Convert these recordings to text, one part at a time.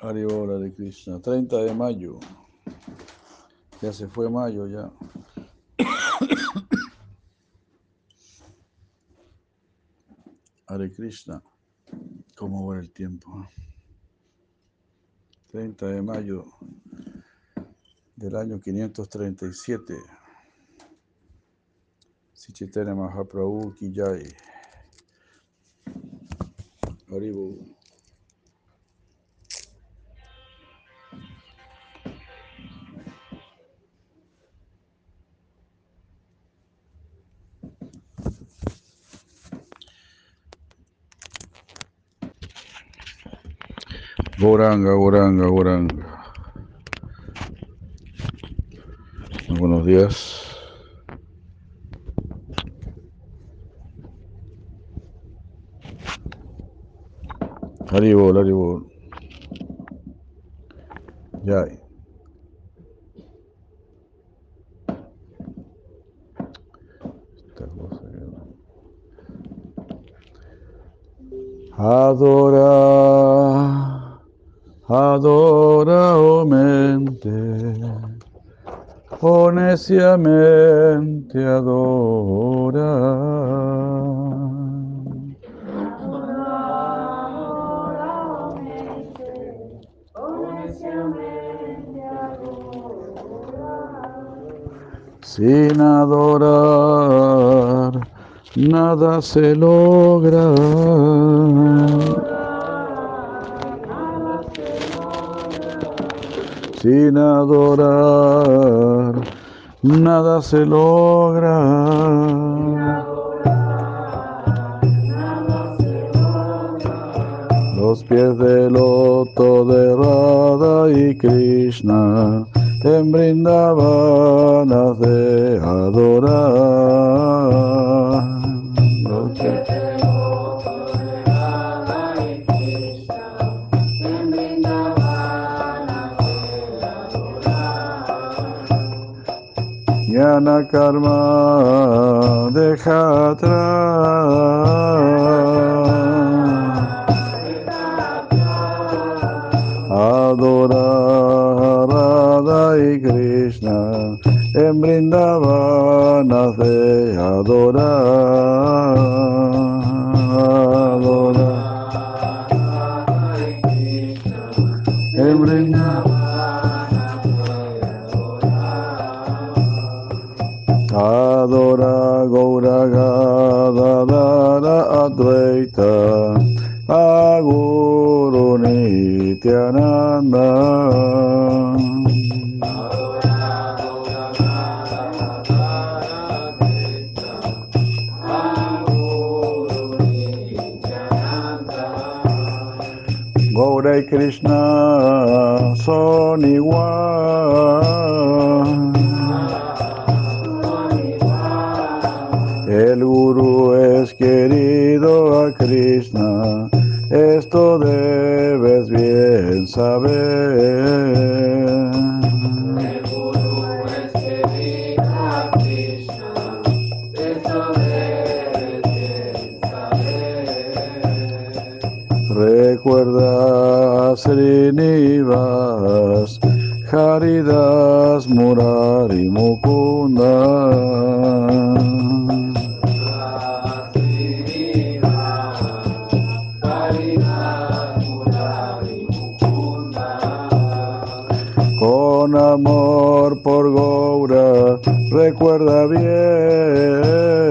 Hare de Krishna, 30 de mayo. Ya se fue mayo ya. Hare Krishna. ¿Cómo va el tiempo? 30 de mayo del año 537. Sri Chaitanya Mahaprabhu Ki Jai. Haribo. Goranga, Goranga, Goranga. Buenos días. Haribol, Haribol. Jai. Esta cosa Adora, adora, oh mente. Oh, neciamente adora. Sin adorar, nada se logra. Sin adorar, nada se logra. Los pies del loto de Radha y Krishna en Vrindavan de adorar. Los pies del loto de Radha y Krishna en Vrindavan de adorar. Jnana karma deja atrás. Adorar Radha y Krishna en Vrindavan de adorar. Adorar Radha y Krishna en Vrindavan de adorar. Adora Gaura Gadadara Advaita Aguru Nityananda. Gaura y Krishna son igual. El Guru es querido a Krishna, esto debes bien saber. El Guru es querido a Krishna, esto debes bien saber. Recuerda Srinivas, Haridas, Murari, Mukunda. Con amor por Gaura, recuerda bien.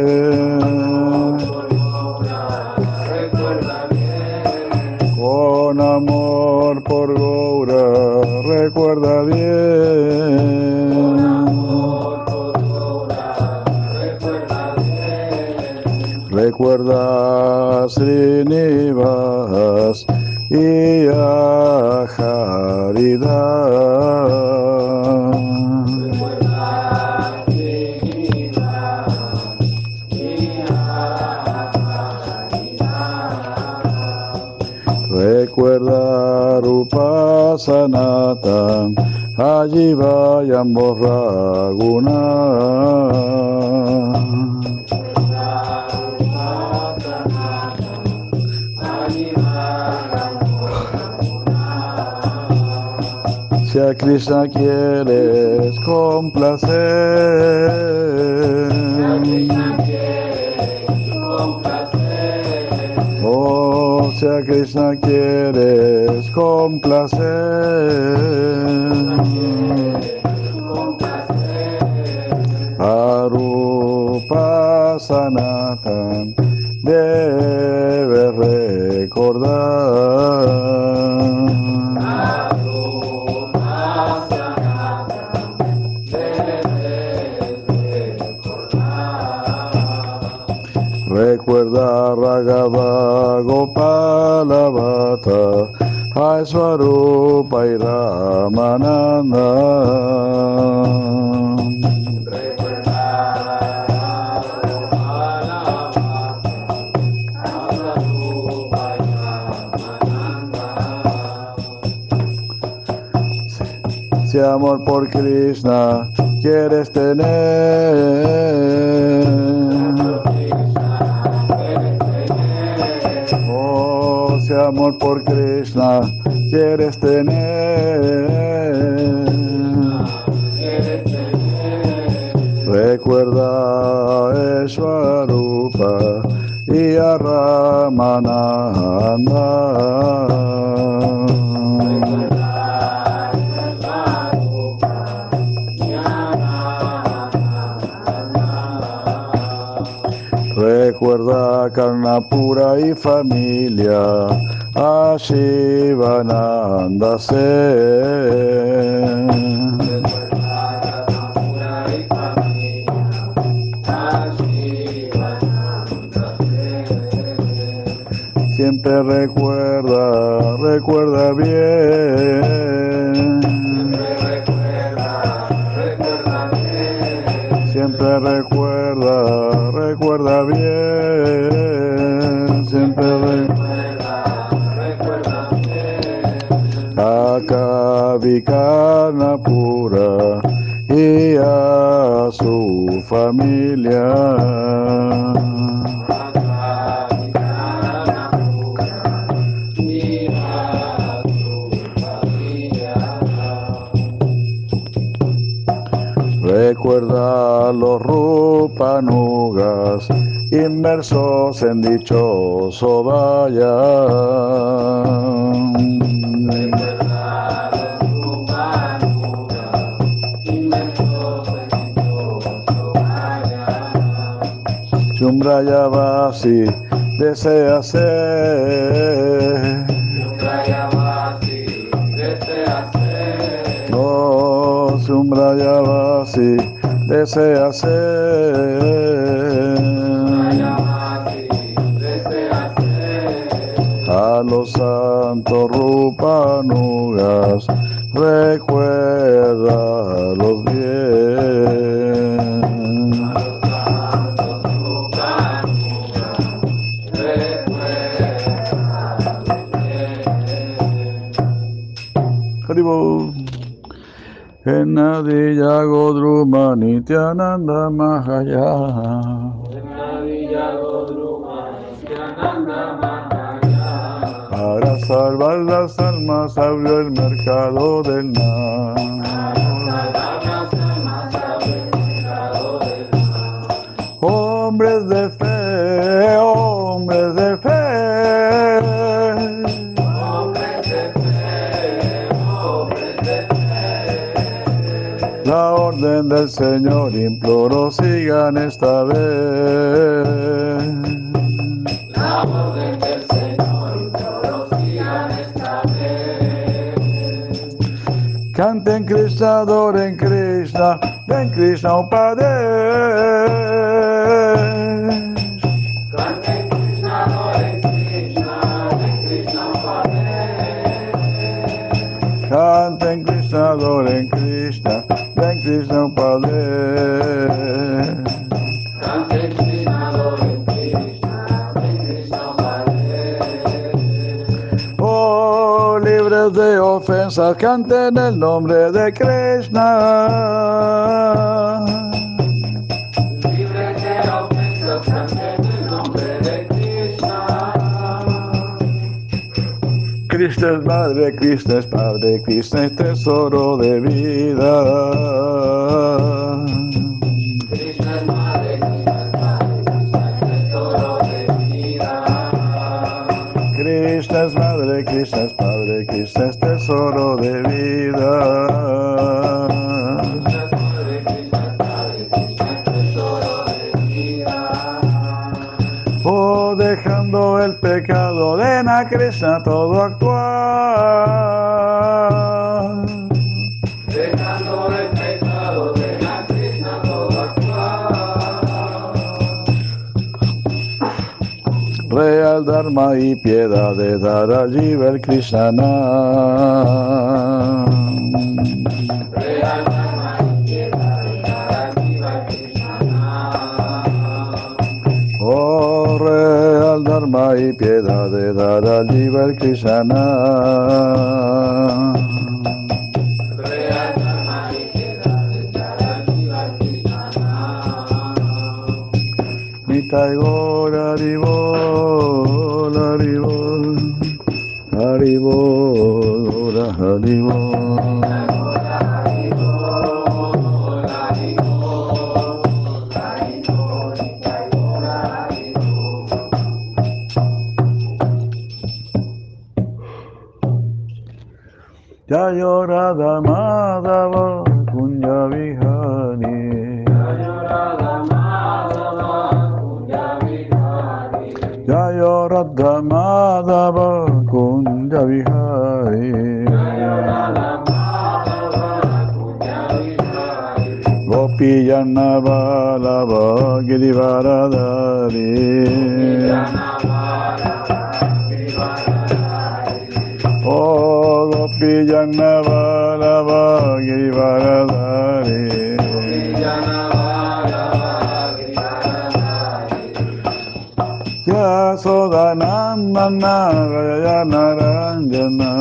Con amor por Gaura, recuerda bien. Recuerda Srinivas y a Haridás. Recuerda Rupa Sanatan, allí vayamos Raguna. Si a Krishna quieres complacer, oh, si a Krishna quieres complacer, Arupa Sanatan debes recordar. Recuerda Raghava Gopala Bhatta, Aiswarupa y Ramananda. Si amor por Krishna quieres tener, oh, si amor por Krishna quieres tener, recuerda Eswarupa y a Ramananda. Recuerda Karnapura y familia, a Shivananda siempre recuerda bien. Siempre recuerda bien. Siempre recuerda bien. A Kavi Karnapura y a su familia. Recuerda los Rupanugas inmersos en dichoso vaya. Recuerda los Rupanugas inmersos en dichoso vaya. Chumbrayavasi desea ser. Chumbrayavasi desea ser. Oh, Chumbrayavasi desea ser. A los santos Rupanugas recuérdalos bien. Haribol. Enadiya Godruma Nityananda Mahaya. Enadiya Godruma Nityananda Mahaya. Para salvar las almas abrió el mercado del mar. Hombres de fe, hombres de fe. La orden del Señor imploró, sigan esta vez. La orden del Señor imploró, sigan esta vez. Canten Krishna, adoren Krishna, ven Krishna Upadesh. Canten Krishna, adoren Krishna, ven Krishna Upadesh. Canten Krishna, adoren Krishna. Krishna Upadesh. Canten Krishna, adoren Krishna, ven Krishna Upadesh. Oh, libres de ofensas, canten el nombre de Krishna. Libres de ofensas, canten el nombre de Krishna. Krishna es madre, Krishna es padre, Krishna es tesoro de vida. Krishna es madre, Krishna es padre, Krishna es tesoro de vida. Krishna es madre, Krishna es padre, Krishna es tesoro de vida. Krishna es madre, Krishna es padre, Krishna es tesoro de vida. Oh, dejando el pecado de na Krishna todo actuar. Dejando el pecado de la Krishna todo actuar. Real Dharma y piedad de dar allí ver Krishna. Real Dharma y piedad de dar viva Krishna. Oh, real Dharma y piedad de dar allí ver Krishna. Real Dharma y piedad de dar viva Krishna. Nitai Gaur Haribol, Haribol, Haribol, Haribol. Jayo Radha Madhava Kunja Vihari. Jayo Radha Madhava Kunja Vihari. Gopi Jana Vallabha Girivaradari. Oh, Gopi Jana Vallabha Girivaradari. Yasodanandana Raya Naranjana.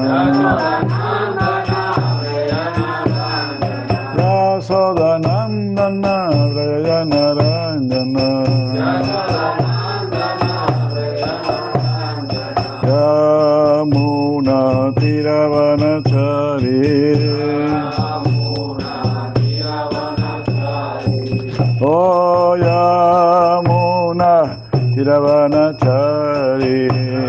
Yasodanandana Raya Naranjana. Yamuna Tiravanachari. Oh, Yamuna Tiravanachari.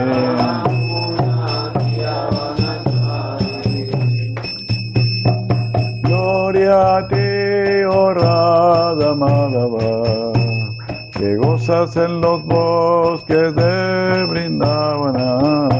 Gloria a ti, oh Radha Madhava, que gozas en los bosques de Vrindavana.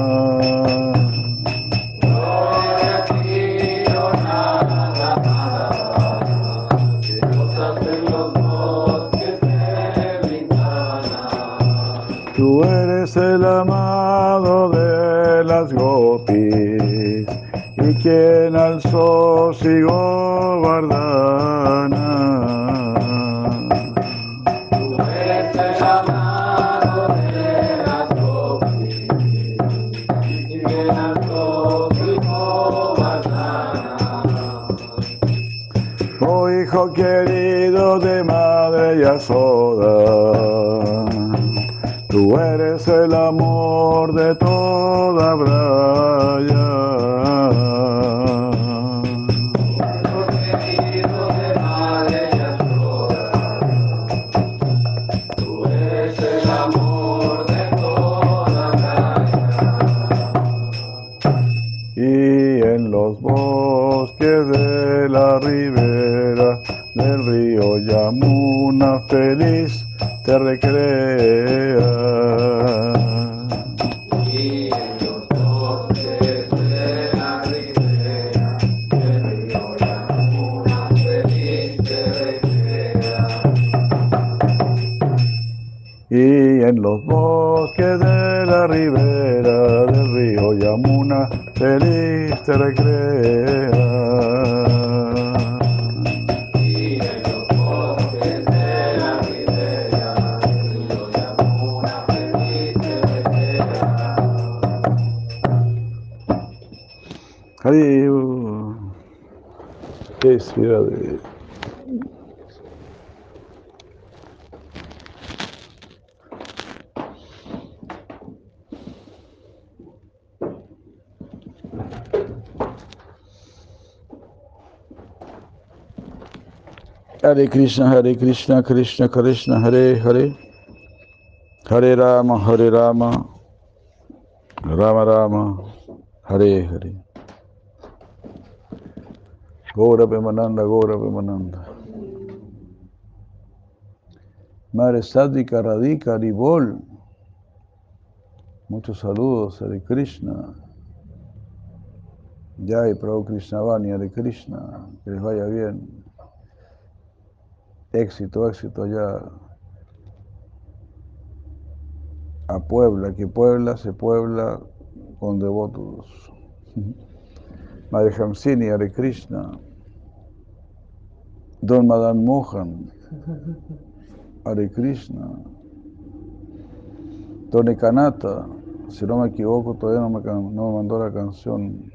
Gloria a ti, oh Radha Madhava, que gozas en los bosques de Vrindavana. Tú eres el amado de las gopis y quien alzó si Govardhana. Tú eres el amado de las gopis, y quien alzó su Govardhana. Oh hijo querido de madre Yasoda, tú eres el amor de toda Braya. Hijo querido de madre Yasoda, tú eres el amor de toda Braya. Y en los bosques de la ribera del río Yamuna feliz te recrea. Y en los bosques de la ribera del río Yamuna feliz te recrea. Y en los bosques de la ribera del río Yamuna feliz te recrea. Y en los bosques de la ribera del río Yamuna feliz te recrea. Hari, qué ciudad de... Hare Krishna, Krishna Krishna, Hare Hare, Hare Rama, Rama Rama, Hare Hare. Gaura Premananda, Gaura Premananda. Madre Sádica Radhika Haribol. Muchos saludos, Hare Krishna. Jai Prabhu Krishnavani, Hare Krishna. Que les vaya bien. Éxito, éxito allá a Puebla, que Puebla se puebla con devotos. Madre Hamsini, Hare Krishna. Don Madan Mohan, Hare Krishna. Don Ekanata, si no me equivoco, todavía no me mandó la canción.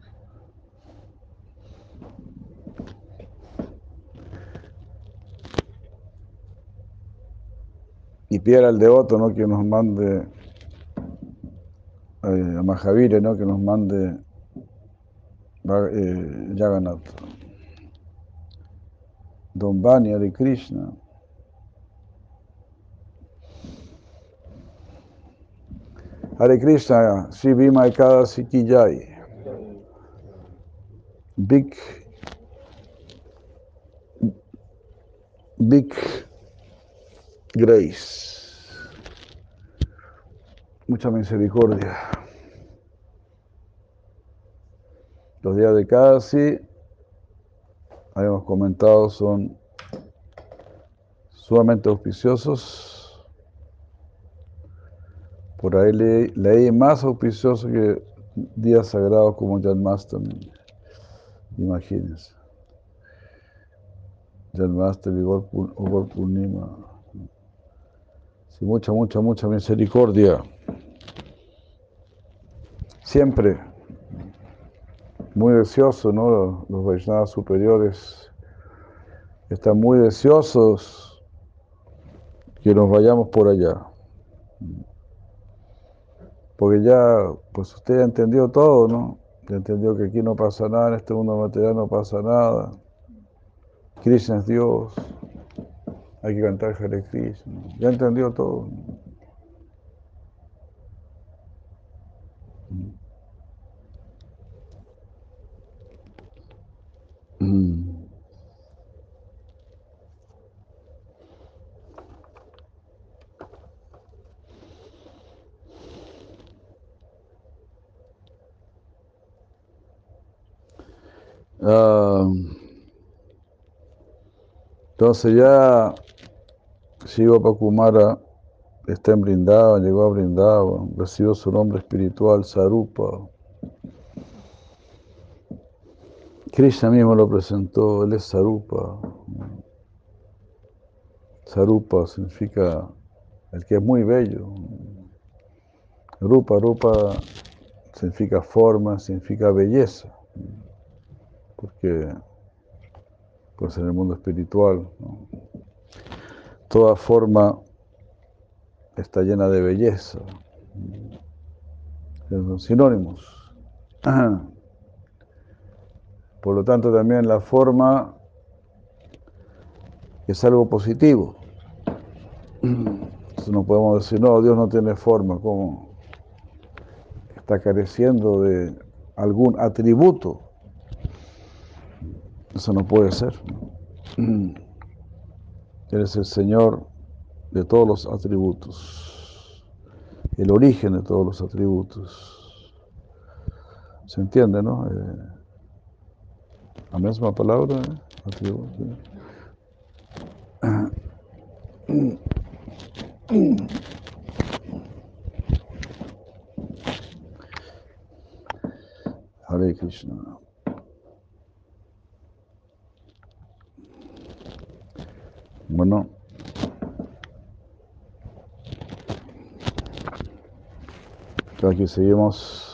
Y pidiera al devoto, ¿no?, que nos mande a Mahavira, ¿no?, que nos mande Jagannath. Don Bani, Hare Krishna. Hare Krishna, Sri Bhima Ekadasi Ki Jai. Big grace. Mucha misericordia. Los días de Ekadasi, habíamos comentado, son sumamente auspiciosos. Por ahí leí más auspicioso que días sagrados como Janmashtami. Imagínense. Janmashtami, Gol Purnima. Sí, mucha misericordia. Siempre muy deseoso, ¿no? Los Vaishnavas superiores están muy deseosos que nos vayamos por allá. Porque ya, pues usted ya entendió todo, ¿no? Ya entendió que aquí no pasa nada, en este mundo material no pasa nada. Krishna es Dios. Hay que cantar Hare Krishna. Ya entendió todo. Mm. Ah, entonces ya Shiva Pakumara está en Vrindavan, llegó a Vrindavan, recibió su nombre espiritual, Sarupa. Krishna mismo lo presentó, él es Sarupa. Sarupa significa el que es muy bello. Rupa significa forma, significa belleza. Porque pues en el mundo espiritual, ¿no?, toda forma está llena de belleza. Son sinónimos. Por lo tanto, también la forma es algo positivo. Entonces no podemos decir, no, Dios no tiene forma, ¿cómo? Está careciendo de algún atributo. Eso no puede ser, ¿no? Él es el Señor de todos los atributos, el origen de todos los atributos. ¿Se entiende, no? La misma palabra, atributo. Hare Krishna. Bueno, aquí seguimos.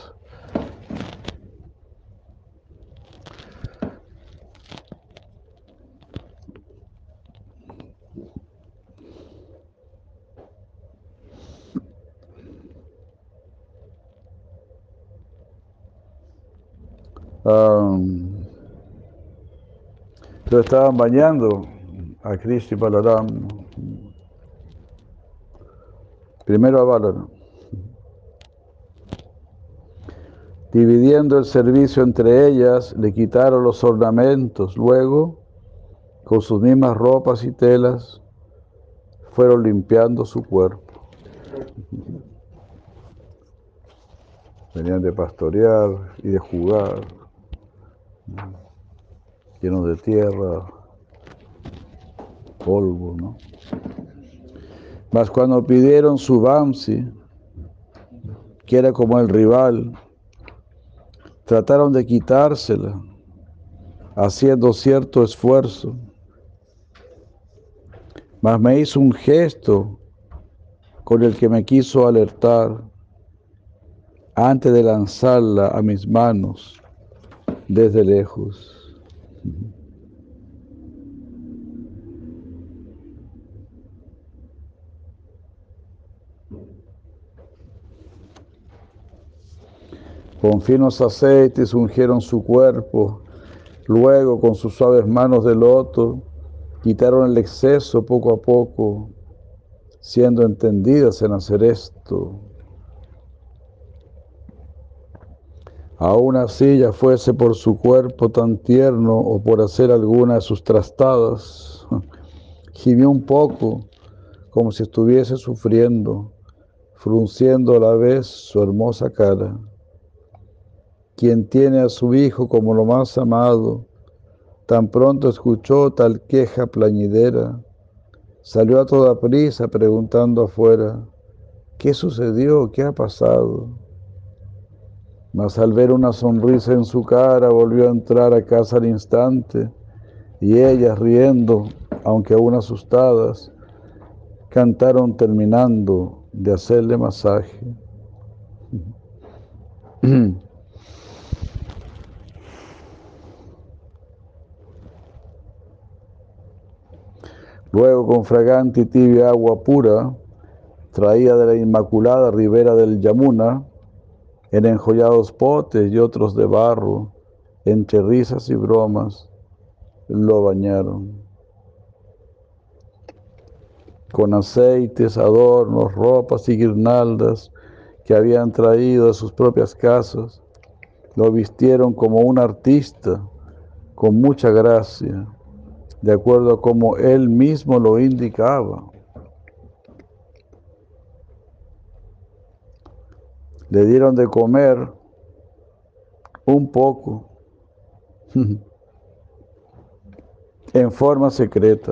Lo estaban bañando a Krishna y Balaram. Primero a Balarama. Dividiendo el servicio entre ellas, le quitaron los ornamentos. Luego, con sus mismas ropas y telas, fueron limpiando su cuerpo. Venían de pastorear y de jugar, llenos de tierra, polvo, ¿no? Mas cuando pidieron su Vamsi, que era como el rival, trataron de quitársela, haciendo cierto esfuerzo. Mas me hizo un gesto con el que me quiso alertar antes de lanzarla a mis manos desde lejos. Con finos aceites ungieron su cuerpo, luego con sus suaves manos de loto quitaron el exceso poco a poco, siendo entendidas en hacer esto. Aún así, ya fuese por su cuerpo tan tierno o por hacer alguna de sus trastadas, gimió un poco, como si estuviese sufriendo, frunciendo a la vez su hermosa cara. Quien tiene a su hijo como lo más amado, tan pronto escuchó tal queja plañidera, salió a toda prisa preguntando afuera, ¿qué sucedió? ¿Qué ha pasado? Mas al ver una sonrisa en su cara, volvió a entrar a casa al instante, y ellas, riendo, aunque aún asustadas, cantaron terminando de hacerle masaje. Luego, con fragante y tibia agua pura, traída de la inmaculada ribera del Yamuna, en enjollados potes y otros de barro, entre risas y bromas, lo bañaron. Con aceites, adornos, ropas y guirnaldas que habían traído de sus propias casas, lo vistieron como un artista, con mucha gracia, de acuerdo a como él mismo lo indicaba. Le dieron de comer un poco, en forma secreta.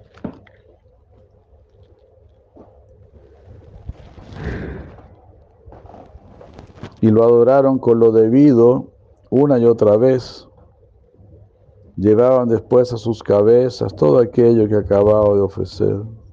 Y lo adoraron con lo debido una y otra vez. Llevaban después a sus cabezas todo aquello que acababa de ofrecer.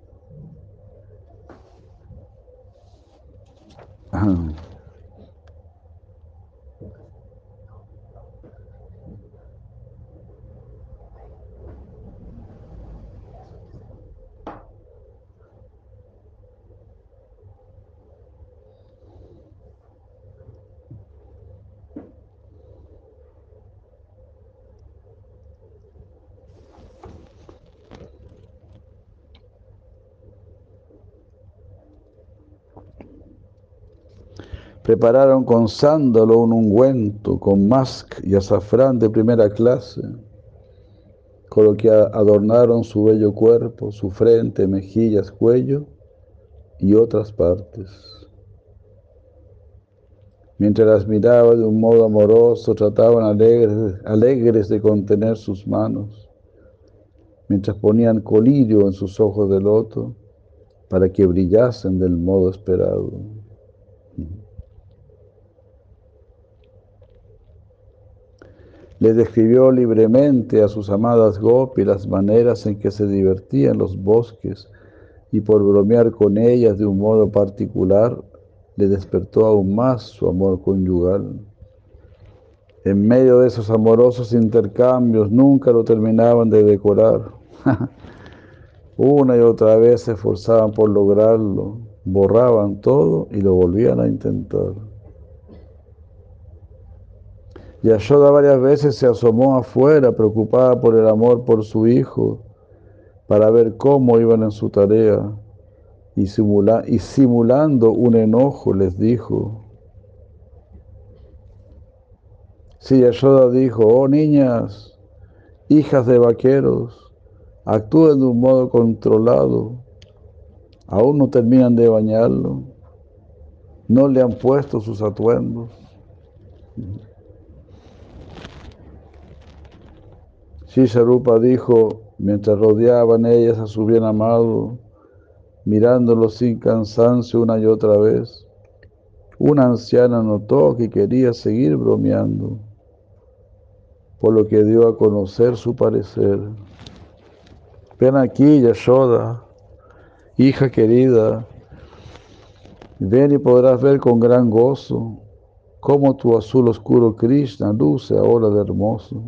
Prepararon con sándalo un ungüento, con musk y azafrán de primera clase, con lo que adornaron su bello cuerpo, su frente, mejillas, cuello y otras partes. Mientras las miraba de un modo amoroso, trataban alegres de contener sus manos, mientras ponían colirio en sus ojos de loto para que brillasen del modo esperado. Le describió libremente a sus amadas Gopi las maneras en que se divertía en los bosques, y por bromear con ellas de un modo particular, le despertó aún más su amor conyugal. En medio de esos amorosos intercambios, nunca lo terminaban de decorar. Una y otra vez se esforzaban por lograrlo, borraban todo y lo volvían a intentar. Yashoda varias veces se asomó afuera, preocupada por el amor por su hijo, para ver cómo iban en su tarea y simulando un enojo les dijo. Sí, Yashoda dijo, oh niñas, hijas de vaqueros, actúen de un modo controlado, aún no terminan de bañarlo, no le han puesto sus atuendos. Shisharupa dijo, mientras rodeaban ellas a su bien amado, mirándolo sin cansancio una y otra vez, una anciana notó que quería seguir bromeando, por lo que dio a conocer su parecer. Ven aquí, Yashoda, hija querida, ven y podrás ver con gran gozo cómo tu azul oscuro Krishna luce ahora de hermoso.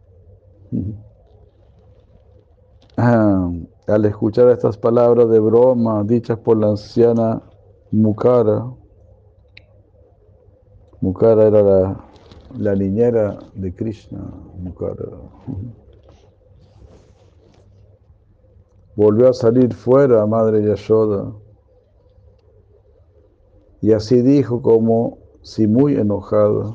Al escuchar estas palabras de broma dichas por la anciana Mukara, Mukara era la niñera de Krishna, Mukara, volvió a salir fuera Madre Yashoda y así dijo como si muy enojada.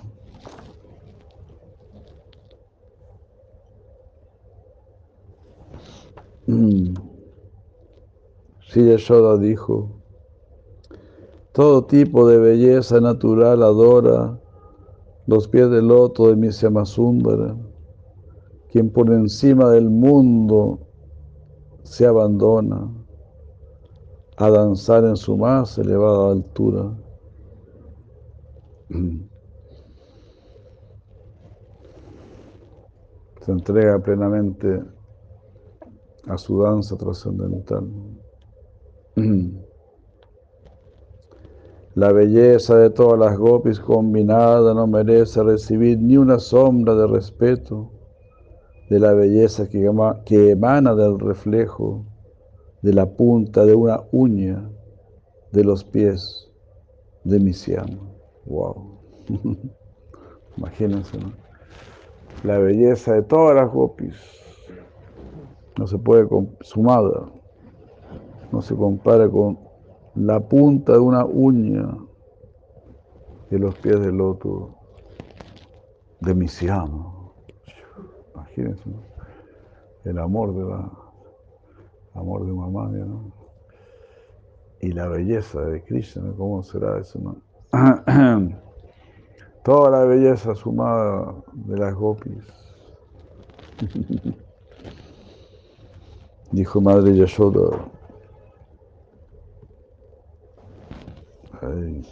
Sí, Yashoda dijo, todo tipo de belleza natural adora los pies del loto de mi Shyamasundara, quien por encima del mundo se abandona a danzar en su más elevada altura. Se entrega plenamente a su danza trascendental. La belleza de todas las gopis combinada no merece recibir ni una sombra de respeto de la belleza que emana del reflejo de la punta de una uña de los pies de mi Shyama. Wow. Imagínense, ¿no? La belleza de todas las gopis no se puede sumada, no se compara con la punta de una uña de los pies del loto de mi Shyama. Imagínense, ¿no? El amor amor de mamá, ¿no? Y la belleza de Krishna, ¿no? ¿Cómo será eso, no? Toda la belleza sumada de las gopis. Dijo Madre Yashoda. Ay.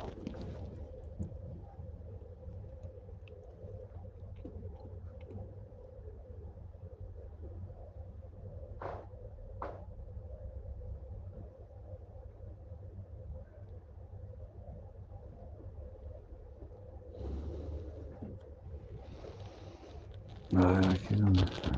Ay, aquí no.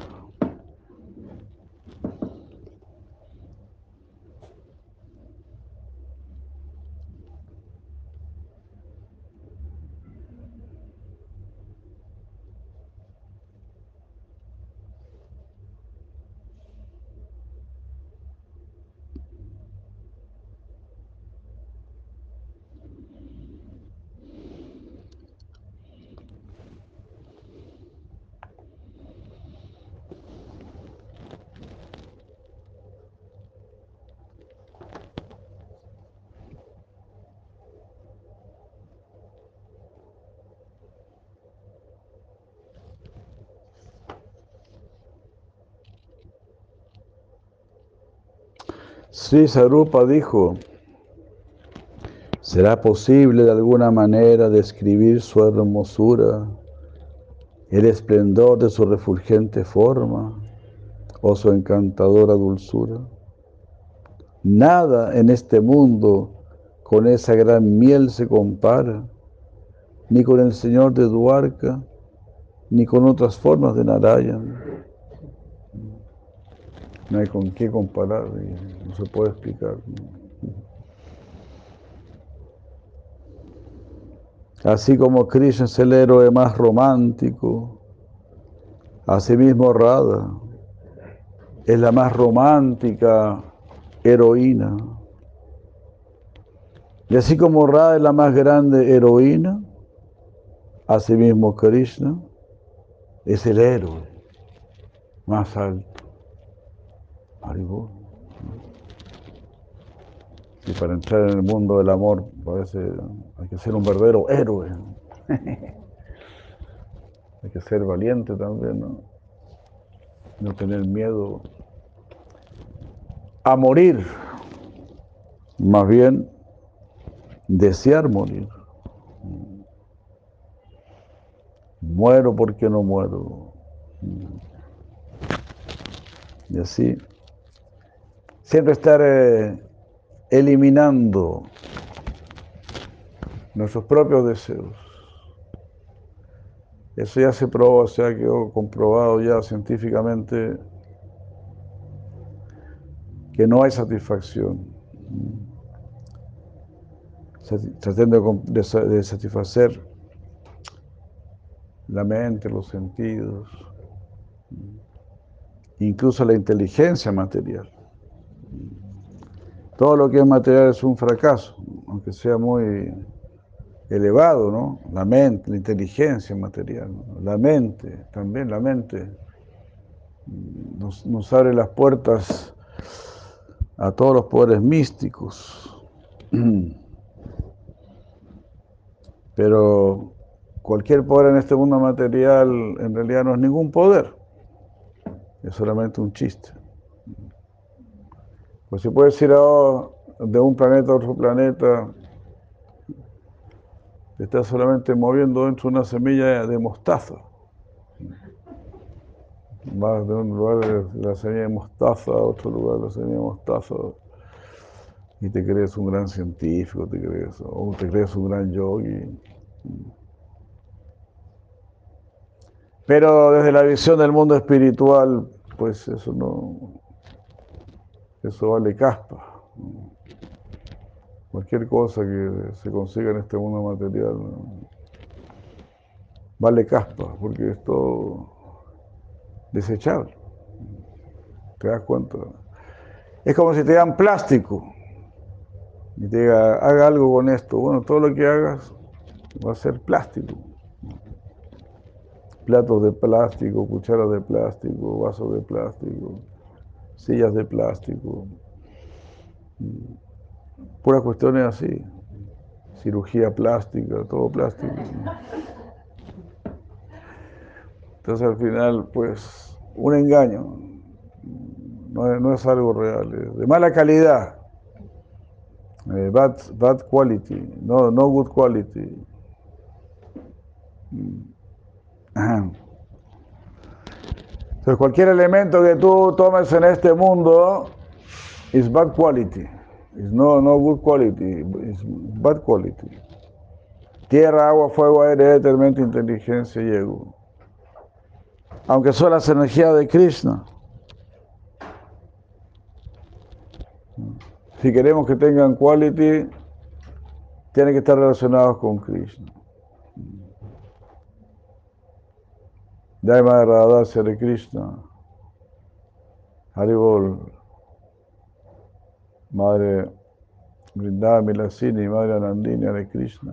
Sri Sarupa dijo, ¿será posible de alguna manera describir su hermosura, el esplendor de su refulgente forma o su encantadora dulzura? Nada en este mundo con esa gran miel se compara, ni con el Señor de Dwarka, ni con otras formas de Narayan. No hay con qué comparar, no se puede explicar. Así como Krishna es el héroe más romántico, asimismo Radha es la más romántica heroína. Y así como Radha es la más grande heroína, asimismo Krishna es el héroe más alto. Haribol. Y para entrar en el mundo del amor parece hay que ser un verdadero héroe. Hay que ser valiente también, ¿no? No tener miedo a morir, más bien desear morir. Muero porque no muero. Y así, siempre estar eliminando nuestros propios deseos. Eso ya se probó, se ha quedado comprobado ya científicamente que no hay satisfacción. Tratando de satisfacer la mente, los sentidos, incluso la inteligencia material. Todo lo que es material es un fracaso, aunque sea muy elevado, ¿no? La mente, la inteligencia material, ¿no? La mente, también la mente nos abre las puertas a todos los poderes místicos. Pero cualquier poder en este mundo material en realidad no es ningún poder, es solamente un chiste. Pues si puedes ir de un planeta a otro planeta, te estás solamente moviendo dentro de una semilla de mostaza. Vas de un lugar de la semilla de mostaza a otro lugar de la semilla de mostaza y te crees un gran científico, o te crees un gran yogi. Pero desde la visión del mundo espiritual, pues eso vale caspa. Cualquier cosa que se consiga en este mundo material, ¿no? Vale caspa, porque es todo desechable. ¿Te das cuenta? Es como si te dan plástico y te diga, haga algo con esto. Bueno, todo lo que hagas va a ser plástico. Platos de plástico, cucharas de plástico, vasos de plástico, sillas de plástico. Puras cuestiones así. Cirugía plástica, todo plástico. Entonces al final, pues, un engaño. No es algo real, es de mala calidad. Bad quality, no good quality. Ajá. Entonces cualquier elemento que tú tomes en este mundo is bad quality. Is no good quality, is bad quality. Tierra, agua, fuego, aire, éter, mente, inteligencia y ego. Aunque son las energías de Krishna. Si queremos que tengan quality, tienen que estar relacionados con Krishna. Jai Madre Radha, Hare Krishna. Haribol. Madre Vrindavan Vilasini, Madre Anandini, Hare Krishna.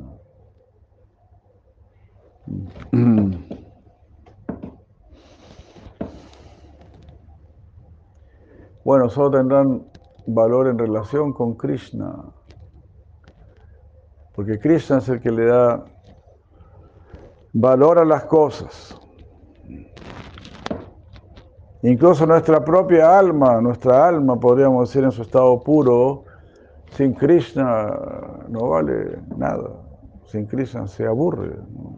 Bueno, solo tendrán valor en relación con Krishna, porque Krishna es el que le da valor a las cosas. Incluso nuestra propia alma, nuestra alma, podríamos decir, en su estado puro, sin Krishna no vale nada. Sin Krishna se aburre.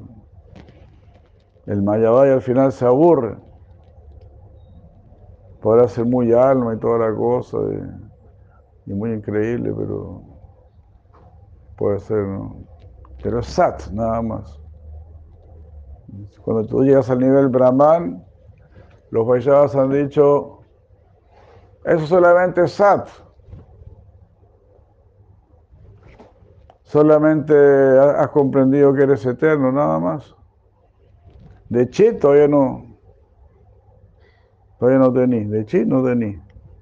El Mayavaya al final se aburre. Podrá ser muy alma y toda la cosa, y muy increíble, pero puede ser, ¿no? Pero es sat, nada más. Cuando tú llegas al nivel Brahman, los Vaishnavas han dicho, eso solamente es sat. Solamente has comprendido que eres eterno, nada más. De chit todavía no. Todavía no tenés. De chit no tenés.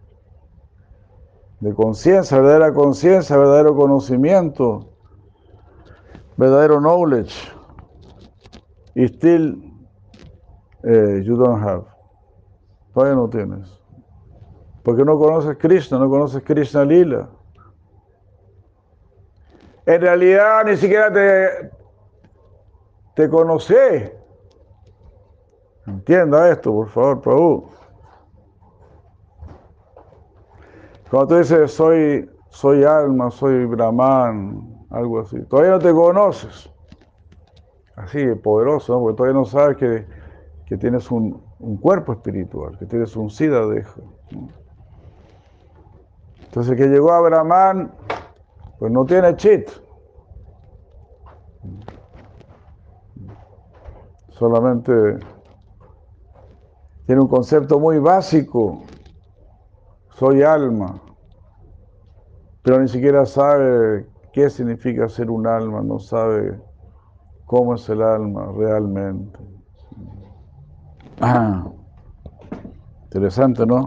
De conciencia, verdadero conocimiento, verdadero knowledge. Y still you don't have. Todavía no tienes. Porque no conoces Krishna, no conoces Krishna Lila. En realidad ni siquiera te conoces. Entienda esto, por favor, Prabhu. Cuando tú dices soy alma, soy Brahman, algo así, todavía no te conoces. Así, poderoso, ¿no? Porque todavía no sabes que tienes un cuerpo espiritual, que tienes un Siddha Deha, ¿no? Entonces el que llegó a Brahman, pues no tiene chit. Solamente tiene un concepto muy básico. Soy alma. Pero ni siquiera sabe qué significa ser un alma, no sabe cómo es el alma realmente. Ah, interesante, ¿no?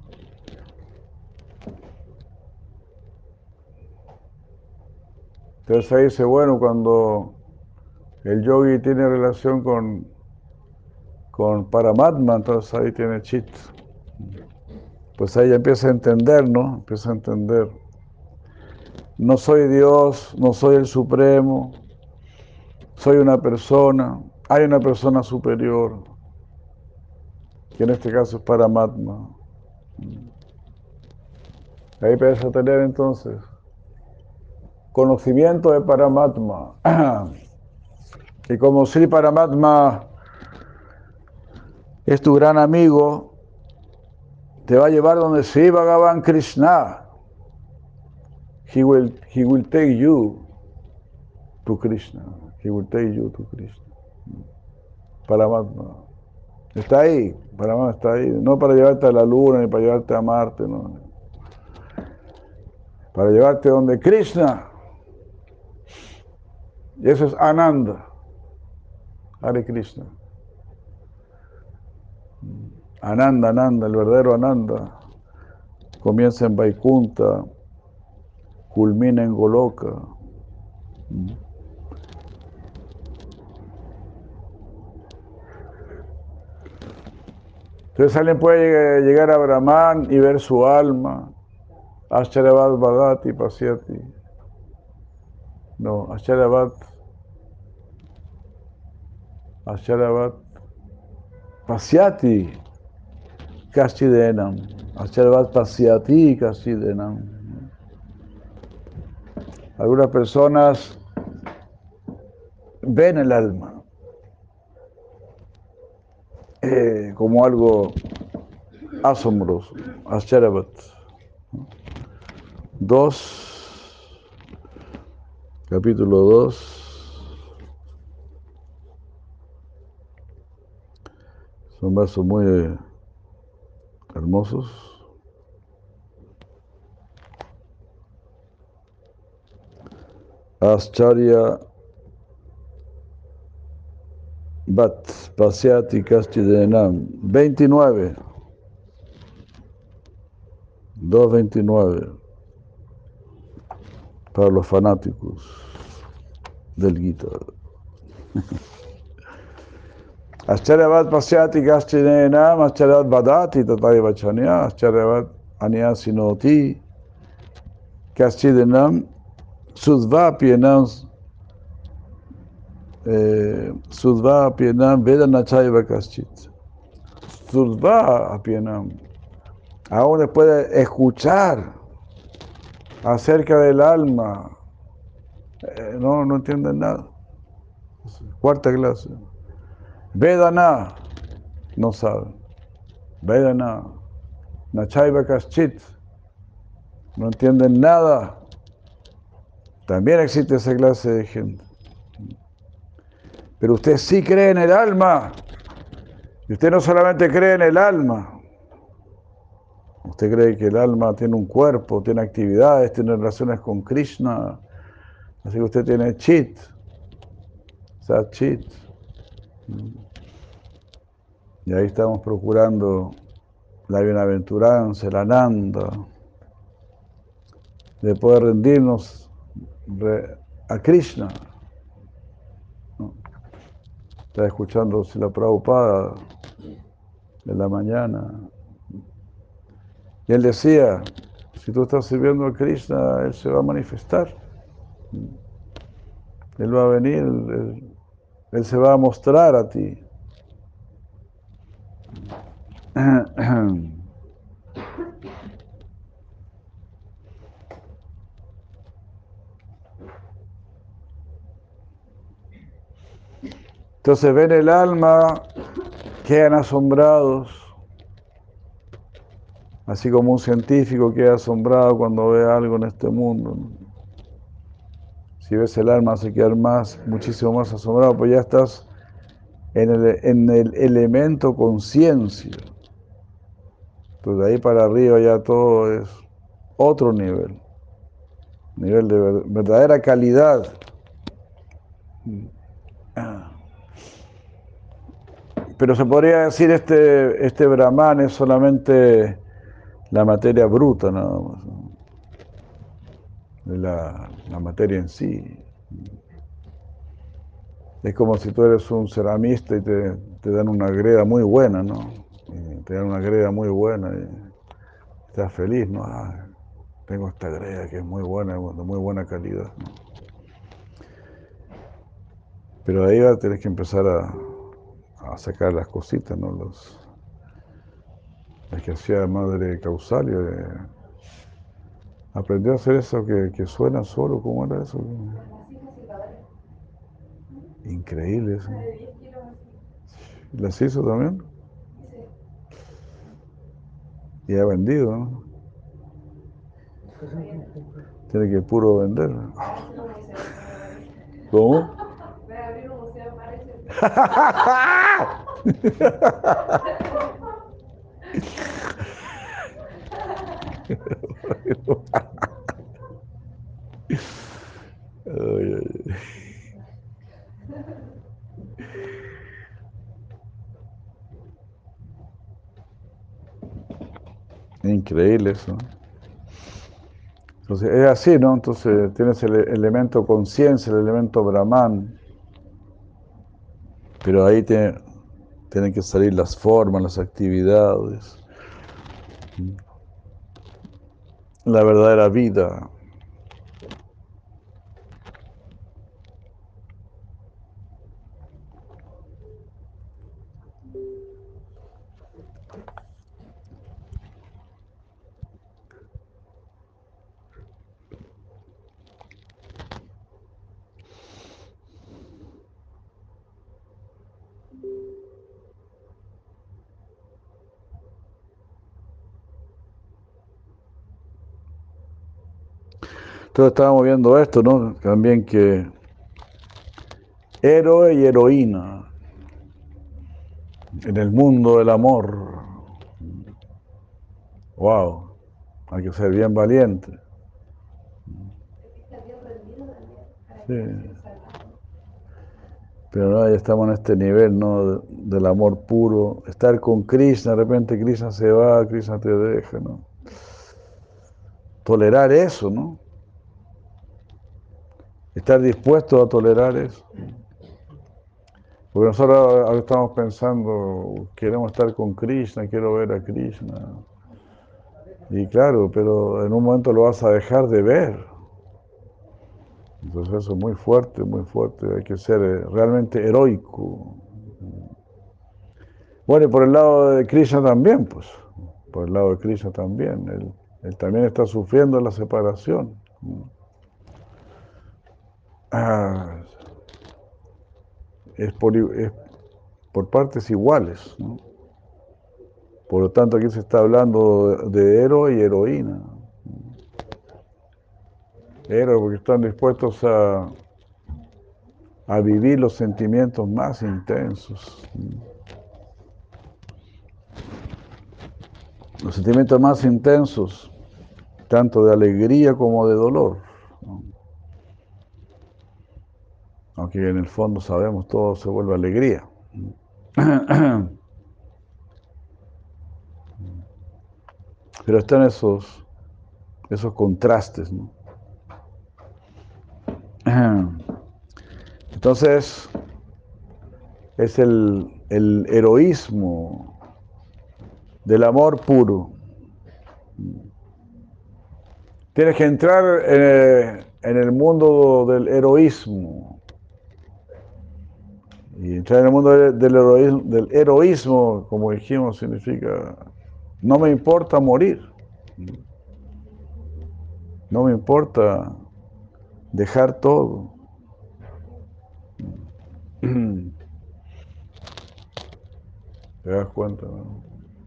Entonces ahí dice, bueno, cuando el yogi tiene relación con Paramatma, entonces ahí tiene chit. Pues ahí ya empieza a entender, ¿no? Empieza a entender. No soy Dios, no soy el Supremo, soy una persona, hay una persona superior, que en este caso es Paramatma. Ahí empieza a tener entonces conocimiento de Paramatma. Y como Sri Paramatma es tu gran amigo, te va a llevar donde Sri Bhagavan Krishna. He will take you to Krishna. He will take you to Krishna. Paramatma. Está ahí, Paramatma está ahí. No para llevarte a la luna ni para llevarte a Marte, no. Para llevarte donde Krishna. Y eso es Ananda. Hare Krishna. Ananda, Ananda, el verdadero Ananda. Comienza en Vaikunta, culmina en Goloka. Entonces alguien puede llegar a Brahman y ver su alma. Ascharyavat Bhagati Pasyati. No, Ascharyavat Pasyati Kashidenam. Ascharyavat Pasyati Kashidenam. Algunas personas ven el alma como algo asombroso. Ascharyavat. 2, capítulo 2. Son versos muy hermosos. Ascharya Vat Pasyati Kaschidenam 29. 2:29 para los fanáticos del Gita. Ascharyavat Pasyati Kaschidenam Ascharyavat Vadati Tatai Vachanya Ascharyavat Anyasinoti Kaschidenam Sudvapienam Sudvapienam Vedanachaiva Kaschit. Sudvapienam. Aún después de escuchar acerca del alma, no entienden nada. Cuarta clase. Vedana, no saben. Vedana, Nachaiva Kaschit, no entienden nada. También existe esa clase de gente. Pero usted sí cree en el alma. Y usted no solamente cree en el alma. Usted cree que el alma tiene un cuerpo, tiene actividades, tiene relaciones con Krishna. Así que usted tiene chit. Sat chit. Y ahí estamos procurando la bienaventuranza, el ananda, de poder rendirnos a Krishna, ¿no? Estaba escuchando Srila Prabhupada en la mañana y él decía, si tú estás sirviendo a Krishna, Él se va a manifestar, Él va a venir, Él se va a mostrar a ti. Entonces ven el alma, quedan asombrados, así como un científico queda asombrado cuando ve algo en este mundo, ¿no? Si ves el alma, vas a quedar muchísimo más asombrado, pues ya estás en el elemento conciencia. Entonces de ahí para arriba ya todo es otro nivel de verdadera calidad. Pero se podría decir este Brahman es solamente la materia bruta nada más, ¿no? La materia en sí. Es como si tú eres un ceramista y te dan una greda muy buena, ¿no? Y te dan una greda muy buena y estás feliz, ¿no? Ah, tengo esta greda que es muy buena, de muy buena calidad, ¿no? Pero ahí tienes que empezar a sacar las cositas, ¿no? Las que hacía Madre Causalio. Aprendió a hacer eso que suena solo, ¿cómo era eso? Increíble eso. ¿Las hizo también? Y ha vendido, ¿no? Tiene que puro vender. ¿Cómo? Ay, ay, ay. Increíble eso. Entonces, es así, ¿no? Entonces tienes el elemento conciencia, el elemento Brahman, pero ahí tienen que salir las formas, las actividades, la verdadera vida. Entonces estábamos viendo esto, ¿no? También que héroe y heroína en el mundo del amor. Wow, hay que ser bien valiente. Sí. Pero no, ya estamos en este nivel, ¿no? Del amor puro. Estar con Krishna, de repente Krishna se va, Krishna te deja, ¿no? Tolerar eso, ¿no? Estar dispuesto a tolerar eso. Porque nosotros ahora estamos pensando, queremos estar con Krishna, quiero ver a Krishna. Y claro, pero en un momento lo vas a dejar de ver. Entonces eso es muy fuerte, hay que ser realmente heroico. Bueno, y por el lado de Krishna también, pues, por el lado de Krishna también, él también está sufriendo la separación. Ah, es por partes iguales, ¿no? Por lo tanto, aquí se está hablando de héroe y heroína. Héroe porque están dispuestos a vivir los sentimientos más intensos. Los sentimientos más intensos, tanto de alegría como de dolor, ¿no? Aunque en el fondo sabemos todo se vuelve alegría. Pero están esos contrastes, ¿no? Entonces, es el heroísmo del amor puro. Tienes que entrar en el mundo del heroísmo. Y entrar en el mundo del heroísmo, como dijimos, significa, no me importa morir. No me importa dejar todo. ¿Te das cuenta, no?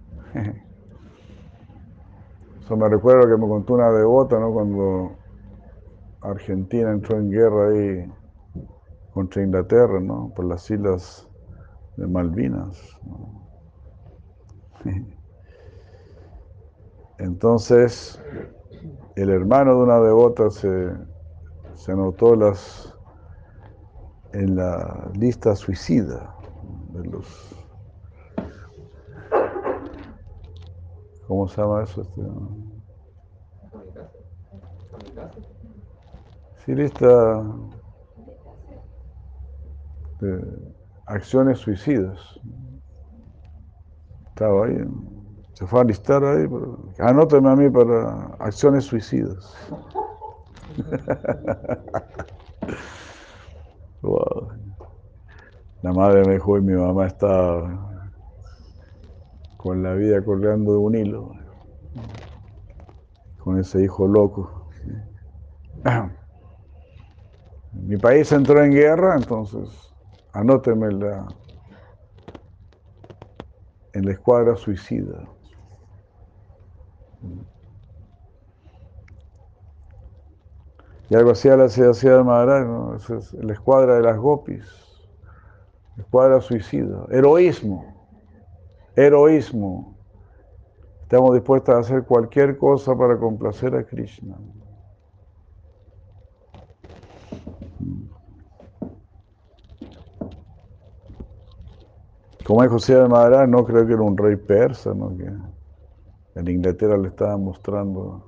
Eso me recuerda que me contó una devota, ¿no? Cuando Argentina entró en guerra ahí contra Inglaterra, ¿no? Por las islas de Malvinas, ¿no? Entonces, el hermano de una devota se anotó en la lista suicida de los, ¿cómo se llama eso? Sí, lista de acciones suicidas. Estaba ahí, se fue a listar ahí, pero anóteme a mí para acciones suicidas. Wow. La madre me dijo, y mi mamá estaba con la vida colgando de un hilo, con ese hijo loco. Mi país entró en guerra, entonces anóteme en la escuadra suicida. Y algo así hacía el Maharaj, ¿no? Esa es la escuadra de las gopis, escuadra suicida. Heroísmo, heroísmo. Estamos dispuestos a hacer cualquier cosa para complacer a Krishna. Como dijo José de Maharaj, no creo que era un rey persa, ¿no? Que en Inglaterra le estaban mostrando.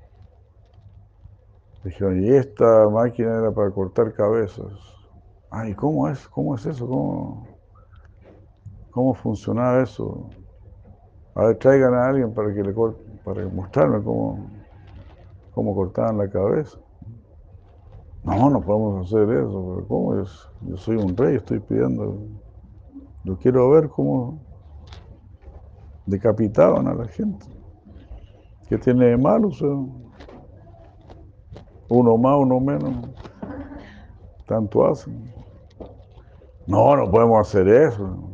Dijeron, y esta máquina era para cortar cabezas. Ay, ¿cómo es? ¿Cómo es eso? ¿Cómo funcionaba eso? A ver, traigan a alguien para que para mostrarme cómo cortaban la cabeza. No, no podemos hacer eso, pero ¿cómo es? Yo soy un rey, estoy pidiendo. Yo quiero ver cómo decapitaban a la gente. ¿Qué tiene de malo? O sea, uno más, uno menos, tanto hacen. No, no podemos hacer eso,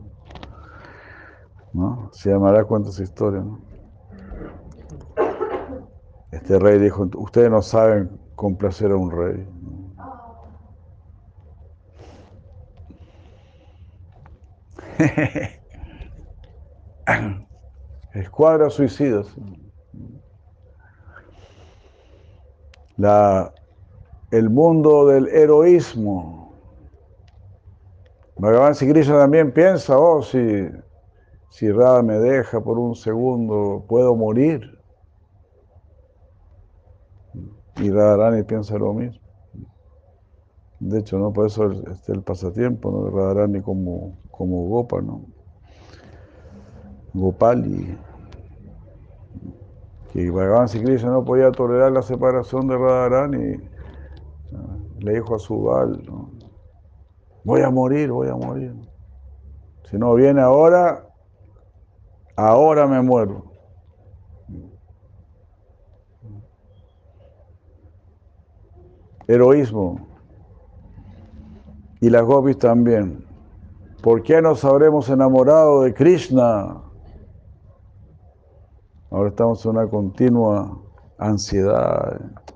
¿no? Se llamará cuenta esa historia, ¿no? Este rey dijo, ustedes no saben complacer a un rey. Escuadra suicidas. El mundo del heroísmo. Bhagavan Sri Krishna también piensa, oh, si Radha me deja por un segundo, puedo morir. Y Radharani piensa lo mismo. De hecho, ¿no? Por eso el pasatiempo, ¿no? De Radharani como Gopa, ¿no? Gopali. Que Bhagavan Sri Krishna no podía tolerar la separación de Radharani. Le dijo a Subal, ¿no? Voy a morir, voy a morir. Si no viene ahora, ahora me muero. Heroísmo. Y las gopis también. ¿Por qué nos habremos enamorado de Krishna? Ahora estamos en una continua ansiedad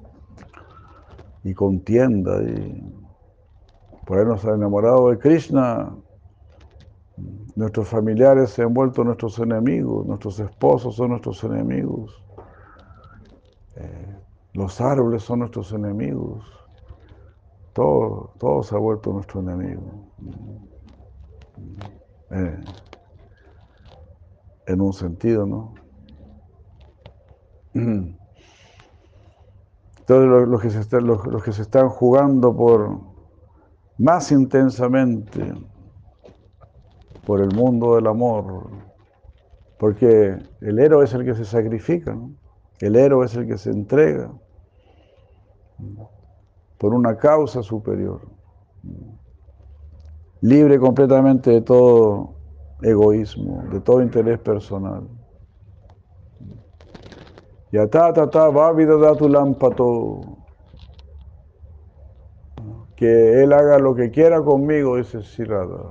y contienda. Y por habernos enamorado de Krishna, nuestros familiares se han vuelto nuestros enemigos, nuestros esposos son nuestros enemigos, los árboles son nuestros enemigos, todo se ha vuelto nuestro enemigo. En un sentido, ¿no? Todos los que se están jugando por más intensamente por el mundo del amor, porque el héroe es el que se sacrifica, ¿no? El héroe es el que se entrega por una causa superior, libre completamente de todo egoísmo, de todo interés personal. Yata tata vavidadatu lampato. Que él haga lo que quiera conmigo, dice Sri Radha.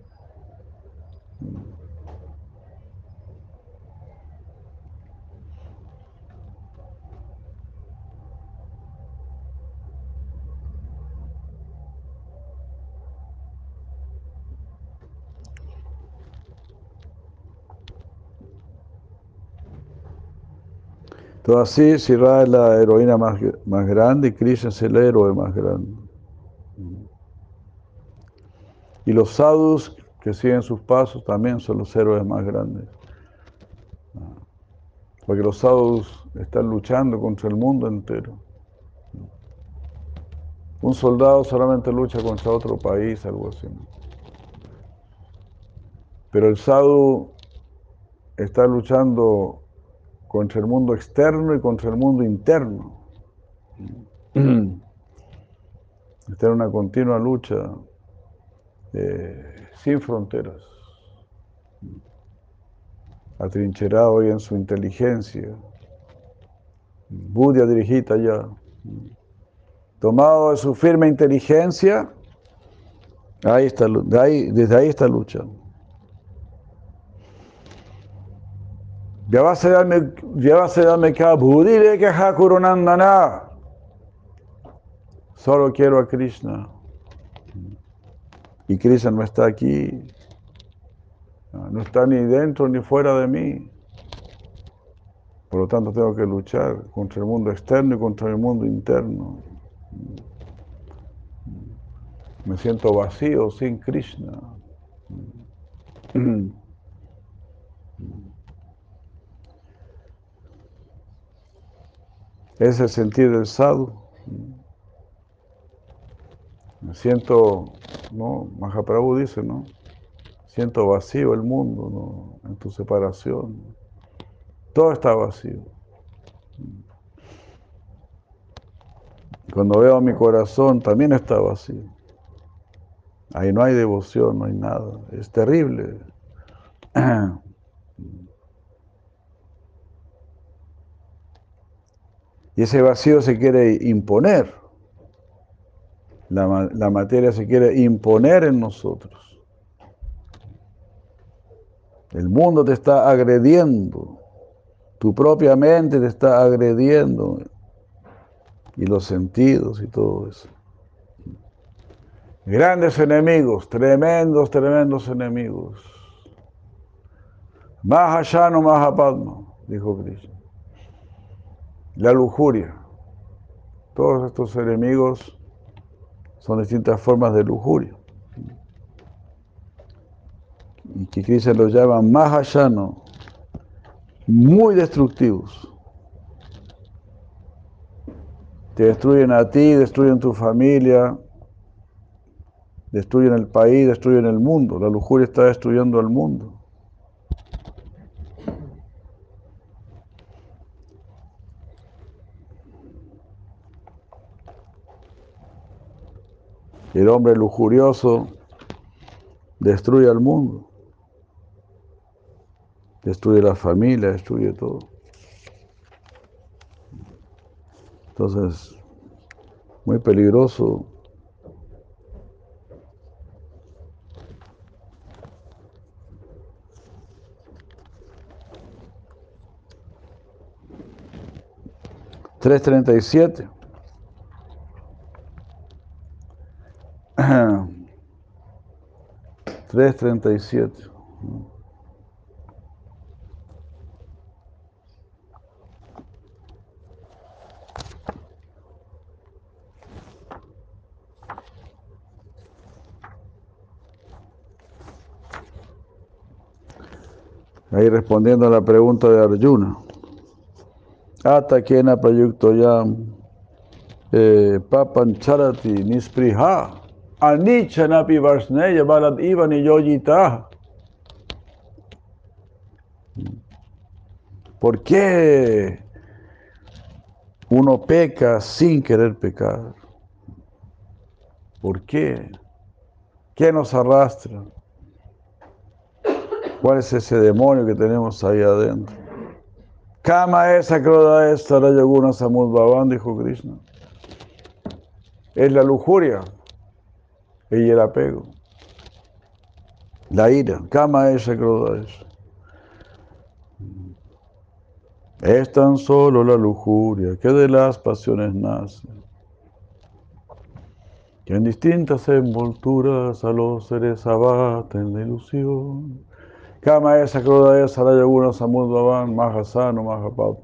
Entonces así, Sri Radha es la heroína más grande y Krishna es el héroe más grande. Y los sadhus que siguen sus pasos también son los héroes más grandes. Porque los sadhus están luchando contra el mundo entero. Un soldado solamente lucha contra otro país, algo así, ¿no? Pero el sadhu está luchando contra el mundo externo y contra el mundo interno. Está en una continua lucha sin fronteras, atrincherado hoy en su inteligencia, Buddha dirigita ya, tomado de su firme inteligencia, ahí está, desde ahí está luchando. Vyavasadame ka Bhudire Kaha Kurunandana. Solo quiero a Krishna. Y Krishna no está aquí, no está ni dentro ni fuera de mí. Por lo tanto, tengo que luchar contra el mundo externo y contra el mundo interno. Me siento vacío sin Krishna. Ese es el sentir del sadhu. Me siento, ¿no? Mahaprabhu dice, ¿no? Siento vacío el mundo, ¿no? En tu separación. Todo está vacío. Cuando veo mi corazón, también está vacío. Ahí no hay devoción, no hay nada. Es terrible. Y ese vacío se quiere imponer. La materia se quiere imponer en nosotros. El mundo te está agrediendo. Tu propia mente te está agrediendo. Y los sentidos y todo eso. Grandes enemigos, tremendos enemigos. Mahayano Mahapadma, dijo Krishna. La lujuria. Todos estos enemigos son distintas formas de lujuria. Y que Krishna los llama Mahayano, muy destructivos. Te destruyen a ti, destruyen tu familia, destruyen el país, destruyen el mundo. La lujuria está destruyendo el mundo. El hombre lujurioso destruye al mundo, destruye la familia, destruye todo. Entonces, muy peligroso. Tres 37. Tres 37. Ahí respondiendo a la pregunta de Arjuna. Ata kena prayuktoyam papan charati nispriha anichanapi varsneya balad iva niyoyita. ¿Por qué uno peca sin querer pecar? ¿Por qué? ¿Qué nos arrastra? ¿Cuál es ese demonio que tenemos ahí adentro? Kama esa kroda esa rayaguna samudbhavan, dijo Krishna. Es la lujuria y el apego. La ira. Kama esa kroda esa. Es tan solo la lujuria que de las pasiones nace, que en distintas envolturas a los seres abaten la ilusión. Kama esa kroda esa rayaguna samudbhavan, mahasano mahapap.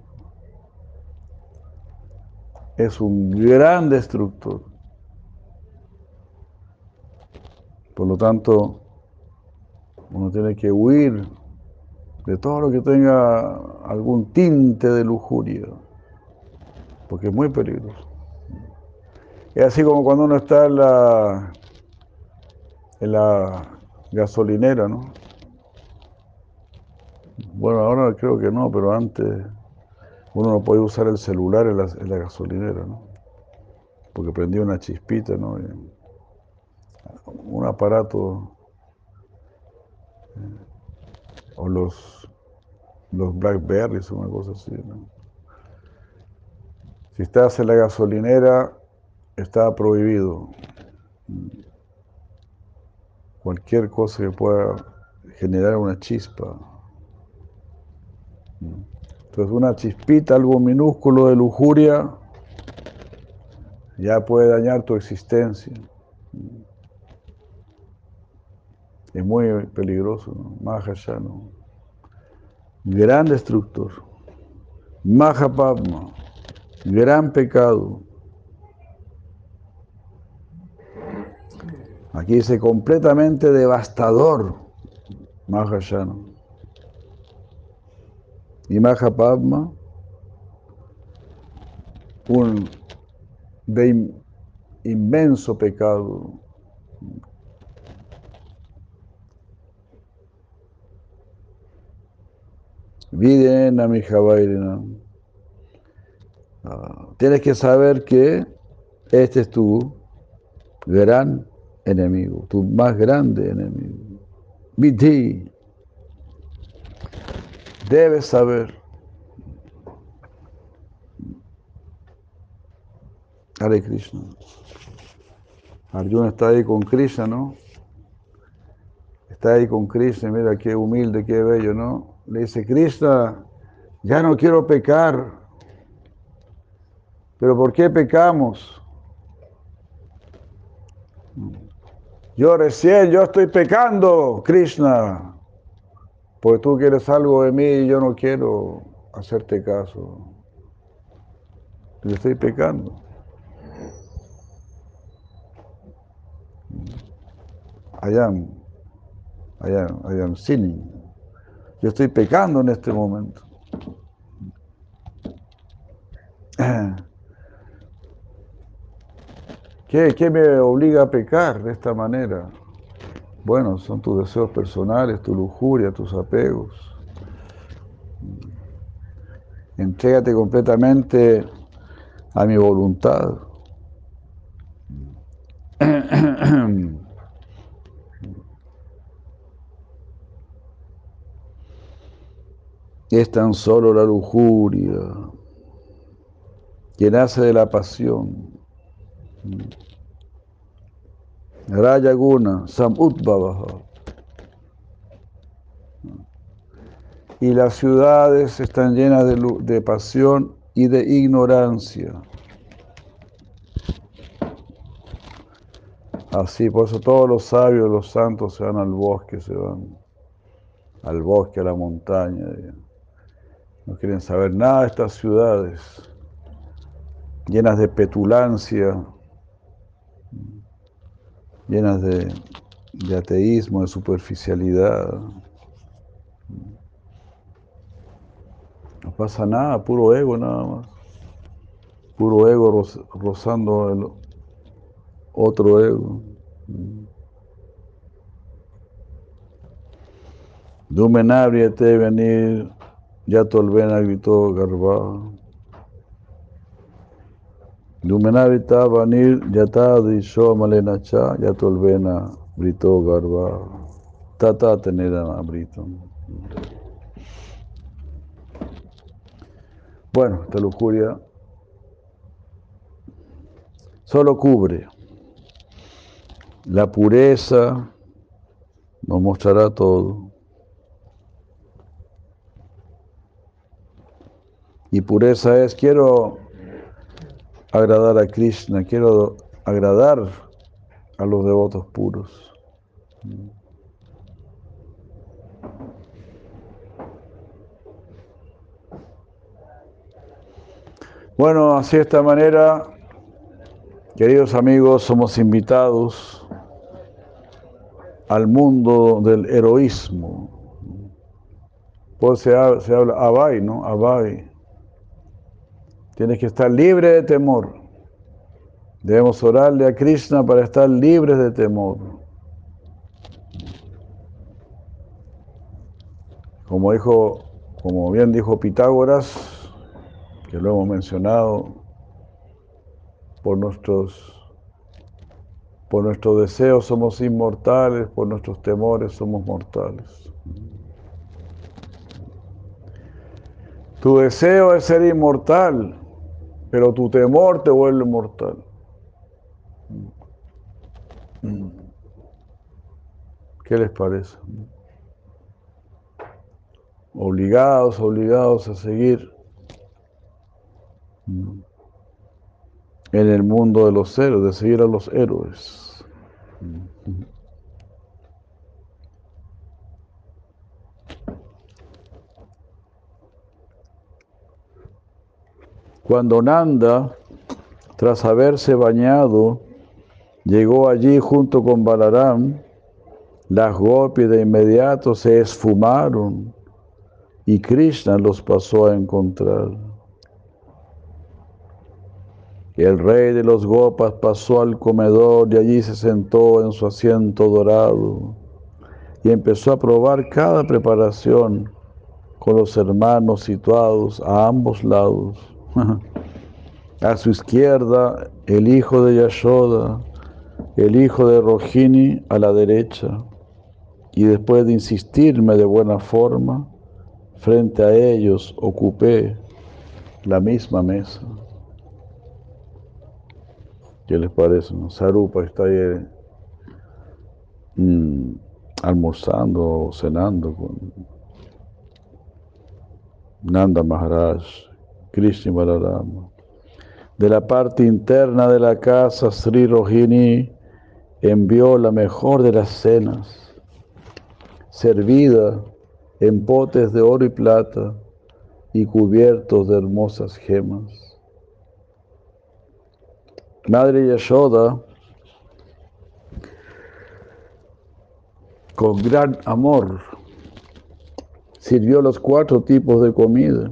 Es un gran destructor. Por lo tanto, uno tiene que huir de todo lo que tenga algún tinte de lujuria, porque es muy peligroso. Es así como cuando uno está en la gasolinera, ¿no? Bueno, ahora creo que no, pero antes uno no podía usar el celular en la gasolinera, ¿no? Porque prendía una chispita, ¿no? Un aparato, o los Blackberries, una cosa así, ¿no? Si estás en la gasolinera, está prohibido cualquier cosa que pueda generar una chispa. Entonces una chispita, algo minúsculo de lujuria, ya puede dañar tu existencia. Es muy peligroso, ¿no? Mahayana, gran destructor. Mahapadma, gran pecado. Aquí dice completamente devastador, Mahayana. Y Mahapadma, un inmenso pecado. Videna Mijavairena. Tienes que saber que este es tu gran enemigo, tu más grande enemigo. Vidhi. Debes saber. Hare Krishna. Arjuna está ahí con Krishna, ¿no? Está ahí con Krishna, mira qué humilde, qué bello, ¿no? Le dice, Krishna, ya no quiero pecar. ¿Pero por qué pecamos? Yo estoy pecando, Krishna, porque tú quieres algo de mí y yo no quiero hacerte caso. Yo estoy pecando. I am sinning. Yo estoy pecando en este momento. ¿Qué me obliga a pecar de esta manera? Bueno, son tus deseos personales, tu lujuria, tus apegos. Entrégate completamente a mi voluntad. Es tan solo la lujuria que nace de la pasión. Rayaguna, Samudbhavaha. Y las ciudades están llenas de pasión y de ignorancia. Así, por eso todos los sabios, los santos se van al bosque, a la montaña. No quieren saber nada de estas ciudades, llenas de petulancia, llenas de ateísmo, de superficialidad. pasa nada, puro ego nada más. Puro ego rozando el otro ego. Dumenabriete venir, Yatolvena gritó Garba. Dumenavita vanir Yata disho malenacha, Yatolvena gritó Garba. Tata tenera abrito. Bueno, esta lujuria solo cubre. La pureza nos mostrará todo. Y pureza es, quiero agradar a Krishna, quiero agradar a los devotos puros. Bueno, así de esta manera, queridos amigos, somos invitados al mundo del heroísmo. Pues se habla Abhay, ¿no? Abhay. Tienes que estar libre de temor. Debemos orarle a Krishna para estar libres de temor. Como bien dijo Pitágoras, que lo hemos mencionado, por nuestros deseos somos inmortales, por nuestros temores somos mortales. Tu deseo es ser inmortal, pero tu temor te vuelve mortal. ¿Qué les parece? Obligados a seguir en el mundo de los héroes, de seguir a los héroes. Cuando Nanda, tras haberse bañado, llegó allí junto con Balaram, las gopis de inmediato se esfumaron y Krishna los pasó a encontrar. El rey de los gopas pasó al comedor y allí se sentó en su asiento dorado y empezó a probar cada preparación con los hermanos situados a ambos lados. A su izquierda, el hijo de Yashoda, el hijo de Rohini a la derecha, y después de insistirme de buena forma, frente a ellos ocupé la misma mesa. ¿Qué les parece? ¿No? Sarupa está ahí almorzando o cenando con Nanda Maharaj, Krishna y Balarama. De la parte interna de la casa, Sri Rohini envió la mejor de las cenas, servida en potes de oro y plata y cubiertos de hermosas gemas. Madre Yashoda, con gran amor, sirvió los 4 tipos de comida,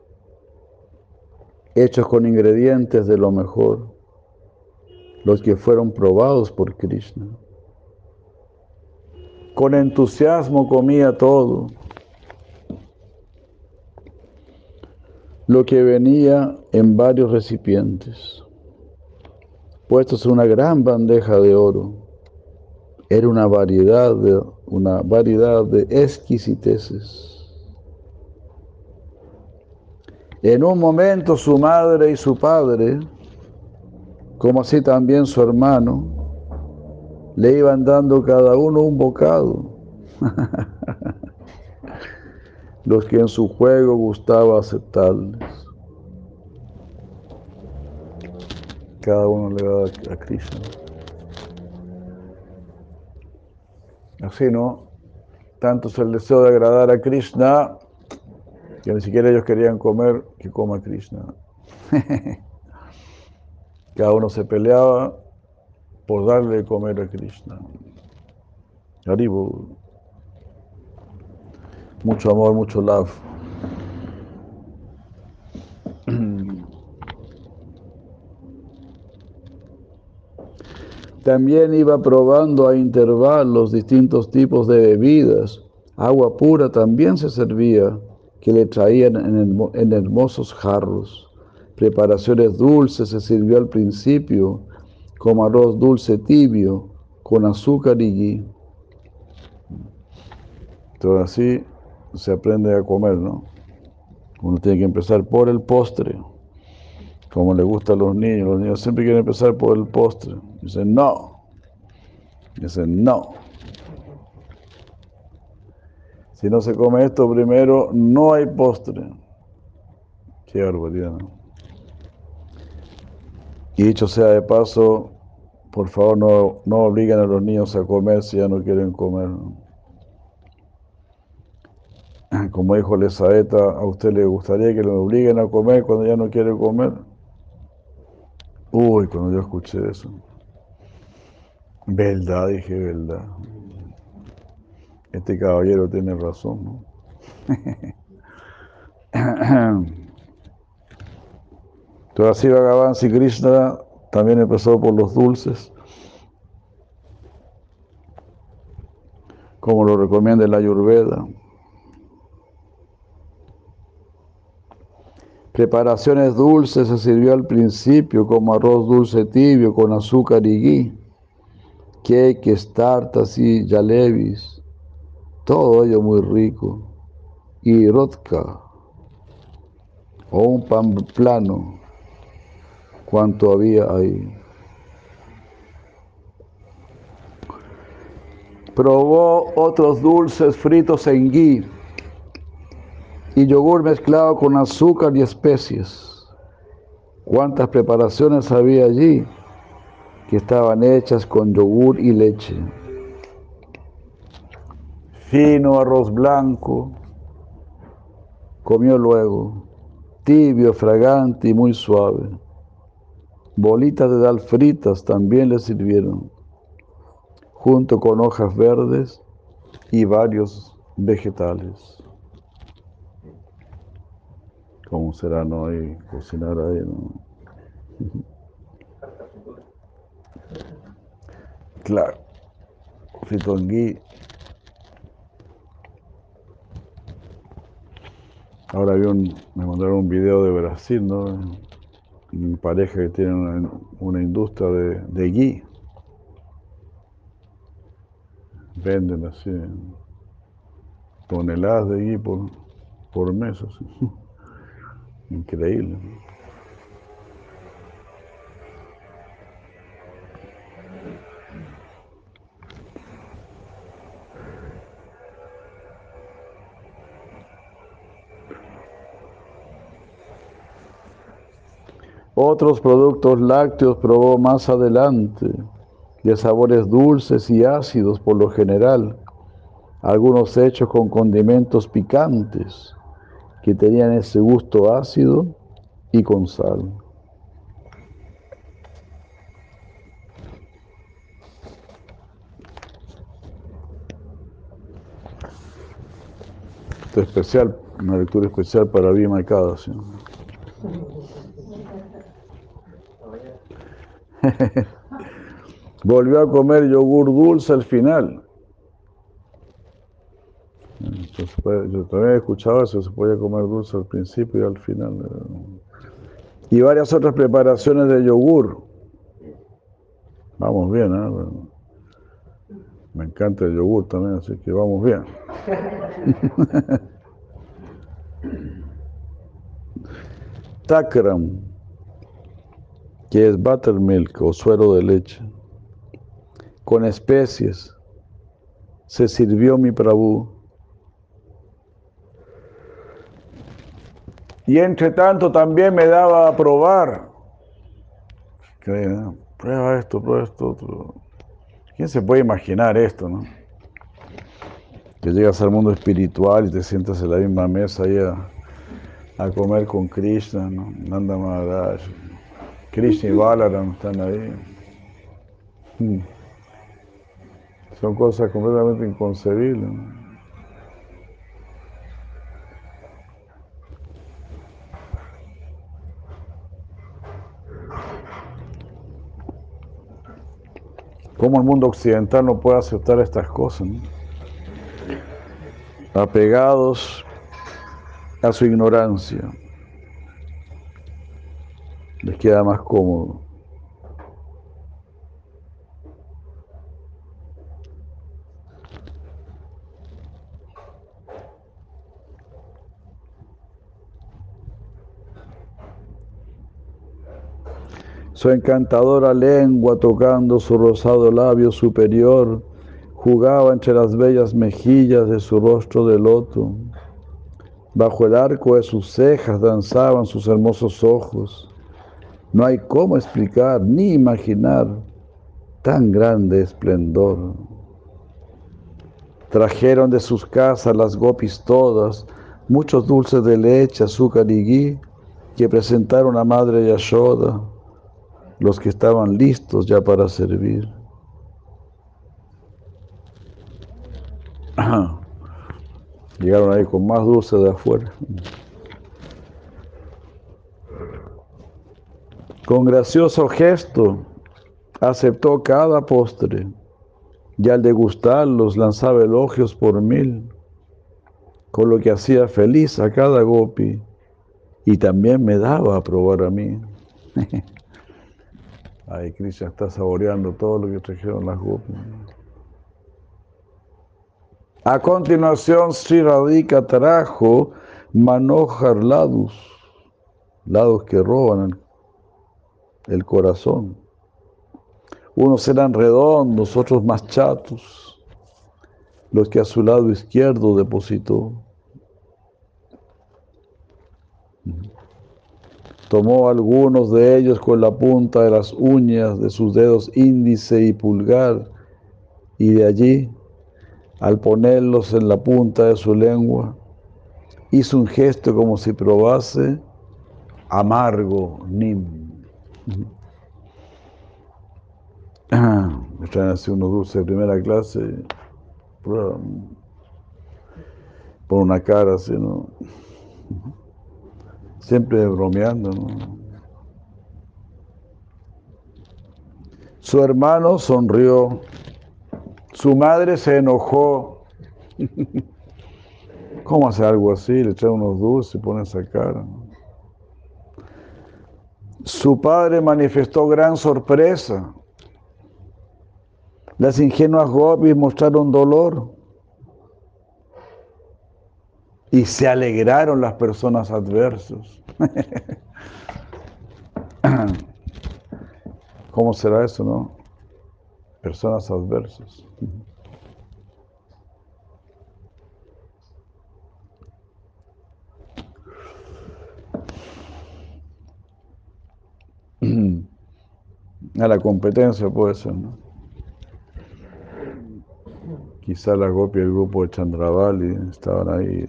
hechos con ingredientes de lo mejor, los que fueron probados por Krishna. Con entusiasmo comía todo lo que venía en varios recipientes, puestos en una gran bandeja de oro. Era una variedad de exquisiteces. En un momento su madre y su padre, como así también su hermano, le iban dando cada uno un bocado, los que en su juego gustaba aceptarles. Cada uno le daba a Krishna. Así, ¿no? Tanto es el deseo de agradar a Krishna, que ni siquiera ellos querían comer, que coma Krishna. Cada uno se peleaba por darle de comer a Krishna. Haribo. Mucho amor, mucho love. También iba probando a intervalos distintos tipos de bebidas. Agua pura también se servía, que le traían en hermosos jarros. Preparaciones dulces se sirvió al principio, como arroz dulce tibio, con azúcar y ghee. Entonces así se aprende a comer, ¿no? Uno tiene que empezar por el postre, como le gusta a los niños siempre quieren empezar por el postre. Dicen no, si no se come esto primero, no hay postre. Qué barbaridad, ¿no? Y dicho sea de paso, por favor no obliguen a los niños a comer si ya no quieren comer, ¿no? Como dijo Lesaeta, ¿a usted le gustaría que lo obliguen a comer cuando ya no quiere comer? Uy, cuando yo escuché eso. Verdad, dije, verdad. Este caballero tiene razón, ¿no? Entonces así Bhagavan Sri Krishna también empezó por los dulces, como lo recomienda la Ayurveda. Preparaciones dulces se sirvió al principio, como arroz dulce tibio con azúcar y ghee, queques, tartas y jalebis, todo ello muy rico, y rodka, o un pan plano, cuanto había ahí. Probó otros dulces fritos en ghee y yogur mezclado con azúcar y especies. ¿Cuántas preparaciones había allí que estaban hechas con yogur y leche? Fino arroz blanco, comió luego, tibio, fragante y muy suave. Bolitas de dal fritas también le sirvieron, junto con hojas verdes y varios vegetales. ¿Cómo será, no? Ahí, cocinar ahí, ¿no? Claro, frito en ghee. Ahora me mandaron un video de Brasil, ¿no? Mi pareja que tiene una industria de ghee. Venden así toneladas de ghee por mes. Así. Increíble. Otros productos lácteos probó más adelante, de sabores dulces y ácidos por lo general, algunos hechos con condimentos picantes que tenían ese gusto ácido y con sal. Esto es especial, una lectura especial para Bhima y Kadasi. Volvió a comer yogur dulce al final. Yo también he escuchado eso, se podía comer dulce al principio y al final. Y varias otras preparaciones de yogur. Vamos bien, ¿eh? Bueno, me encanta el yogur también, así que vamos bien. Takram, que es buttermilk o suero de leche, con especies, se sirvió mi Prabhu. Y entre tanto también me daba a probar. Prueba esto, otro. ¿Quién se puede imaginar esto, no? Que llegas al mundo espiritual y te sientas en la misma mesa ahí a comer con Krishna, ¿no? Nanda Maharaj. Krishna y Balaram están ahí. Son cosas completamente inconcebibles, ¿no? ¿Cómo el mundo occidental no puede aceptar estas cosas, ¿no? Apegados a su ignorancia, les queda más cómodo. Su encantadora lengua, tocando su rosado labio superior, jugaba entre las bellas mejillas de su rostro de loto. Bajo el arco de sus cejas danzaban sus hermosos ojos. No hay cómo explicar ni imaginar tan grande esplendor. Trajeron de sus casas las gopis todas, muchos dulces de leche, azúcar y ghee, que presentaron a Madre Yashoda, los que estaban listos ya para servir. Llegaron ahí con más dulce de afuera. Con gracioso gesto aceptó cada postre y al degustarlos lanzaba elogios por mil, con lo que hacía feliz a cada gopi y también me daba a probar a mí. Ahí Krishna está saboreando todo lo que trajeron las gopis. A continuación, Sri Radhika trajo Manohar ladus, lados que roban el corazón. Unos eran redondos, otros más chatos, los que a su lado izquierdo depositó. Tomó algunos de ellos con la punta de las uñas de sus dedos índice y pulgar, y de allí, al ponerlos en la punta de su lengua, hizo un gesto como si probase amargo nim. Me traen así unos dulces de primera clase, por una cara así, ¿no? Siempre bromeando, ¿no? Su hermano sonrió, su madre se enojó. ¿Cómo hace algo así? Le trae unos dulces y pone esa cara, ¿no? Su padre manifestó gran sorpresa. Las ingenuas gopis mostraron dolor y se alegraron las personas adversas. ¿Cómo será eso, no? Personas adversas. A la competencia puede ser, ¿no? Quizá la gopis del grupo de Chandravali estaban ahí.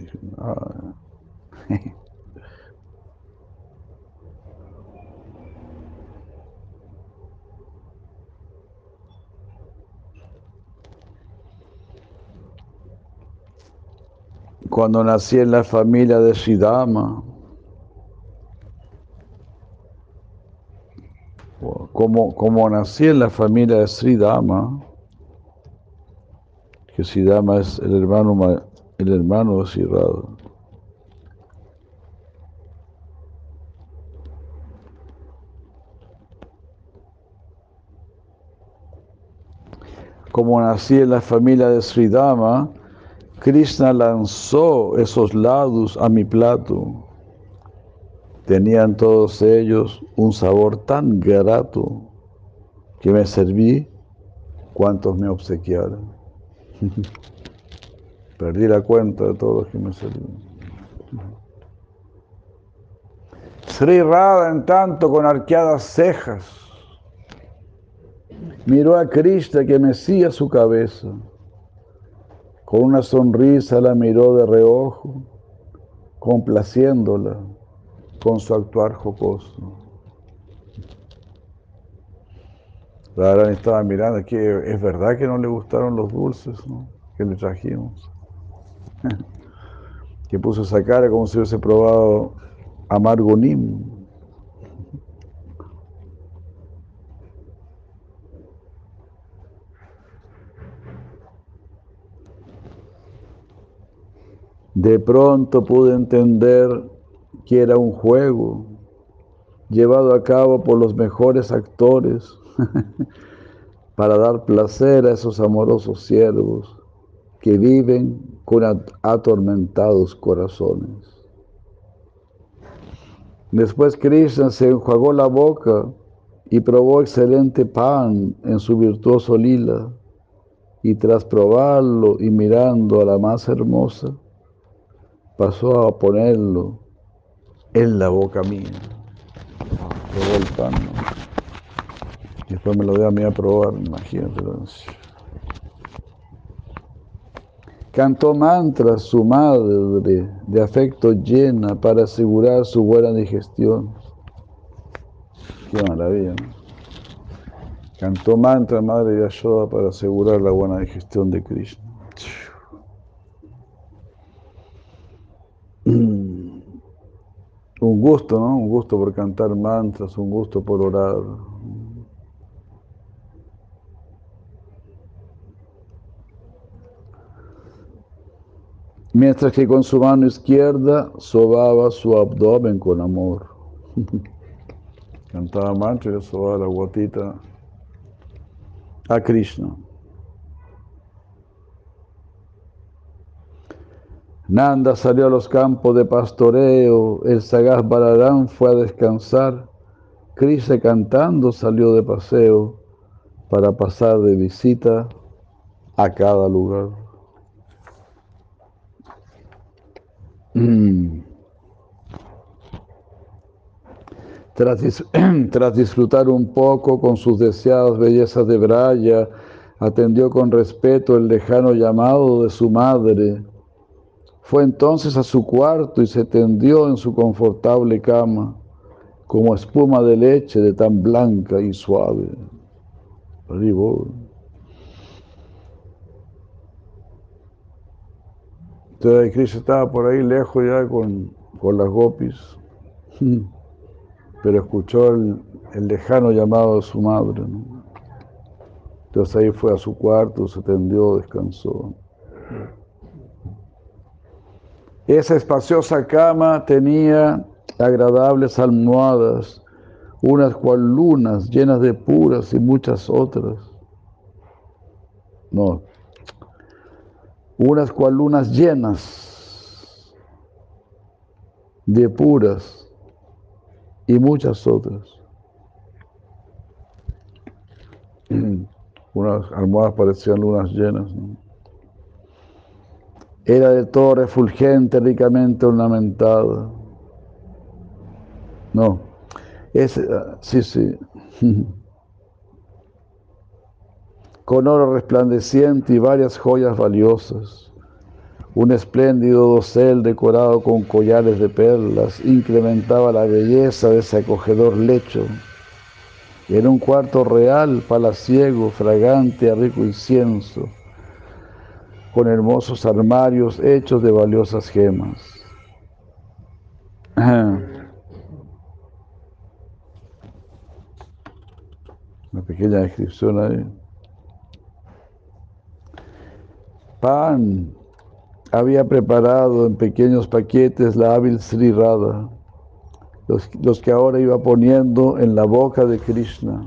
Cuando nací en la familia de Sridama, como nací en la familia de Sridama, que Sridama es el hermano de Sri Radha. Como nací en la familia de Sridama, Krishna lanzó esos ladus a mi plato. Tenían todos ellos un sabor tan grato que me serví cuantos me obsequiaron. Perdí la cuenta de todos los que me serví. Sri Radha, en tanto, con arqueadas cejas, miró a Krishna que mecía su cabeza. Con una sonrisa la miró de reojo, complaciéndola con su actuar jocoso. Radharani estaba mirando, que es verdad que no le gustaron los dulces, ¿no?, que le trajimos. Que puso esa cara como si hubiese probado amargo nim. De pronto pude entender que era un juego llevado a cabo por los mejores actores para dar placer a esos amorosos siervos que viven con atormentados corazones. Después Krishna se enjuagó la boca y probó excelente pan en su virtuoso lila, y tras probarlo y mirando a la más hermosa, pasó a ponerlo en la boca mía. Probó el pan, ¿no? Y después me lo dio a mí a probar, imagínate. Cantó mantras su madre de afecto llena para asegurar su buena digestión. Qué maravilla, ¿no? Cantó mantra madre de Yashoda para asegurar la buena digestión de Krishna. Un gusto, ¿no? Un gusto por cantar mantras, un gusto por orar. Mientras que con su mano izquierda sobaba su abdomen con amor. Cantaba mantra y sobaba la guatita a Krishna. Nanda salió a los campos de pastoreo, el sagaz Balarán fue a descansar, Krishna cantando salió de paseo para pasar de visita a cada lugar. Tras disfrutar un poco con sus deseadas bellezas de Braya, atendió con respeto el lejano llamado de su madre. Fue entonces a su cuarto y se tendió en su confortable cama, como espuma de leche de tan blanca y suave. Entonces Krishna estaba por ahí lejos ya con las gopis, pero escuchó el lejano llamado de su madre, ¿no? Entonces ahí fue a su cuarto, se tendió, descansó. Esa espaciosa cama tenía agradables almohadas, unas cual lunas llenas de puras y muchas otras. No, unas cual lunas llenas de puras y muchas otras. Unas almohadas parecían lunas llenas, ¿no? Era de todo refulgente, ricamente ornamentada. No, sí. Con oro resplandeciente y varias joyas valiosas. Un espléndido dosel decorado con collares de perlas incrementaba la belleza de ese acogedor lecho. Era un cuarto real, palaciego, fragante a rico incienso, con hermosos armarios hechos de valiosas gemas. Una pequeña descripción ahí. Pan había preparado en pequeños paquetes la hábil Sri Radha, los que ahora iba poniendo en la boca de Krishna.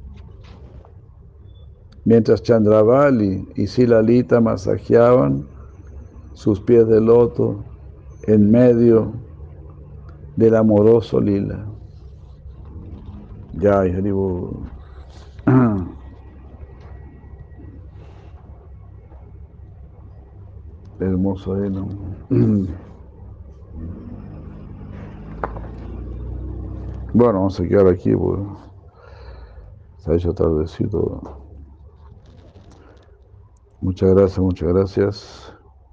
Mientras Chandravali y Silalita masajeaban sus pies de loto en medio del amoroso lila. Jai Hari Bol. Hermoso, ¿no? Bueno, vamos a quedar aquí porque se ha hecho tardecito. Muchas gracias, muchas gracias.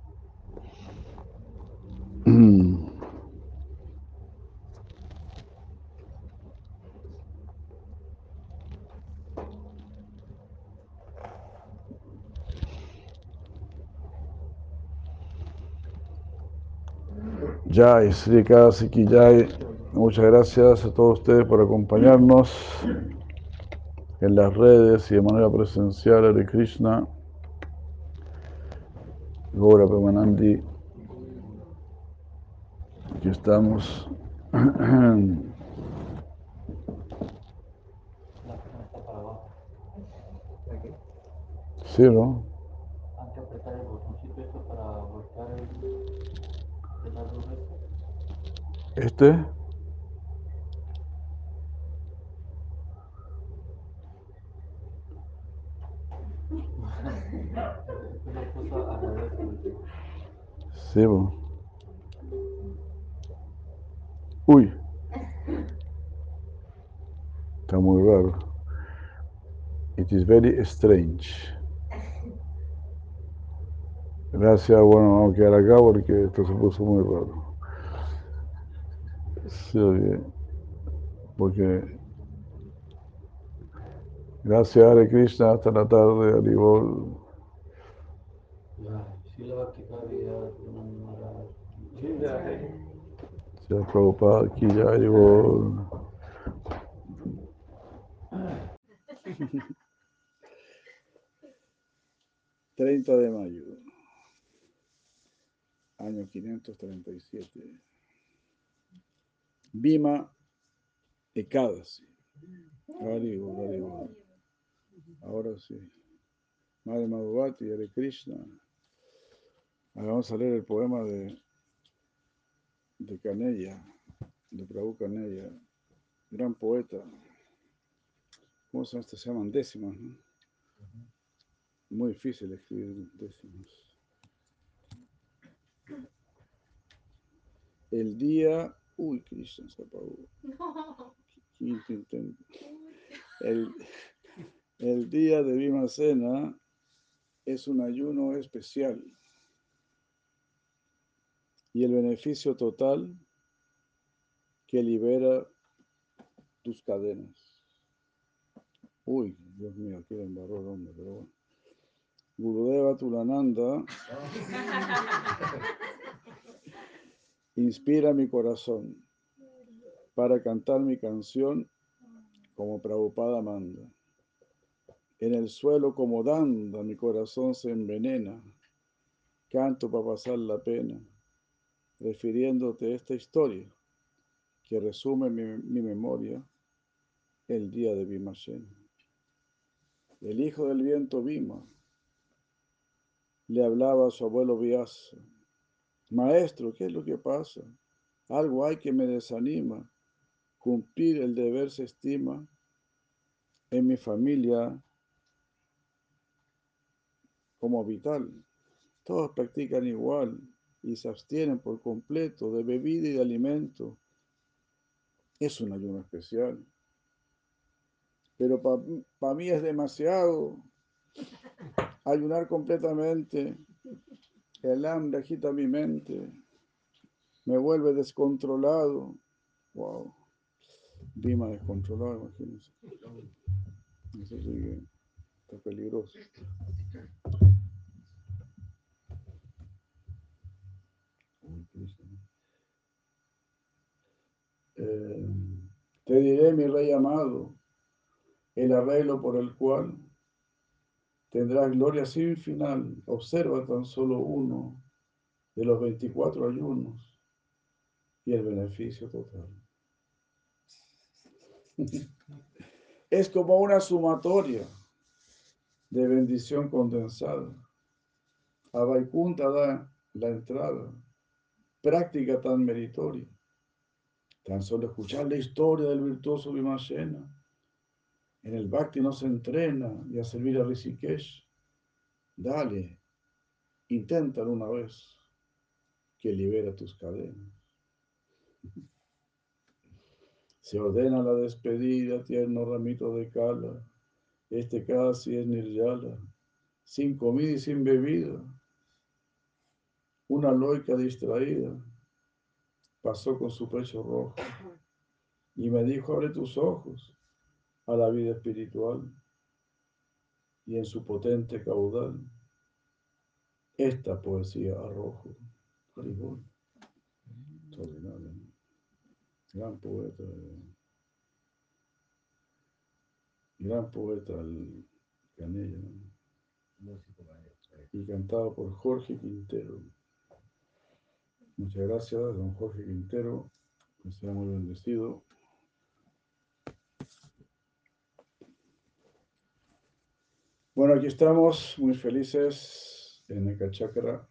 Jai, Sri Kasiki Jai. Muchas gracias a todos ustedes por acompañarnos en las redes y de manera presencial. Hare Krishna, Gaura Premanandi. Aquí estamos. La persona está para abajo. Aquí. Sí, ¿no? Hay que apretar el botoncito esto para voltear el lado recto. Este. Esto lo puso al revés. Sí, ¿no? Uy, está muy raro. It is very strange. Gracias, bueno, vamos a quedar acá porque esto se puso muy raro. Sí, oye, porque gracias, Hare Krishna, hasta la tarde, Haribol. Sí le va a quitar vida. Gracias, Prabhupada, aquí ya, Haribol. 30 de mayo, año 537. Bhima Ekadasi. Haribol, Haribol. Ahora sí. Madre Madhuvati, Hare Krishna. Ahora vamos a leer el poema de Caneya, de Prabhu Caneya, gran poeta. ¿Cómo se llama? Estos se llaman décimas, ¿no? Muy difícil escribir décimas. El día. Uy, Krishna se apagó. Quinto intento. El día de Vimasena es un ayuno especial y el beneficio total que libera tus cadenas. Uy, Dios mío, aquí le embarró el hombre, pero bueno. Gurudeva Tulananda inspira mi corazón para cantar mi canción como Prabhupada manda. En el suelo como danda mi corazón se envenena. Canto para pasar la pena, refiriéndote esta historia que resume mi memoria el día de Bhimasena. El hijo del viento Bhima le hablaba a su abuelo Vyasa. Maestro, ¿qué es lo que pasa? Algo hay que me desanima. Cumplir el deber se estima. En mi familia como vital. Todos practican igual y se abstienen por completo de bebida y de alimento. Es un ayuno especial. Pero para mí es demasiado ayunar completamente. El hambre agita mi mente, me vuelve descontrolado. Wow, Dima descontrolado, imagínense. Eso sí que está peligroso. Eh, Te diré, mi rey amado, el arreglo por el cual tendrás gloria sin final. Observa tan solo uno de los 24 ayunos y el beneficio total. Es como una sumatoria de bendición condensada. A Vaikunta da la entrada, práctica tan meritoria. Tan solo escuchar la historia del virtuoso Vimasena. En el Bhakti no se entrena y a servir a Rishikesh. Dale, inténtalo una vez, que libera tus cadenas. Se ordena la despedida, tierno ramito de cala. Este casi es Nirjala, sin comida y sin bebida. Una loica distraída pasó con su pecho rojo y me dijo, abre tus ojos a la vida espiritual y en su potente caudal esta poesía arrojo. Haribol, extraordinario, ¿no? Gran poeta el Canella, ¿no? Y cantado por Jorge Quintero. Muchas gracias, don Jorge Quintero. Que sea muy bendecido. Bueno, aquí estamos muy felices en Ekachakra,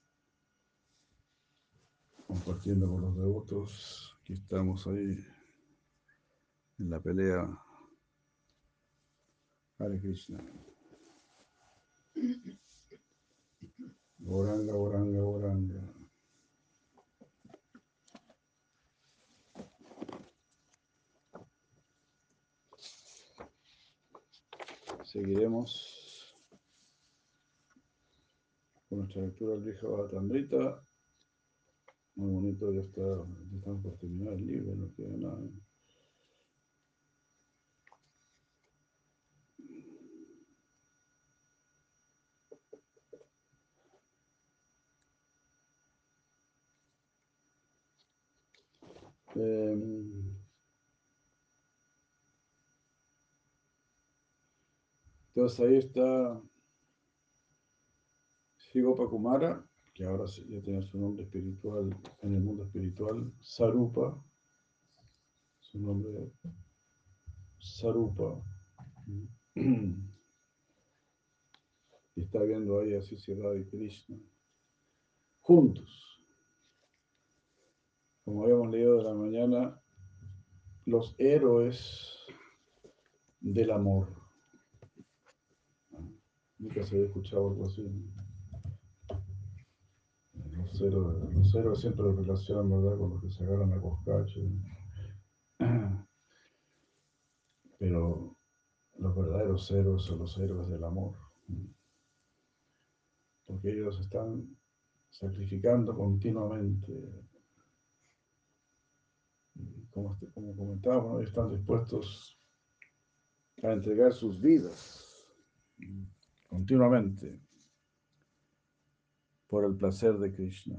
compartiendo con los devotos. Aquí estamos ahí en la pelea. Hare Krishna. Oranga, oranga, oranga. Seguiremos con nuestra lectura del viejo Bhattamrita. Muy bonito, ya estamos por terminar el libro, no queda nada. Entonces ahí está Shigopa Kumara, que ahora ya tiene su nombre espiritual en el mundo espiritual, Sarupa, su nombre Sarupa. Y está viendo ahí a Sri Radha y Krishna juntos. Como habíamos leído de la mañana, los héroes del amor. Nunca se había escuchado algo así. Los héroes siempre lo relacionan, ¿verdad?, con los que se agarran a coscacho. Pero los verdaderos héroes son los héroes del amor. Porque ellos están sacrificando continuamente. Como comentábamos, ¿no?, están dispuestos a entregar sus vidas continuamente por el placer de Krishna.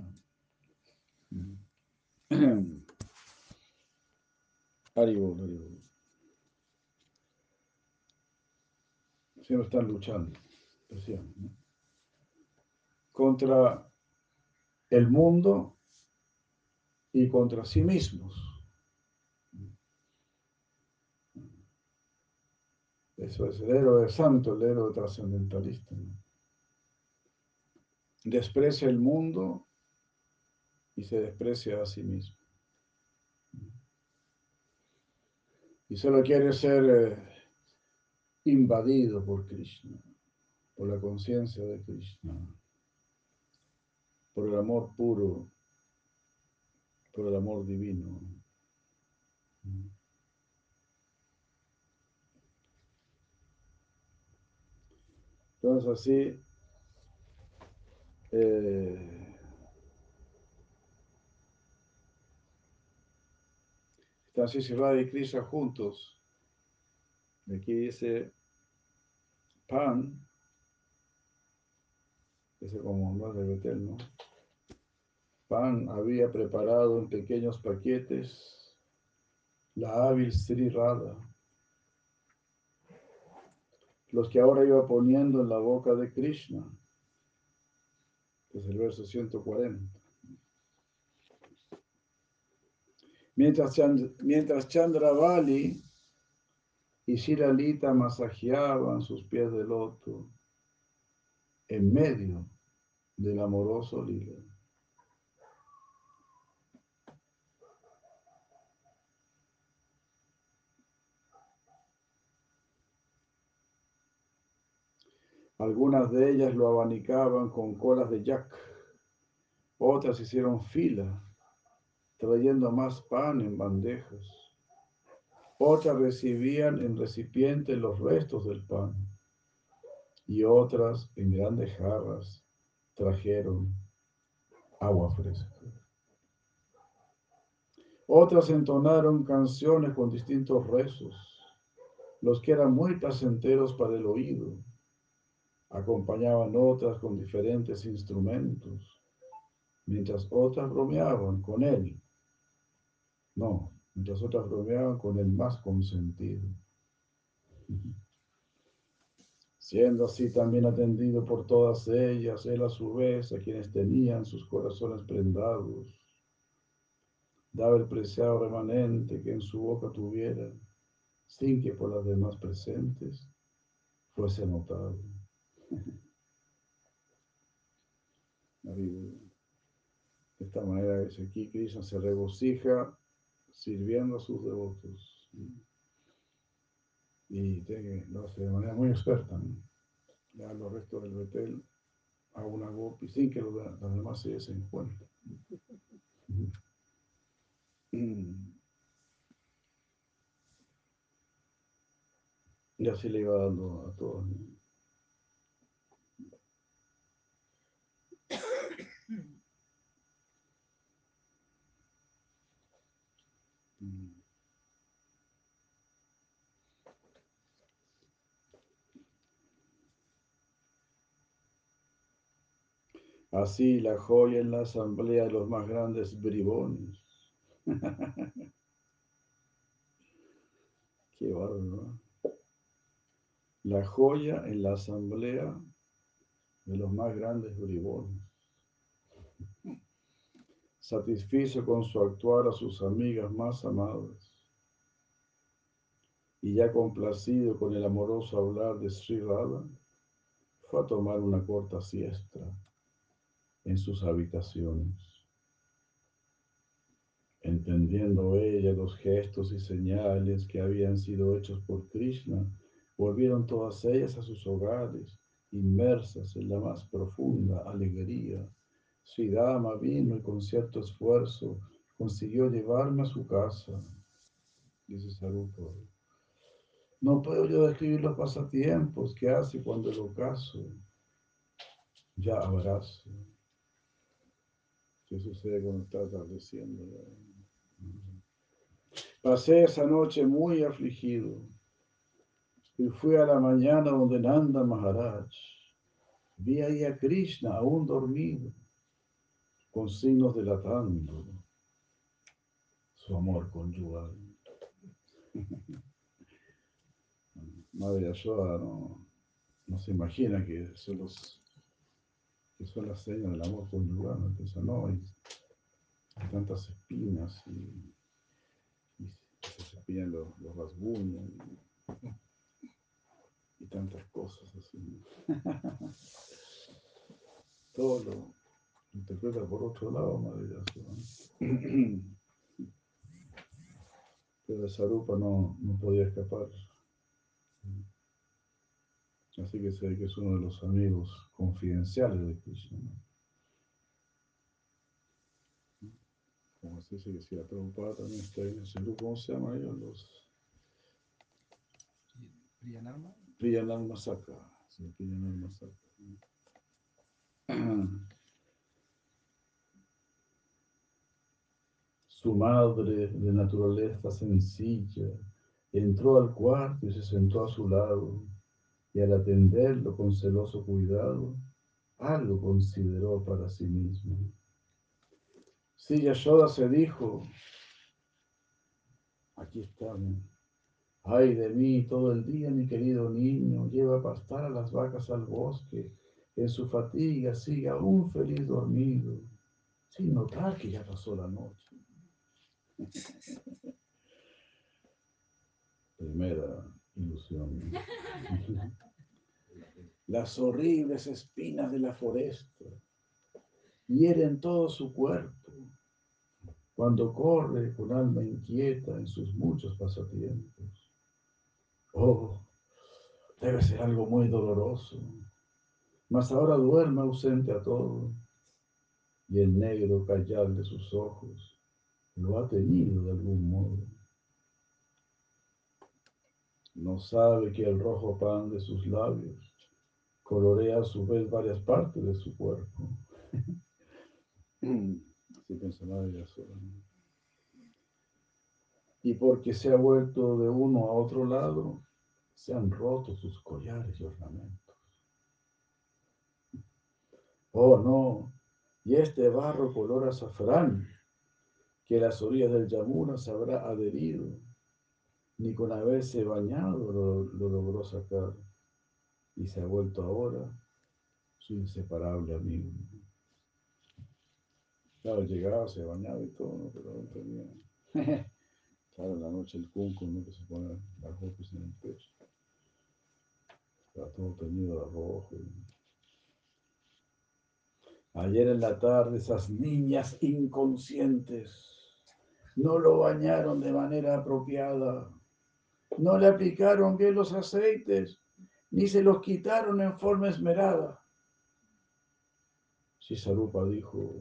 Haribol, Haribol. Siempre están luchando, decían, ¿no?, contra el mundo y contra sí mismos. Eso es el héroe santo, el héroe trascendentalista, ¿no? Desprecia el mundo y se desprecia a sí mismo. Y solo quiere ser invadido por Krishna, por la conciencia de Krishna, por el amor puro, por el amor divino. Entonces así, están Sri Radha y Krishna juntos. Aquí dice Pan, ese como más de Betel, ¿no? Pan había preparado en pequeños paquetes la hábil Sri Radha, los que ahora iba poniendo en la boca de Krishna, que es el verso 140. Mientras Chandravali y Shiralita masajeaban sus pies de loto en medio del amoroso lila. Algunas de ellas lo abanicaban con colas de yak, otras hicieron fila, trayendo más pan en bandejas. Otras recibían en recipientes los restos del pan, y otras en grandes jarras trajeron agua fresca. Otras entonaron canciones con distintos rezos, los que eran muy placenteros para el oído. Acompañaban otras con diferentes instrumentos, mientras otras bromeaban con él. No, mientras otras bromeaban con el más consentido. Siendo así también atendido por todas ellas, él a su vez, a quienes tenían sus corazones prendados, daba el preciado remanente que en su boca tuviera, sin que por las demás presentes fuese notado. De esta manera dice aquí, Krishna se regocija sirviendo a sus devotos. Y lo hace de manera muy experta, ¿no? Le da los restos del betel a una gopi sin que los demás se den cuenta. Y así le iba dando a todos, ¿no? Así la joya en la asamblea de los más grandes bribones. Qué bárbaro, ¿no? La joya en la asamblea de los más grandes bribones. Satisfizo con su actuar a sus amigas más amadas y ya complacido con el amoroso hablar de Sri Radha, fue a tomar una corta siesta en sus habitaciones. Entendiendo ella los gestos y señales que habían sido hechos por Krishna, volvieron todas ellas a sus hogares, inmersas en la más profunda alegría. Sri Dama vino y con cierto esfuerzo consiguió llevarme a su casa, dice Sarupa. No puedo yo describir los pasatiempos que hace cuando el ocaso ya abrazo. ¿Qué sucede cuando está atardeciendo? Pasé esa noche muy afligido y fui a la mañana donde Nanda Maharaj. Vi ahí a Krishna aún dormido, con signos delatando su amor conyugal. Madre Yashoda no se imagina que son las señas del amor conyugal. ¿No? Piensa, no, hay tantas espinas y se espinan los rasguños y tantas cosas así. Todo lo interpreta por otro lado, Madre Yashoda. Pero Sarupa no podía escapar. Así que se ve que es uno de los amigos confidenciales de Krishna, ¿no? Como se dice que si la Prabhupada también está en ese grupo, ¿cómo se llama ellos? Los Priyanarma Saka. Sí, Priyanarma Saka. Su madre, de naturaleza sencilla, entró al cuarto y se sentó a su lado, y al atenderlo con celoso cuidado, algo consideró para sí mismo. Sí, Yashoda se dijo, aquí estamos. Ay de mí, todo el día mi querido niño lleva a pastar a las vacas al bosque, en su fatiga sigue aún feliz dormido, sin notar que ya pasó la noche. Primera ilusión. Las horribles espinas de la foresta hieren todo su cuerpo cuando corre con alma inquieta en sus muchos pasatiempos. Oh, debe ser algo muy doloroso, mas ahora duerme ausente a todo, y el negro callar de sus ojos lo ha tenido de algún modo. No sabe que el rojo pan de sus labios colorea a su vez varias partes de su cuerpo. Así pensaba ella sola. Y porque se ha vuelto de uno a otro lado, se han roto sus collares y ornamentos. Oh no, y este barro color azafrán, que las orillas del Yamuna se habrá adherido, ni con haberse bañado lo logró sacar, y se ha vuelto ahora su inseparable amigo. Claro, llegaba, se bañaba y todo, ¿no? Pero no tenía Claro, en la noche el kunkum, ¿no? Que se pone las gopis en el pecho. Está todo teñido de rojo. Ayer en la tarde esas niñas inconscientes no lo bañaron de manera apropiada, no le aplicaron bien los aceites, ni se los quitaron en forma esmerada. Sisarupa dijo,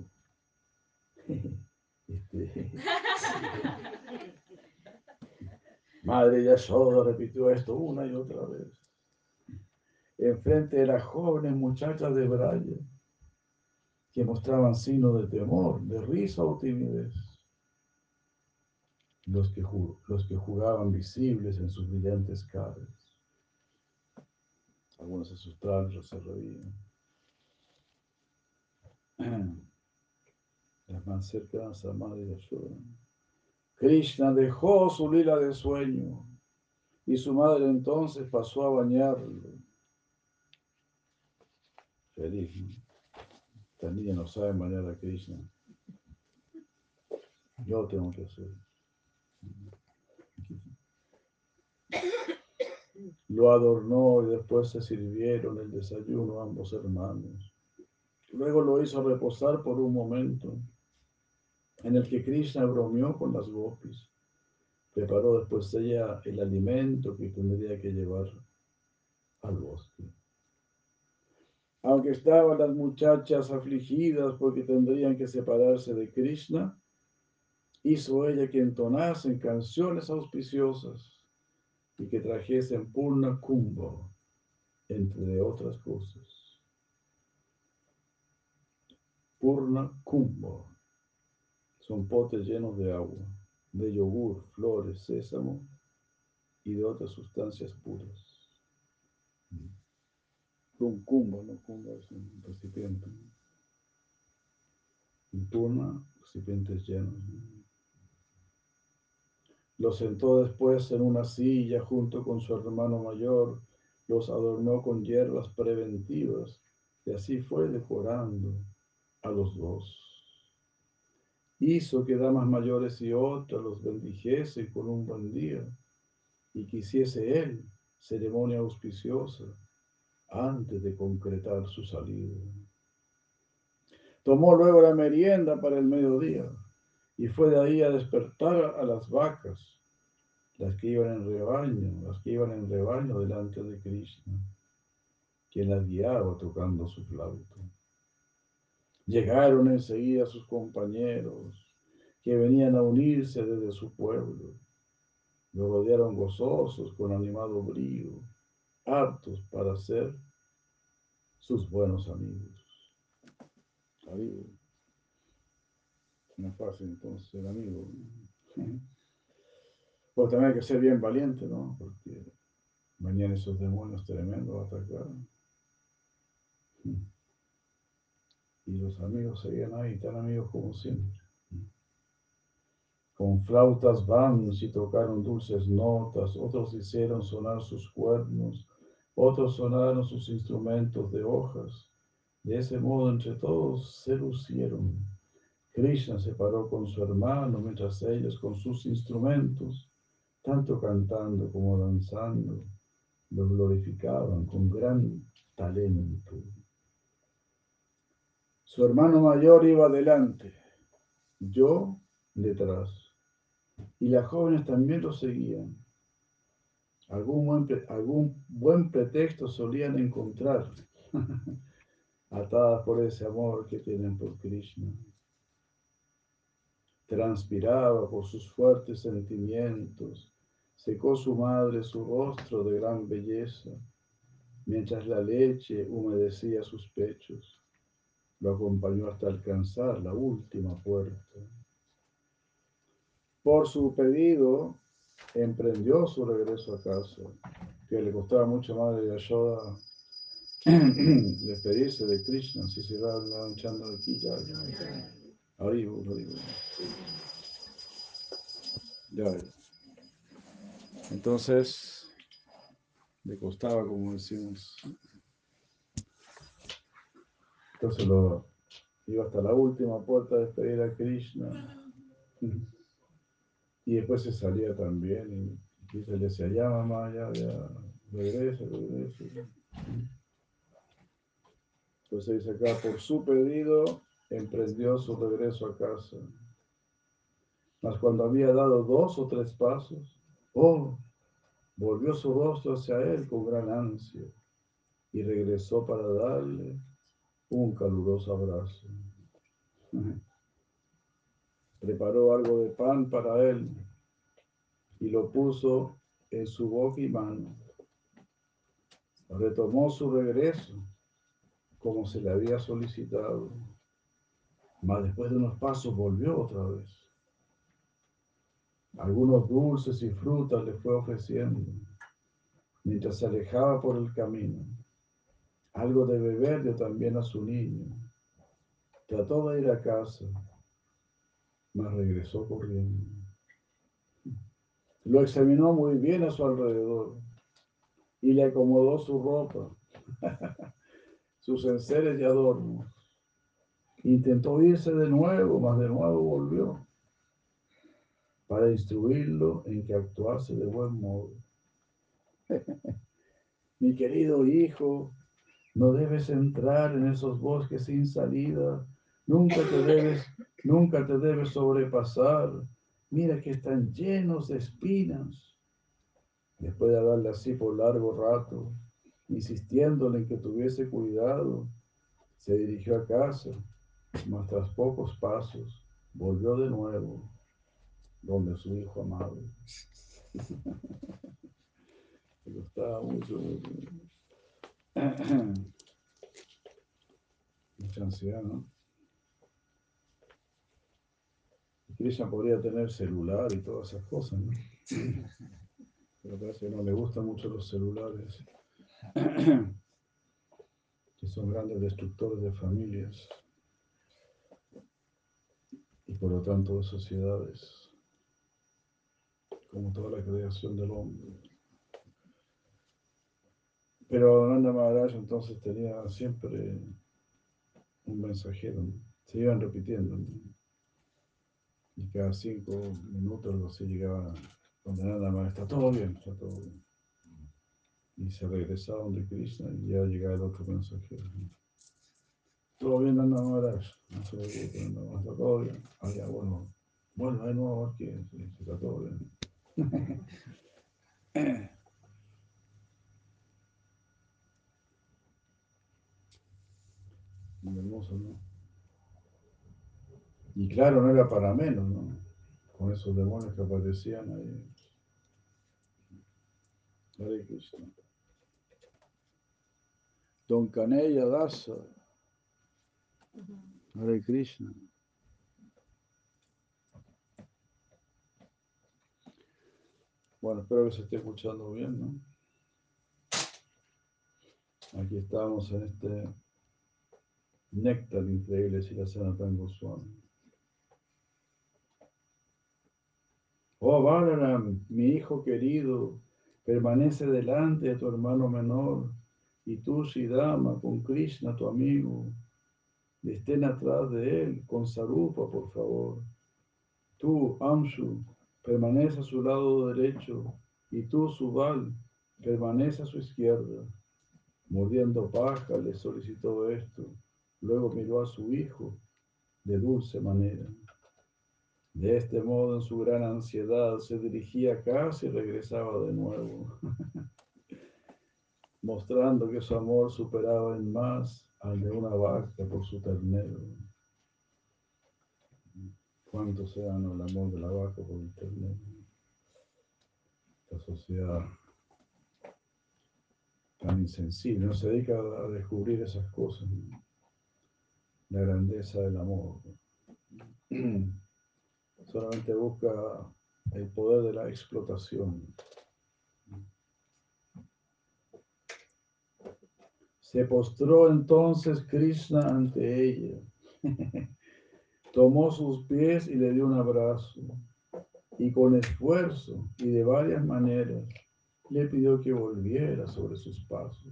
Madre Yashoda repitió esto una y otra vez, enfrente de las jóvenes muchachas de Braya, que mostraban signos de temor, de risa o timidez. Los que jugaban visibles en sus brillantes caras. Algunos se asustaban, otros se reían. Las más cercanas a Madre Yashoda. Krishna dejó su lila de sueño y su madre entonces pasó a bañarlo. Feliz, ¿no? Esta niña no sabe bañar a Krishna. Yo tengo que hacer. Lo adornó y después se sirvieron el desayuno ambos hermanos. Luego lo hizo reposar por un momento, en el que Krishna bromeó con las gopis. Preparó después ella el alimento que tendría que llevar al bosque. Aunque estaban las muchachas afligidas porque tendrían que separarse de Krishna, hizo ella que entonasen canciones auspiciosas y que trajesen Purna Kumbha, entre otras cosas. Purna Kumbha son potes llenos de agua, de yogur, flores, sésamo y de otras sustancias puras. Un kumbha, ¿no? Kumbha es un recipiente. Y Purna, recipientes llenos. Los sentó después en una silla junto con su hermano mayor, los adornó con hierbas preventivas y así fue decorando a los dos. Hizo que damas mayores y otras los bendijese con un buen día y que hiciese él ceremonia auspiciosa antes de concretar su salida. Tomó luego la merienda para el mediodía y fue de ahí a despertar a las vacas, las que iban en rebaño delante de Krishna, quien las guiaba tocando su flauta. Llegaron enseguida sus compañeros, que venían a unirse desde su pueblo. Lo rodearon gozosos con animado brío, aptos para ser sus buenos amigos. Amigo. No es fácil entonces ser amigo. Pues también hay que ser bien valiente, ¿no? Porque venían esos demonios tremendos a atacar. Y los amigos seguían ahí, tan amigos como siempre. Con flautas vans y tocaron dulces notas, otros hicieron sonar sus cuernos, otros sonaron sus instrumentos de hojas. De ese modo entre todos se lucieron. Krishna se paró con su hermano, mientras ellos con sus instrumentos, tanto cantando como danzando, lo glorificaban con gran talento. Su hermano mayor iba adelante, yo detrás, y las jóvenes también lo seguían. Algún buen pretexto solían encontrar, atadas por ese amor que tienen por Krishna. Transpiraba por sus fuertes sentimientos, secó su madre su rostro de gran belleza, mientras la leche humedecía sus pechos. Lo acompañó hasta alcanzar la última puerta. Por su pedido, emprendió su regreso a casa, que le costaba mucho más de Yashoda despedirse de Krishna, si se va echando aquí ya. Arriba. Ya. Entonces, le costaba, como decimos. Entonces iba hasta la última puerta a despedir a Krishna. Y después se salía también y se le decía, ya mamá, ya, regresa, regresa. Entonces dice acá, por su pedido, emprendió su regreso a casa. Mas cuando había dado 2 o 3 pasos, oh, volvió su rostro hacia él con gran ansia y regresó para darle un caluroso abrazo. Preparó algo de pan para él y lo puso en su boca y mano. Retomó su regreso como se le había solicitado, mas después de unos pasos volvió otra vez. Algunos dulces y frutas le fue ofreciendo mientras se alejaba por el camino. Algo de beber dio también a su niño. Trató de ir a casa, mas regresó corriendo. Lo examinó muy bien a su alrededor y le acomodó su ropa, sus enseres y adornos. Intentó irse de nuevo, mas de nuevo volvió para instruirlo en que actuase de buen modo. Mi querido hijo, no debes entrar en esos bosques sin salida. Nunca te debes sobrepasar. Mira que están llenos de espinas. Después de hablarle así por largo rato, insistiéndole en que tuviese cuidado, se dirigió a casa, mas tras pocos pasos volvió de nuevo donde su hijo amado. Le gustaba mucho, mucha ansiedad, ¿no? Krishna podría tener celular y todas esas cosas, ¿no? Pero parece que no le gustan mucho los celulares, que son grandes destructores de familias y por lo tanto de sociedades, como toda la creación del hombre. Pero Nanda Maharaj entonces tenía siempre un mensajero, ¿no? Se iban repitiendo, ¿no? Y cada 5 minutos algo así llegaba donde Nanda Maharaj, está todo bien, está todo bien. Y se regresaba donde Krishna y ya llegaba el otro mensajero, ¿no? Todo bien, Nanda Maharaj, no se preocupe, Nanda Maharaj, está todo bien. Ah, ya, bueno, de nuevo, a ver qué, si está todo bien. Muy hermoso, ¿no? Y claro, no era para menos, ¿no? Con esos demonios que aparecían ahí. Hare Krishna. Don Kaneya Dasa. Hare Krishna. Bueno, espero que se esté escuchando bien, ¿no? Aquí estamos en este néctar increíble, si la Sanatana Goswami. Oh, Balaram, mi hijo querido, permanece delante de tu hermano menor, y tú, Sridama, con Krishna, tu amigo, estén atrás de él, con Sarupa, por favor. Tú, Amshu, permanece a su lado derecho, y tú, Subal, permanece a su izquierda. Mordiendo paja, le solicitó esto. Luego miró a su hijo de dulce manera. De este modo, en su gran ansiedad, se dirigía a casa y regresaba de nuevo, mostrando que su amor superaba en más al de una vaca por su ternero. ¿Cuánto sea, no, el amor de la vaca por el ternero? Esta sociedad tan insensible no se dedica a descubrir esas cosas, ¿no? La grandeza del amor. Solamente busca el poder de la explotación. Se postró entonces Krishna ante ella, tomó sus pies y le dio un abrazo, y con esfuerzo y de varias maneras le pidió que volviera sobre sus pasos.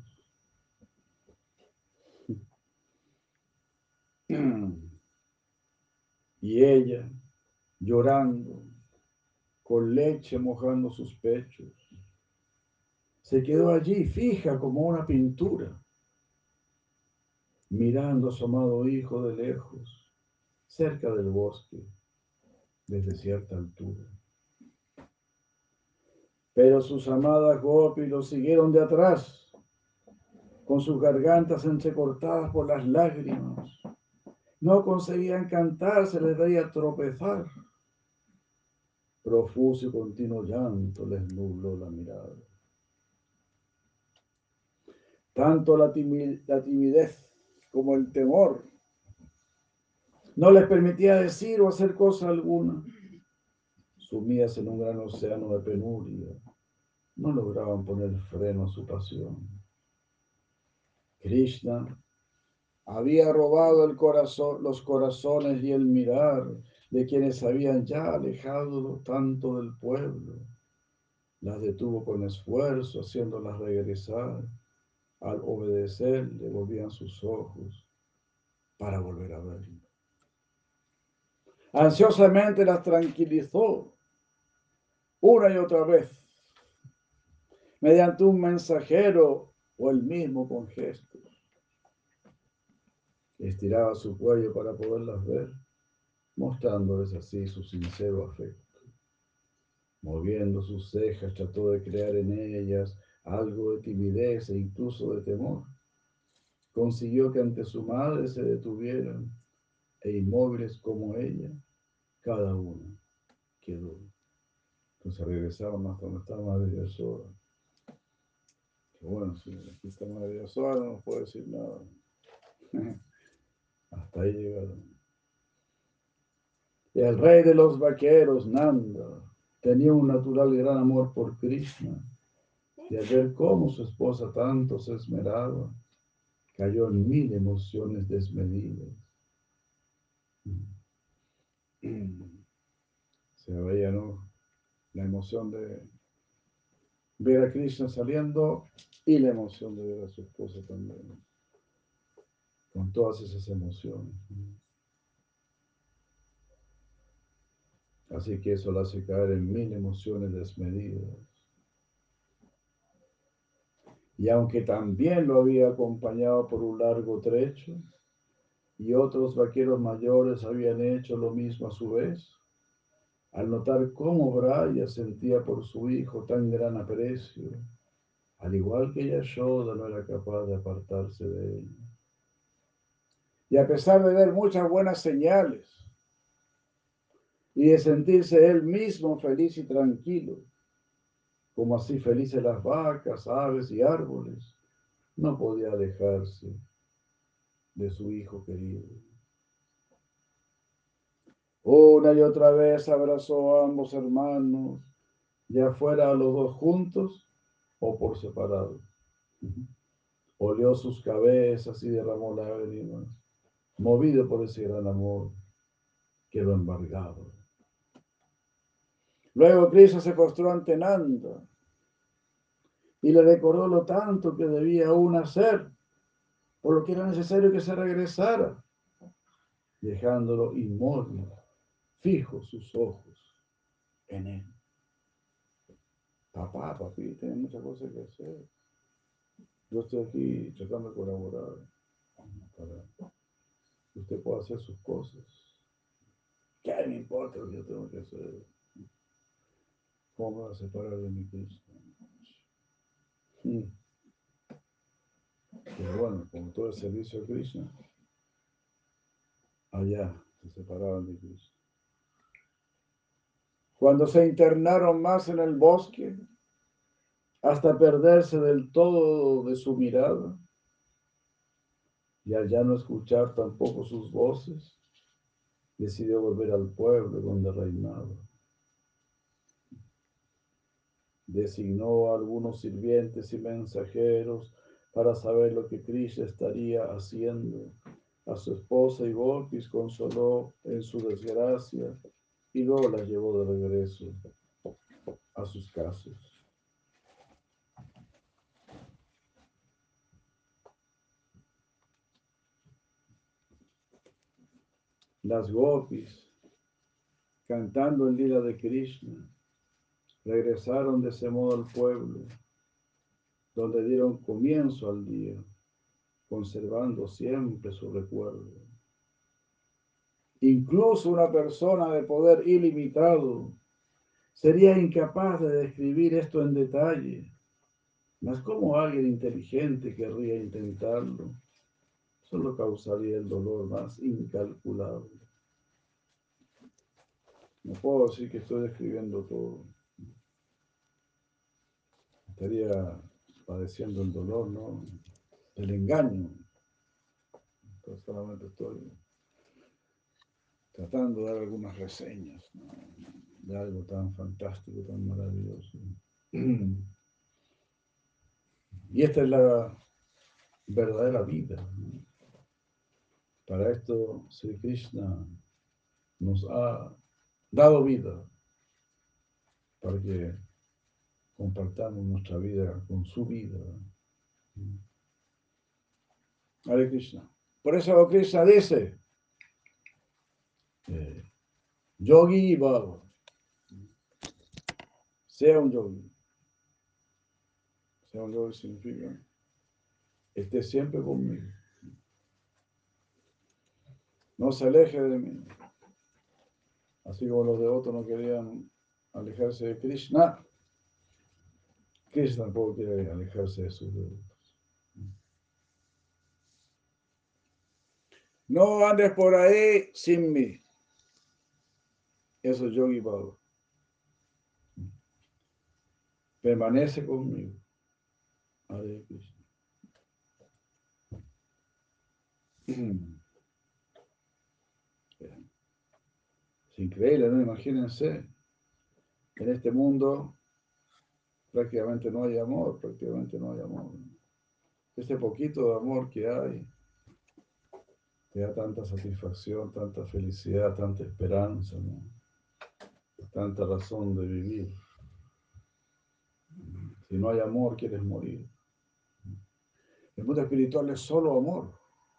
Y ella, llorando, con leche mojando sus pechos. Se quedó allí fija como una pintura, mirando a su amado hijo de lejos, cerca del bosque, desde cierta altura. Pero sus amadas gopis lo siguieron de atrás, con sus gargantas entrecortadas por las lágrimas. No conseguían cantar, se les veía tropezar. Profuso y continuo llanto les nubló la mirada. Tanto la timidez como el temor no les permitía decir o hacer cosa alguna. Sumidas en un gran océano de penuria, no lograban poner freno a su pasión. Krishna había robado los corazones y el mirar de quienes habían ya alejado tanto del pueblo. Las detuvo con esfuerzo, haciéndolas regresar. Al obedecer, le volvían sus ojos para volver a verlo. Ansiosamente las tranquilizó una y otra vez, mediante un mensajero o el mismo con gestos. Estiraba su cuello para poderlas ver, mostrándoles así su sincero afecto. Moviendo sus cejas, trató de crear en ellas algo de timidez e incluso de temor. Consiguió que ante su madre se detuvieran e inmóviles como ella, cada una quedó. Entonces regresaban hasta donde estaba Madre Yashoda. Que bueno, si aquí está Madre Yashoda no nos puede decir nada. Hasta ahí llegaron. El rey de los vaqueros, Nanda, tenía un natural y gran amor por Krishna. Y al ver cómo su esposa tanto se esmeraba, cayó en 1000 emociones desmedidas. Se veía, ¿no?, la emoción de ver a Krishna saliendo y la emoción de ver a su esposa también, con todas esas emociones. Así que eso la hace caer en 1000 emociones desmedidas. Y aunque también lo había acompañado por un largo trecho, y otros vaqueros mayores habían hecho lo mismo a su vez, al notar cómo Braya sentía por su hijo tan gran aprecio, al igual que Yashoda no era capaz de apartarse de él. Y a pesar de ver muchas buenas señales y de sentirse él mismo feliz y tranquilo, como así felices las vacas, aves y árboles, no podía alejarse de su hijo querido. Una y otra vez abrazó a ambos hermanos, ya fuera a los dos juntos o por separado. Olió sus cabezas y derramó lágrimas, movido por ese gran amor, quedó embargado. Luego Krishna se postró ante Nanda y le recordó lo tanto que debía aún hacer, por lo que era necesario que se regresara, dejándolo inmóvil, fijos sus ojos en él. Papá, papi, tiene muchas cosas que hacer. Yo estoy aquí tratando de colaborar para que usted pueda hacer sus cosas. ¿Qué me importa lo que yo tengo que hacer? ¿Cómo me va a separar de mi Krishna? Pero bueno, como todo el servicio a Krishna, allá se separaban de Krishna. Cuando se internaron más en el bosque, hasta perderse del todo de su mirada, y al ya no escuchar tampoco sus voces, decidió volver al pueblo donde reinaba. Designó a algunos sirvientes y mensajeros para saber lo que Krishna estaría haciendo. A su esposa y Gopis consoló en su desgracia y luego las llevó de regreso a sus casas. Las Gopis, cantando el lila de Krishna, regresaron de ese modo al pueblo, donde dieron comienzo al día, conservando siempre su recuerdo. Incluso una persona de poder ilimitado sería incapaz de describir esto en detalle, mas como alguien inteligente querría intentarlo, solo causaría el dolor más incalculable. No puedo decir que estoy describiendo todo. Estaría padeciendo el dolor, ¿no? El engaño. Entonces solamente estoy tratando de dar algunas reseñas, ¿no? De algo tan fantástico, tan maravilloso. Y esta es la verdadera vida, ¿no? Para esto, Sri Krishna nos ha dado vida, para que compartamos nuestra vida con su vida. Hare Krishna. Por eso Krishna dice, Yogi Baba, sea un yogi. Sea un yogi significa, esté siempre conmigo. No se aleje de mí. Así como los devotos no querían alejarse de Krishna, Krishna tampoco quiere alejarse de sus devotos. No andes por ahí sin mí. Eso es Yogi Baba. Permanece conmigo. Hare Krishna. Es increíble, ¿no? Imagínense, en este mundo prácticamente no hay amor, prácticamente no hay amor. Este poquito de amor que hay te da tanta satisfacción, tanta felicidad, tanta esperanza, ¿no? Tanta razón de vivir. Si no hay amor, quieres morir. El mundo espiritual es solo amor.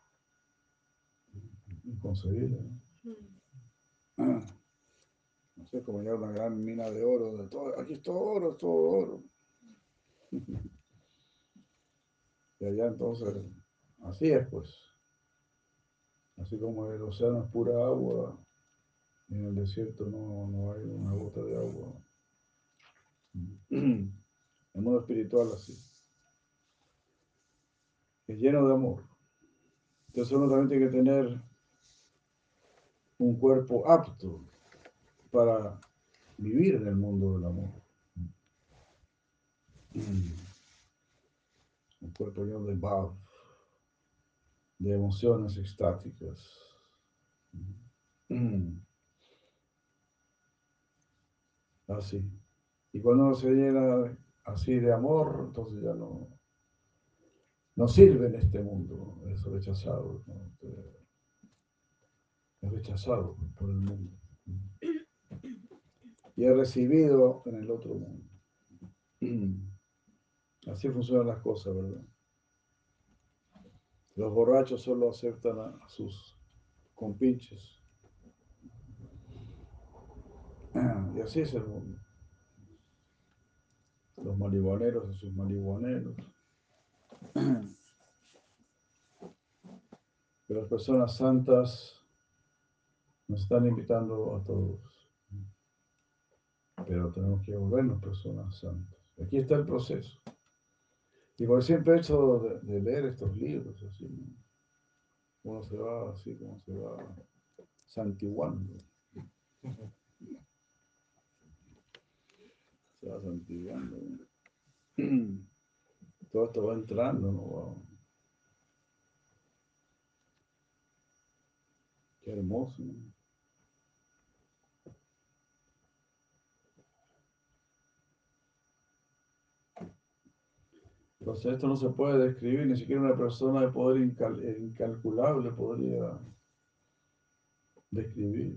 Inconcebible, ¿no? No sé, como ya una gran mina de oro. De todo, aquí es todo oro, es todo oro. Y allá entonces, así es pues. Así como el océano es pura agua, y en el desierto no hay una gota de agua. El mundo espiritual así. Es lleno de amor. Entonces uno también tiene que tener un cuerpo apto para vivir en el mundo del amor. Un cuerpo lleno de bhav, de emociones extáticas. Así. Y cuando uno se llena así de amor, entonces ya no sirve en este mundo. Es rechazado, ¿no? Es rechazado por el mundo. Y es recibido en el otro mundo. Así funcionan las cosas, ¿verdad? Los borrachos solo aceptan a sus compinches. Y así es el mundo. Los marihuaneros a sus marihuaneros. Pero las personas santas nos están invitando a todos. Pero tenemos que volvernos personas santas. Aquí está el proceso. Y por el simple hecho de leer estos libros, así, ¿no? Uno se va así como se va santiguando. Se va santiguando. Todo esto va entrando, ¿no? Wow. Qué hermoso, ¿no? Entonces esto no se puede describir, ni siquiera una persona de poder incalculable podría describir.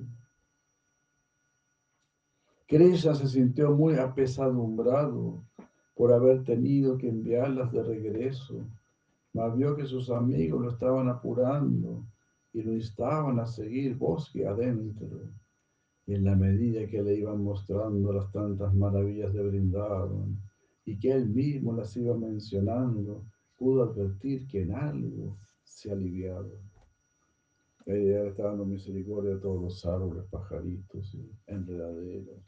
Krishna se sintió muy apesadumbrado por haber tenido que enviarlas de regreso, mas vio que sus amigos lo estaban apurando y lo instaban a seguir bosque adentro. Y en la medida que le iban mostrando las tantas maravillas de Vrindavan y que él mismo las iba mencionando, pudo advertir que en algo se aliviaba. Ella estaba dando misericordia a todos los árboles, pajaritos y enredaderas.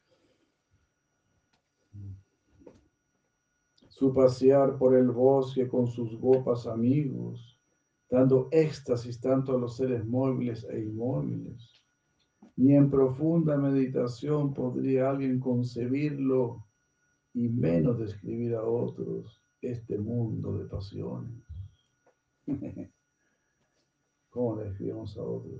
Su pasear por el bosque con sus gopas amigos, dando éxtasis tanto a los seres móviles e inmóviles. Ni en profunda meditación podría alguien concebirlo y menos describir a otros este mundo de pasiones. ¿Cómo le describimos a otros?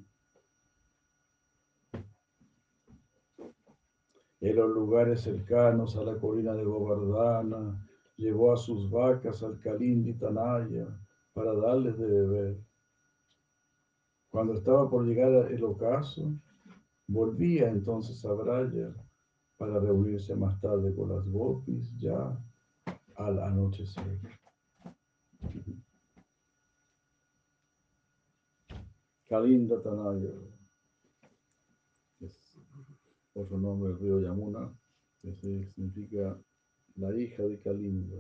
En los lugares cercanos a la colina de Govardhana, llevó a sus vacas al Kalindi Tanaya para darles de beber. Cuando estaba por llegar el ocaso, volvía entonces a Braya para reunirse más tarde con las gopis ya al anochecer. Kalinda Tanaya es otro nombre del río Yamuna, que significa la hija de Kalinda.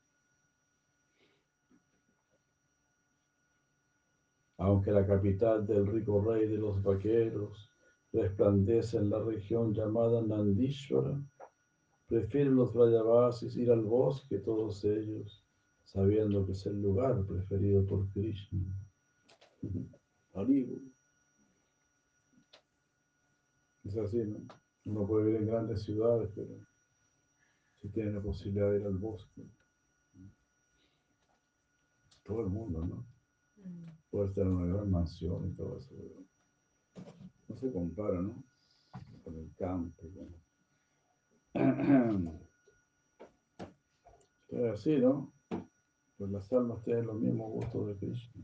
Aunque la capital del rico rey de los vaqueros resplandece en la región llamada Nandishvara, prefieren los Vrajavasis ir al bosque todos ellos, sabiendo que es el lugar preferido por Krishna. Haribo. Es así, ¿no? Uno puede vivir en grandes ciudades, pero si tiene la posibilidad de ir al bosque, todo el mundo, ¿no? Puede estar en una gran mansión y todo eso, pero no se compara, ¿no? Con el campo. Es así, ¿no? Pues las almas tienen los mismos gustos de Krishna,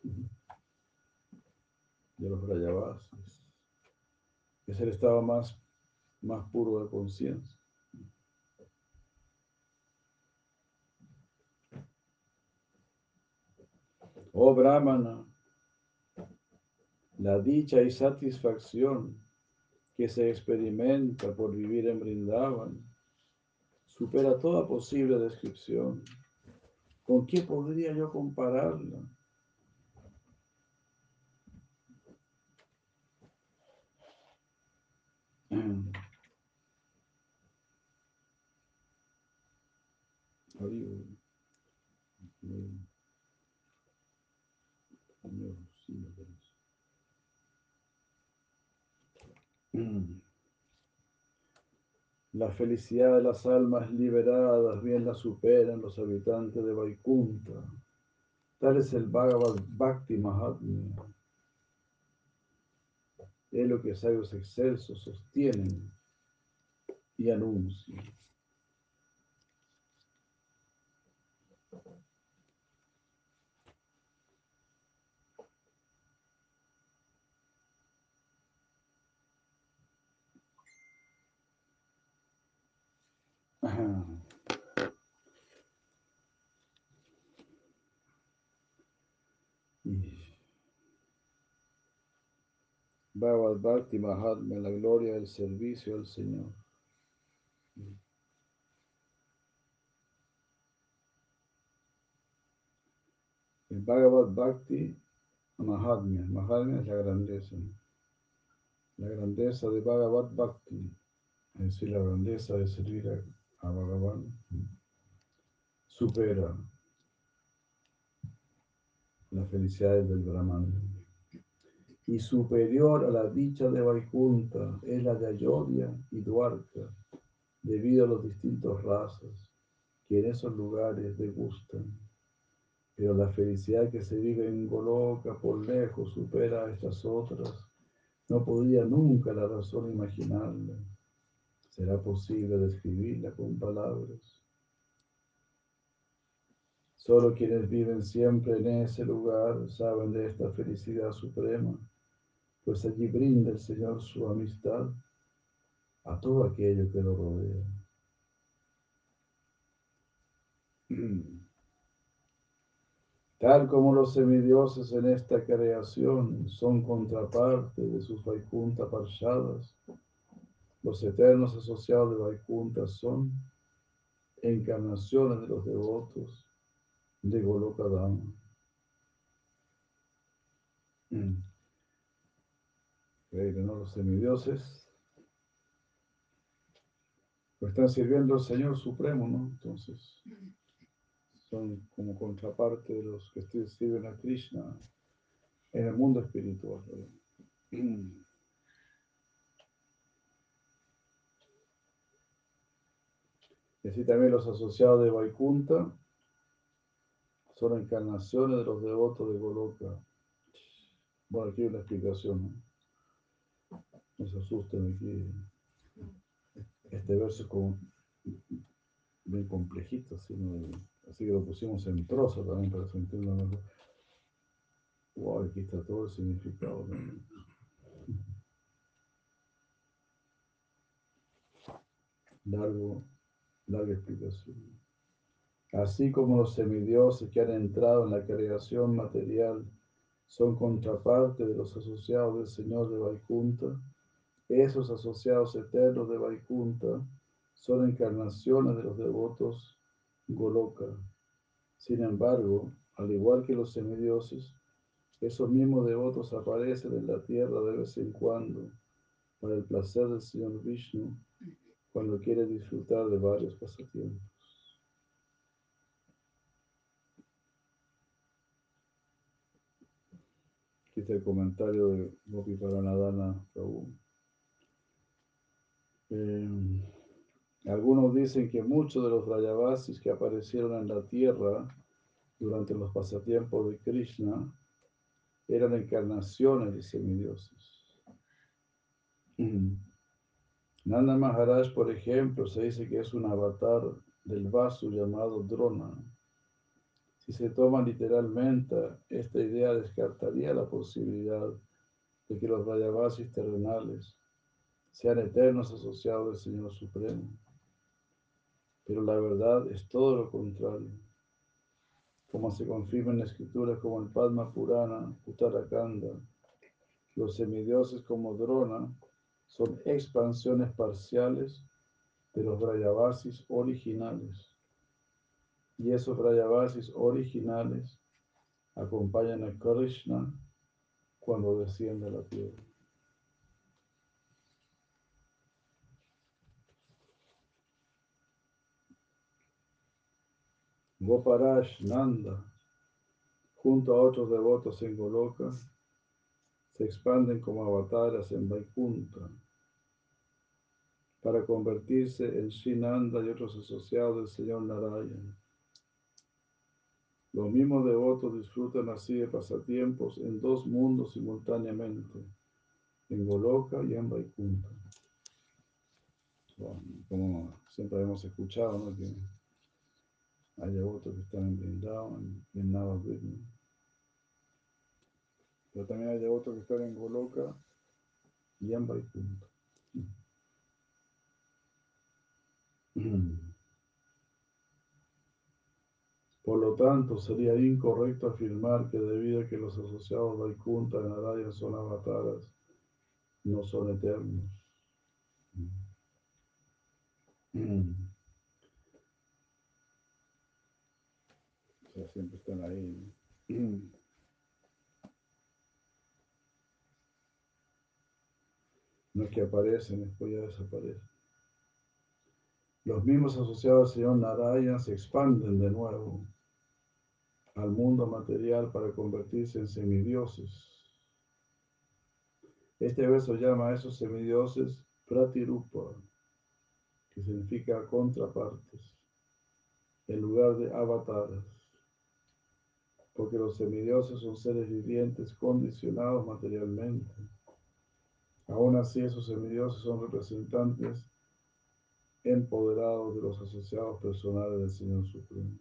de los Vrajavasis. Es el estado más puro de conciencia. Oh Brahmana, la dicha y satisfacción que se experimenta por vivir en Vrindavan supera toda posible descripción. ¿Con qué podría yo compararla? La felicidad de las almas liberadas bien la superan los habitantes de Vaikunta. Tal es el Bhagavad Bhakti Mahatmya. Es lo que sabios excelsos sostienen y anuncian. Bhagavad Bhakti Mahatmya, la gloria del servicio al Señor. El Bhagavad Bhakti Mahatmya. Mahatmya es la grandeza de Bhagavad Bhakti, es decir, la grandeza de servir a Bhagavan, supera las felicidades del Brahman. Y superior a la dicha de Vaikunta es la de Ayodhya y Dwarka, debido a los distintos razas que en esos lugares degustan. Pero la felicidad que se vive en Goloka por lejos supera a estas otras. No podría nunca la razón imaginarla. ¿Será posible describirla con palabras? Solo quienes viven siempre en ese lugar saben de esta felicidad suprema, pues allí brinda el Señor su amistad a todo aquello que lo rodea. Tal como los semidioses en esta creación son contraparte de sus Vaikunta Parshadas, los eternos asociados de Vaikunta son encarnaciones de los devotos de Goloka Dhamma. Increíble, ¿no? Los semidioses pues están sirviendo al Señor Supremo, ¿no? Entonces son como contraparte de los que sirven a Krishna en el mundo espiritual, ¿verdad? Y así también los asociados de Vaikunta son encarnaciones de los devotos de Goloka. Bueno, aquí hay una explicación, ¿no? No se asusten aquí. Este verso es como bien complejito, así, ¿no? Así que lo pusimos en prosa también para sentirlo mejor. Wow, aquí está todo el significado, ¿no? Largo, larga explicación. Así como los semidioses que han entrado en la creación material son contraparte de los asociados del Señor de Vaikunta, esos asociados eternos de Vaikunta son encarnaciones de los devotos Goloka. Sin embargo, al igual que los semidioses, esos mismos devotos aparecen en la tierra de vez en cuando para el placer del Señor Vishnu cuando quiere disfrutar de varios pasatiempos. Aquí está el comentario de Gopi Paranadhana Prabhu. Algunos dicen que muchos de los Vrayavasis que aparecieron en la tierra durante los pasatiempos de Krishna eran encarnaciones de semidioses. Nanda Maharaj, por ejemplo, se dice que es un avatar del Vasu llamado Drona. Si se toma literalmente, esta idea descartaría la posibilidad de que los Vrayavasis terrenales sean eternos asociados del Señor Supremo. Pero la verdad es todo lo contrario. Como se confirma en escrituras como el Padma Purana, Uttarakhanda, los semidioses como Drona son expansiones parciales de los Vrayavasis originales. Y esos Vrayavasis originales acompañan a Krishna cuando desciende a la tierra. Goparaj Nanda, junto a otros devotos en Goloka, se expanden como avataras en Vaikunta para convertirse en Srinanda y otros asociados del Señor Narayana. Los mismos devotos disfrutan así de pasatiempos en dos mundos simultáneamente, en Goloka y en Vaikunta. Bueno, como siempre hemos escuchado, ¿no? Que hay devotos que están en Vrindavan y en Navadvip, ¿no? Pero también hay devotos que están en Goloka y en Vaikunta. Por lo tanto, sería incorrecto afirmar que debido a que los asociados Vaikunta y Narayana son avataras, no son eternos. O sea, siempre están ahí, ¿no? No es que aparecen, después ya desaparecen. Los mismos asociados al Señor Narayana se expanden de nuevo al mundo material para convertirse en semidioses. Este verso llama a esos semidioses Pratirupa, que significa contrapartes, en lugar de avataras, porque los semidioses son seres vivientes condicionados materialmente. Aún así, esos semidioses son representantes empoderados de los asociados personales del Señor Supremo.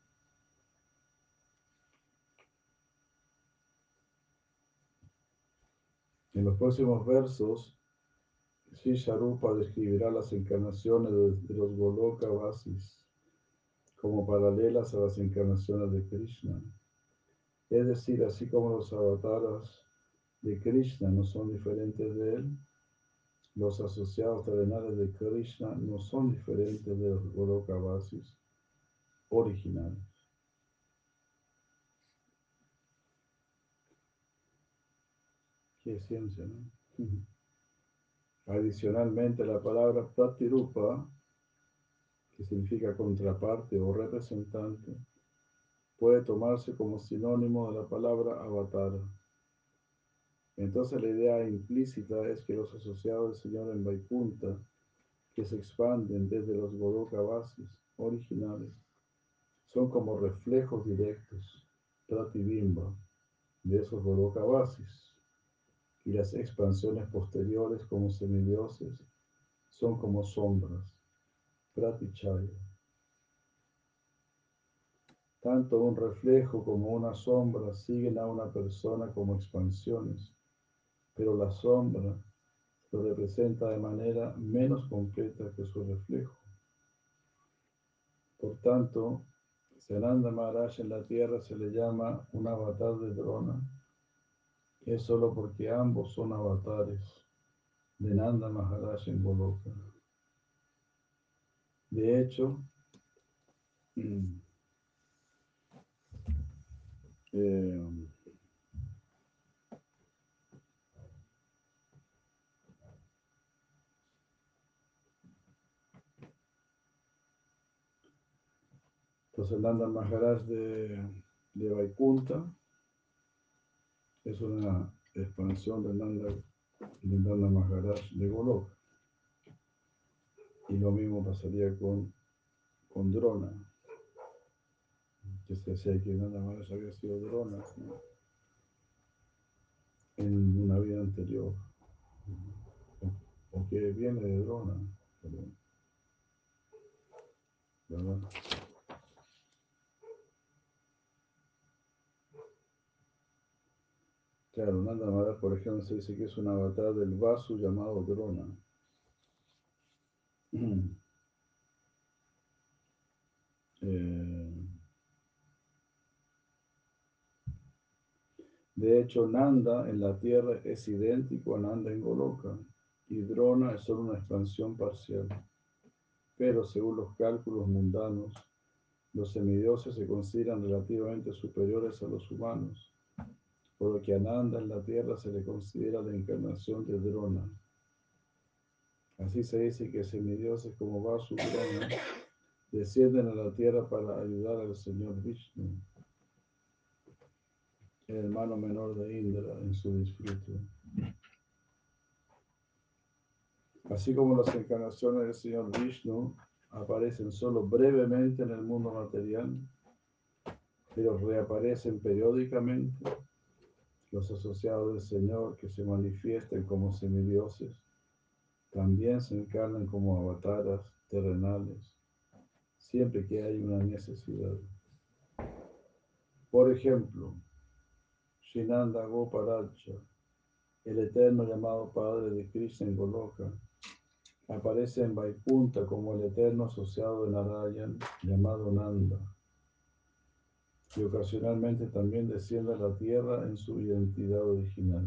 En los próximos versos, Sri Sharupa describirá las encarnaciones de los Goloka Vasis como paralelas a las encarnaciones de Krishna. Es decir, así como los avataras de Krishna no son diferentes de él, los asociados terrenales de Krishna no son diferentes de los Golokavasis originales. Qué ciencia, ¿no? Adicionalmente, la palabra Pratirupa, que significa contraparte o representante, puede tomarse como sinónimo de la palabra avatar. Entonces la idea implícita es que los asociados del Señor en Vaikunta, que se expanden desde los Golokavasis originales, son como reflejos directos, Pratibimba, de esos Golokavasis, y las expansiones posteriores como semidioses son como sombras, Pratichaya. Tanto un reflejo como una sombra siguen a una persona como expansiones, pero la sombra lo representa de manera menos completa que su reflejo. Por tanto, Sananda Maharaj en la tierra se le llama un avatar de Drona, es solo porque ambos son avatares de Nanda Maharaj en Goloka. De hecho, eh, entonces Nanda Maharaj de Vaikunta es una expansión de Nanda Maharaj de Goloka. Y lo mismo pasaría con Drona, que se decía que Nanda Maharaj había sido Drona, ¿no? En una vida anterior, o que viene de Drona, ¿verdad? Claro, Nanda Maharaj, por ejemplo, se dice que es un avatar del Vasu llamado Drona. Eh, de hecho, Nanda en la tierra es idéntico a Nanda en Goloka, y Drona es solo una expansión parcial. Pero según los cálculos mundanos, los semidioses se consideran relativamente superiores a los humanos, por lo que a Nanda en la tierra se le considera la encarnación de Drona. Así se dice que semidioses como Vasu Drona descienden a la tierra para ayudar al Señor Vishnu, el hermano menor de Indra, en su disfrute. Así como las encarnaciones del Señor Vishnu aparecen solo brevemente en el mundo material, pero reaparecen periódicamente, los asociados del Señor que se manifiestan como semidioses también se encarnan como avataras terrenales, siempre que hay una necesidad. Por ejemplo, Shinanda Goparaja, el eterno llamado Padre de Krishna en Goloka, aparece en Vaikunta como el eterno asociado de Narayan llamado Nanda, y ocasionalmente también desciende a la tierra en su identidad original.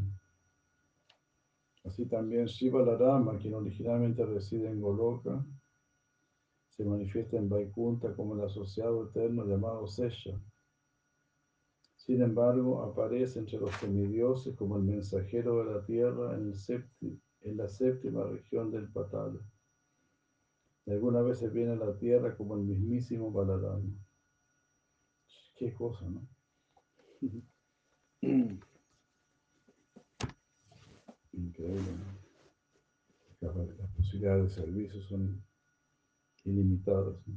Así también Shiva Larama, quien originalmente reside en Goloka, se manifiesta en Vaikunta como el asociado eterno llamado Sesha. Sin embargo, aparece entre los semidioses como el mensajero de la tierra en la séptima región del Patala. Y algunas veces viene a la tierra como el mismísimo Balarama. Qué cosa, ¿no? Increíble, ¿no? Las posibilidades de servicio son ilimitadas, ¿no?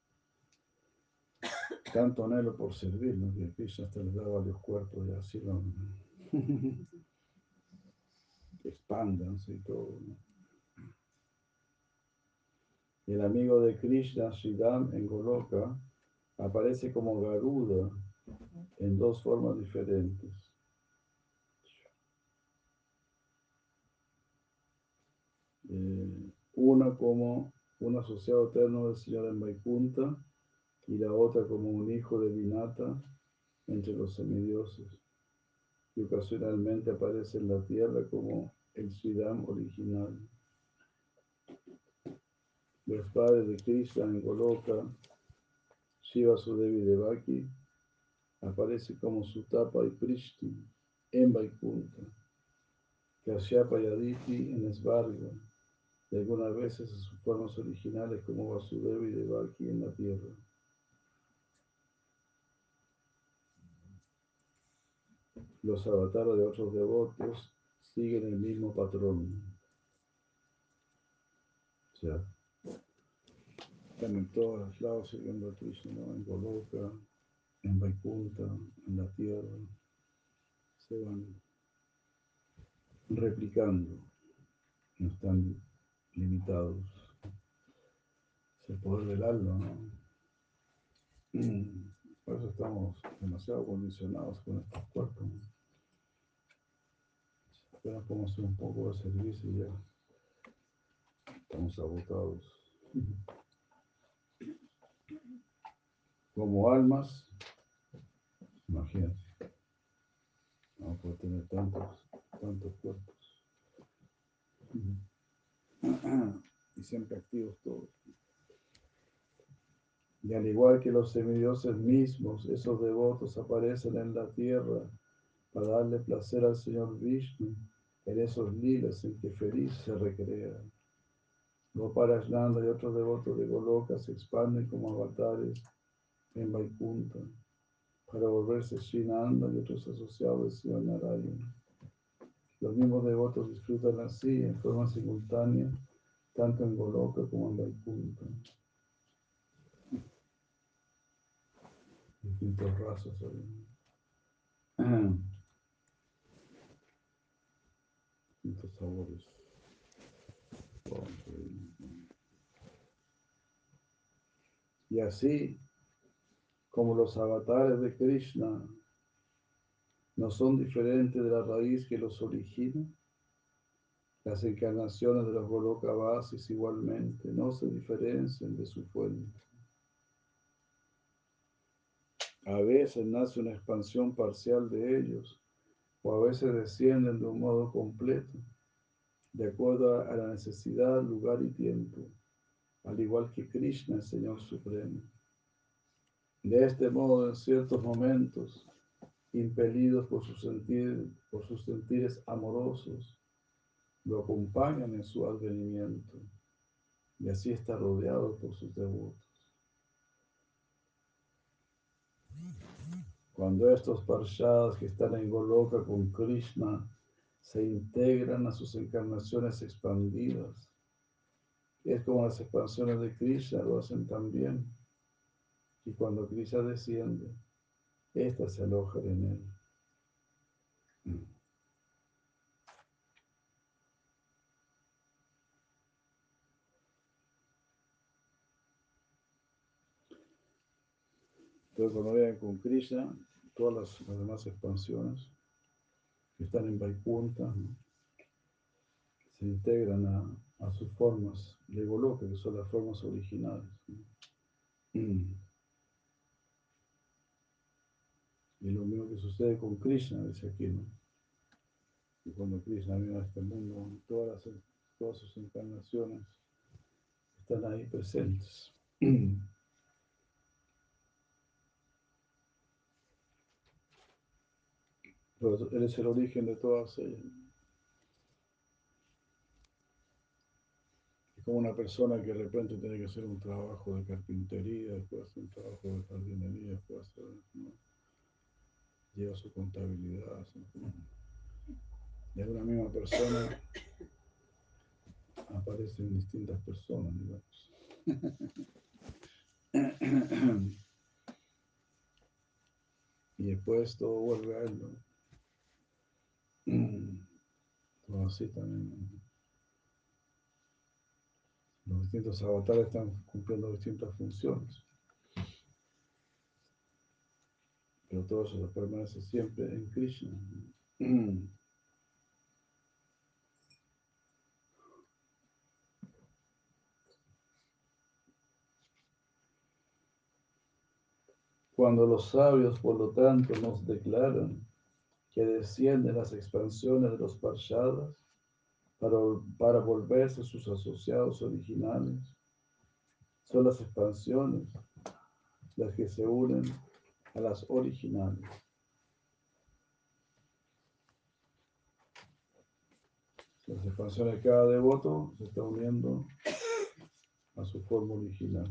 Tanto anhelo por servir, ¿no? Que Krishna hasta les da varios cuerpos y así lo expandanse y todo, ¿no? El amigo de Krishna, Sridham, en Goloka, aparece como Garuda en dos formas diferentes. Una como un asociado eterno del Señor en Vaikunta y la otra como un hijo de Vinata entre los semidioses y ocasionalmente aparece en la tierra como el Sridham original. Los padres de Krishna en Goloka, Shiva Sudevi Devaki, aparece como Sutapa y Prishti en Vaikunta, Kashyapa y Aditi en Svarga, y algunas veces en sus formas originales como Vasudeva y Devaki en la tierra. Los avatares de otros devotos siguen el mismo patrón. O sea, están en todos los lados siguiendo a Krishna, ¿no? En Goloka, en Vaikunta, en la tierra. Se van replicando, no están limitados. Es el poder del alma, ¿no? Por eso estamos demasiado condicionados con estos cuerpos, ¿no? Apenas podemos hacer un poco de servicio y ya estamos agotados. Como almas, imagínate, no puede tener tantos cuerpos. Y siempre activos todos. Y al igual que los semidioses mismos, esos devotos aparecen en la tierra para darle placer al Señor Vishnu en esos lilas en que feliz se recrea. Goparasnanda y otros devotos de Goloka se expanden como avatares en Vaikunta para volverse Srinanda y otros asociados del Señor Narayana. Los mismos devotos disfrutan así en forma simultánea tanto en Goloka como en Vaikunta. Distintos razas ahí. Distintos sabores. Y así como los avatares de Krishna no son diferentes de la raíz que los origina, las encarnaciones de los Golokavasis igualmente no se diferencian de su fuente. A veces nace una expansión parcial de ellos, o a veces descienden de un modo completo, de acuerdo a la necesidad, lugar y tiempo, al igual que Krishna, el Señor Supremo. De este modo, en ciertos momentos, impelidos por sus sentires amorosos, lo acompañan en su advenimiento, y así está rodeado por sus devotos. Cuando estos parshadas que están en Goloka con Krishna se integran a sus encarnaciones expandidas, es como las expansiones de Krishna lo hacen también, y cuando Krishna desciende, éstas se alojan en él. Entonces, cuando vayan con Krishna, todas las demás expansiones que están en Vaikunta, ¿no?, se integran a sus formas de Goloka, que son las formas originales, ¿no? Y lo mismo que sucede con Krishna, dice aquí, ¿no? Y cuando Krishna vino a este mundo, todas sus encarnaciones están ahí presentes. Pero él es el origen de todas ellas. Es como una persona que de repente tiene que hacer un trabajo de carpintería, después hacer un trabajo de jardinería, después hacer, ¿no?, lleva su contabilidad, ¿no? Y es una misma persona, aparecen distintas personas, digamos. Y después todo vuelve a él, ¿no? Todo así también, ¿no? Los distintos avatares están cumpliendo distintas funciones, pero todo eso permanece siempre en Krishna. Cuando los sabios, por lo tanto, nos declaran que descienden las expansiones de los parshadas para volverse sus asociados originales, son las expansiones las que se unen a las originales. Las expansiones de cada devoto se está uniendo a su forma original.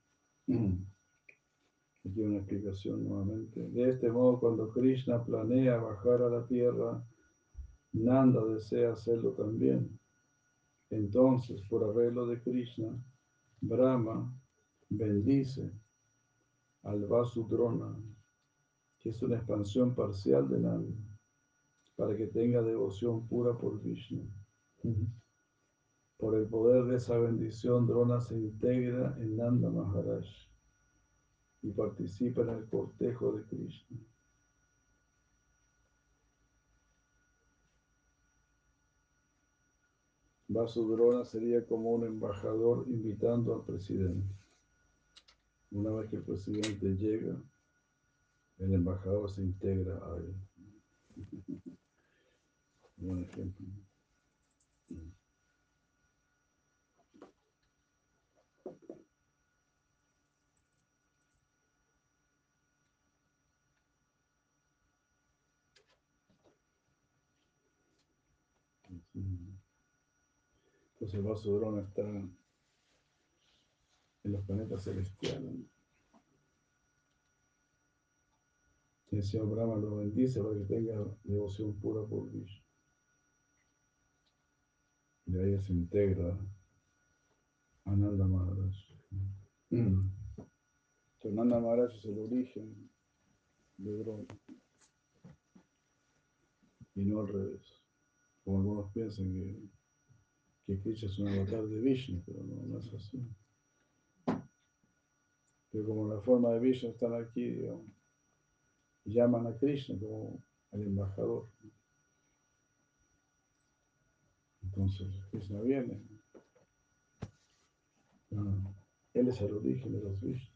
Aquí una explicación nuevamente. De este modo, cuando Krishna planea bajar a la tierra, Nanda desea hacerlo también. Entonces, por arreglo de Krishna, Brahma bendice al Vasudrona, que es una expansión parcial de Nanda, para que tenga devoción pura por Vishnu. Por el poder de esa bendición, Drona se integra en Nanda Maharaj y participa en el cortejo de Krishna. Vasudrona sería como un embajador invitando al presidente. Una vez que el presidente llega, el embajador se integra a él. Un ejemplo. Entonces el Vasudrona está en los planetas celestiales. Y el señor Brahma lo bendice para que tenga devoción pura por Vishnu. Y ahí se integra Ananda Maharaj. Entonces Nanda Maharaj es el origen de Drona. Y no al revés. Como algunos piensan que Krishna es un avatar de Vishnu, pero no es así. Pero como la forma de Vishnu están aquí, digamos, llaman a Krishna como el embajador. Entonces Krishna viene. Él es el origen de los Vishnus.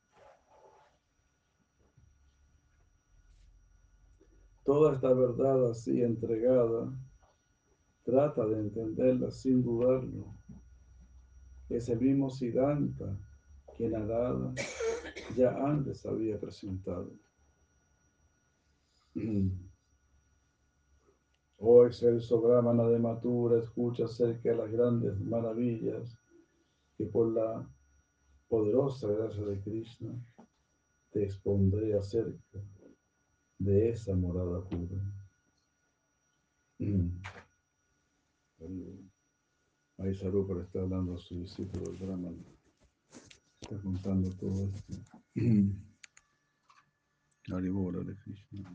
Toda esta verdad así entregada, trata de entenderla sin dudarlo. Es el mismo Siddhanta que Narada ya antes había presentado. Oh excelso Brahmana de Mathura, escucha acerca de las grandes maravillas que por la poderosa gracia de Krishna te expondré acerca de esa morada pura. Ahí Sarupa está hablando a su discípulo Brahmana. Está contando todo esto. Haribol de Krishna.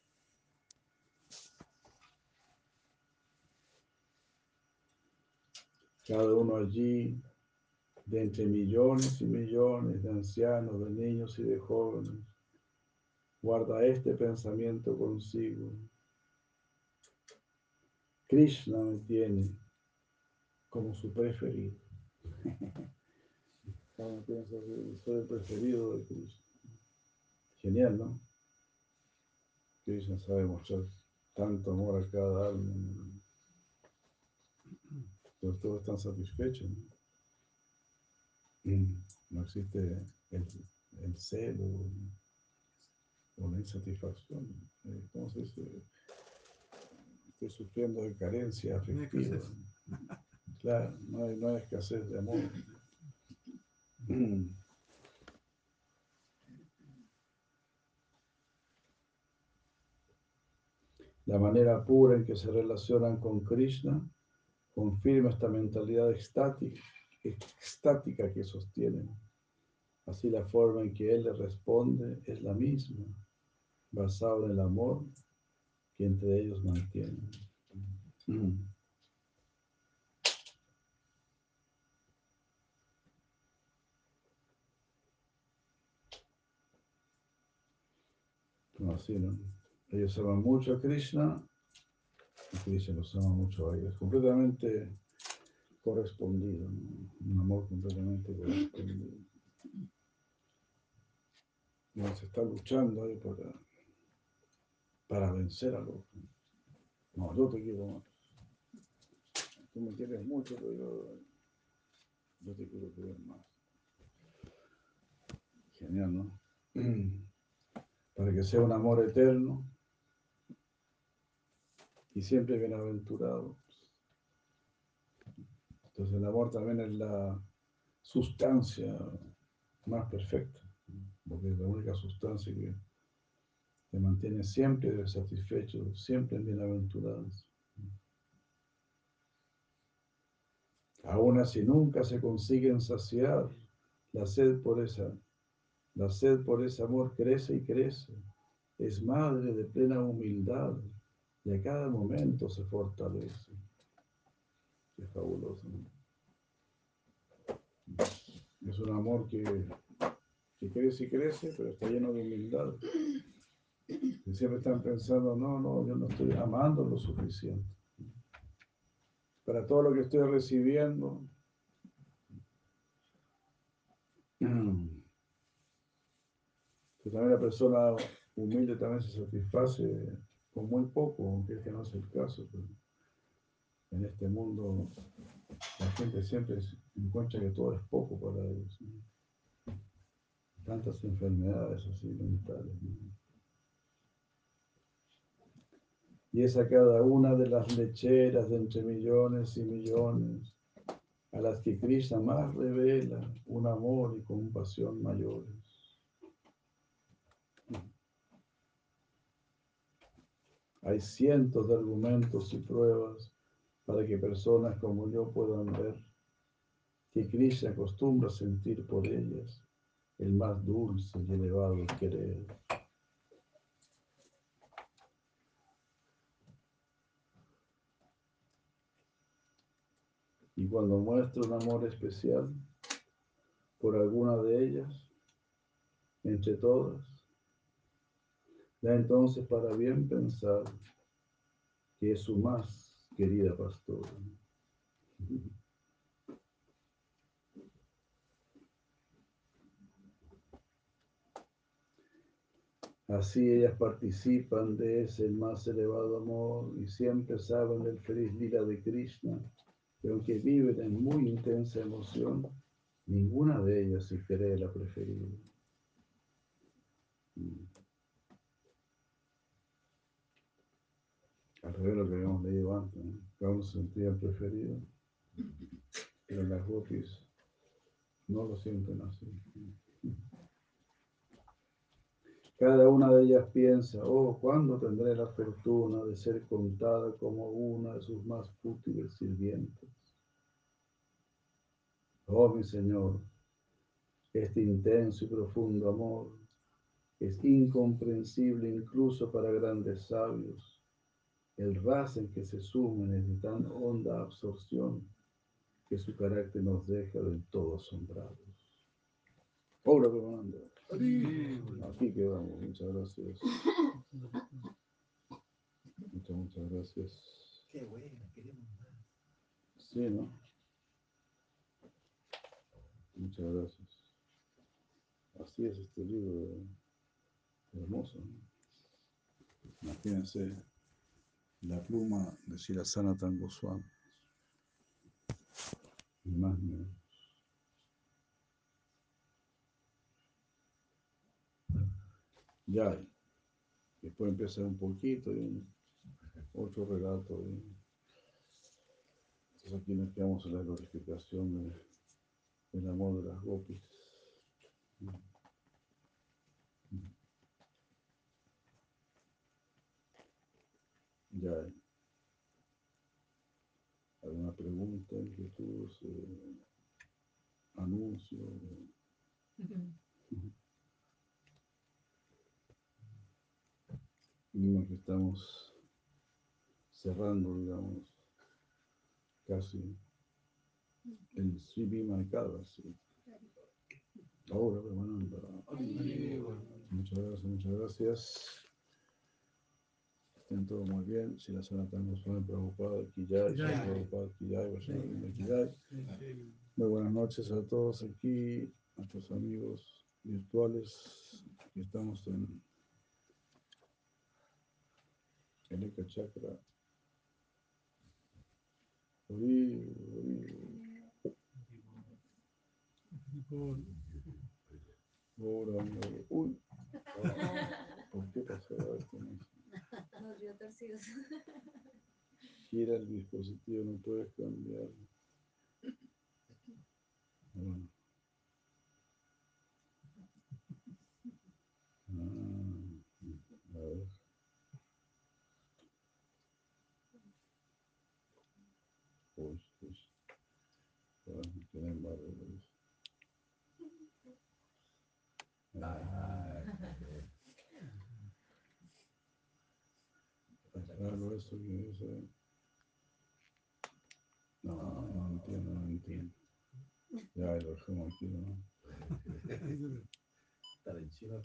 Cada uno allí, de entre millones y millones de ancianos, de niños y de jóvenes, guarda este pensamiento consigo. Krishna me tiene como su preferido. Cada uno piensa que soy el preferido de Krishna. Genial, ¿no? Krishna sabe mostrar tanto amor a cada alma. Pero todos están satisfechos, ¿no? No existe el celo o la insatisfacción. ¿Cómo se dice? Estoy sufriendo de carencia afectiva. Claro, no hay escasez de amor. La manera pura en que se relacionan con Krishna confirma esta mentalidad extática que sostienen. Así la forma en que él le responde es la misma, basada en el amor que entre ellos mantienen. No, así, ¿no? Ellos aman mucho a Krishna y Krishna los ama mucho a ellos. Completamente correspondido, ¿no? Un amor completamente correspondido. se está luchando ahí para vencer al otro. No, yo te quiero más. Tú me quieres mucho, pero yo te quiero querer más. Genial, ¿no? Para que sea un amor eterno y siempre bienaventurado. Entonces el amor también es la sustancia más perfecta, porque es la única sustancia que te mantiene siempre satisfecho, siempre en bienaventurados. Aún así nunca se consiguen saciar la sed por ese amor crece y crece. Es madre de plena humildad y a cada momento se fortalece. Qué fabuloso, ¿no? Es un amor que crece y crece, pero está lleno de humildad. Y siempre están pensando, no, yo no estoy amando lo suficiente. Para todo lo que estoy recibiendo, que también la persona humilde también se satisface con muy poco, aunque este no es el caso. Pero en este mundo la gente siempre encuentra que todo es poco para ellos, ¿no? Tantas enfermedades así mentales, ¿no? Y es a cada una de las lecheras de entre millones y millones a las que Krishna más revela un amor y compasión mayores. Hay cientos de argumentos y pruebas para que personas como yo puedan ver que Krishna acostumbra sentir por ellas el más dulce y elevado querer. Y cuando muestra un amor especial por alguna de ellas, entre todas, da entonces para bien pensar que es su más querida pastora. Así ellas participan de ese más elevado amor y siempre saben del feliz lila de Krishna, y aunque viven en muy intensa emoción, ninguna de ellas se cree la preferida. Al revés de lo que habíamos leído antes, ¿no? Cada uno se sentía el preferido, pero las gopis no lo sienten así. Cada una de ellas piensa, oh, ¿cuándo tendré la fortuna de ser contada como una de sus más fútiles sirvientes? Oh, mi Señor, este intenso y profundo amor es incomprensible incluso para grandes sabios. El ras en que se sumen es de tan honda absorción que su carácter nos deja del todo asombrados. Pobre Premananda. Aquí quedamos. Muchas gracias. Muchas gracias. Qué bueno, queremos más. Sí, ¿no? Muchas gracias. Así es este libro hermoso, ¿no? Imagínense la pluma de Srila Sanatana Goswami. Ni más ni menos. Ya, después empieza un poquito y otro relato. Entonces aquí nos quedamos en la glorificación del amor de las gopis. Ya, ¿alguna pregunta, inquietud, anuncio? Mismo que estamos cerrando, digamos, casi el Sri Bhima ¿sí? Ahora, bueno, muchas gracias, muchas gracias. Estén todos muy bien. Si la zona tan Goswami Prabhupada, Kiyai, Prabhupada, Kiyai, Vaishnava Kiyai. Muy buenas noches a todos aquí, a nuestros amigos virtuales. Estamos en el Eka Chakra. Uy, ahora, uy, ¿por qué pasó esto? Nos dio torcidos. Gira el dispositivo, no puedes cambiarlo. Bueno. A ver. Pues, tienen barreras. Claro, eso que dice. No entiendo, no entiendo. Ya, lo dejamos aquí, ¿no? Está en chino.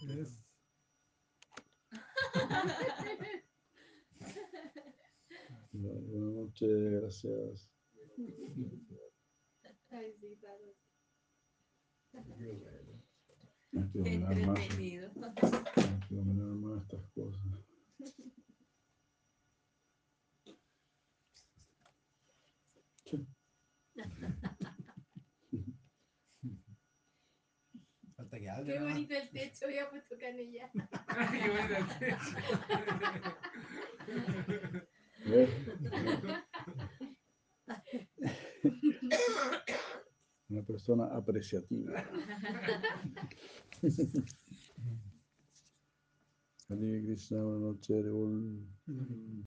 Buenas noches, gracias. Ay, sí, claro. Hay que dominar más, hay Entretenido. que dominar más estas cosas. Falta que hable. Qué bonito el techo, había puesto canilla. Qué bonito el techo. ¿Ves? Una persona apreciativa. Hare Krishna, buenas noches, Erol.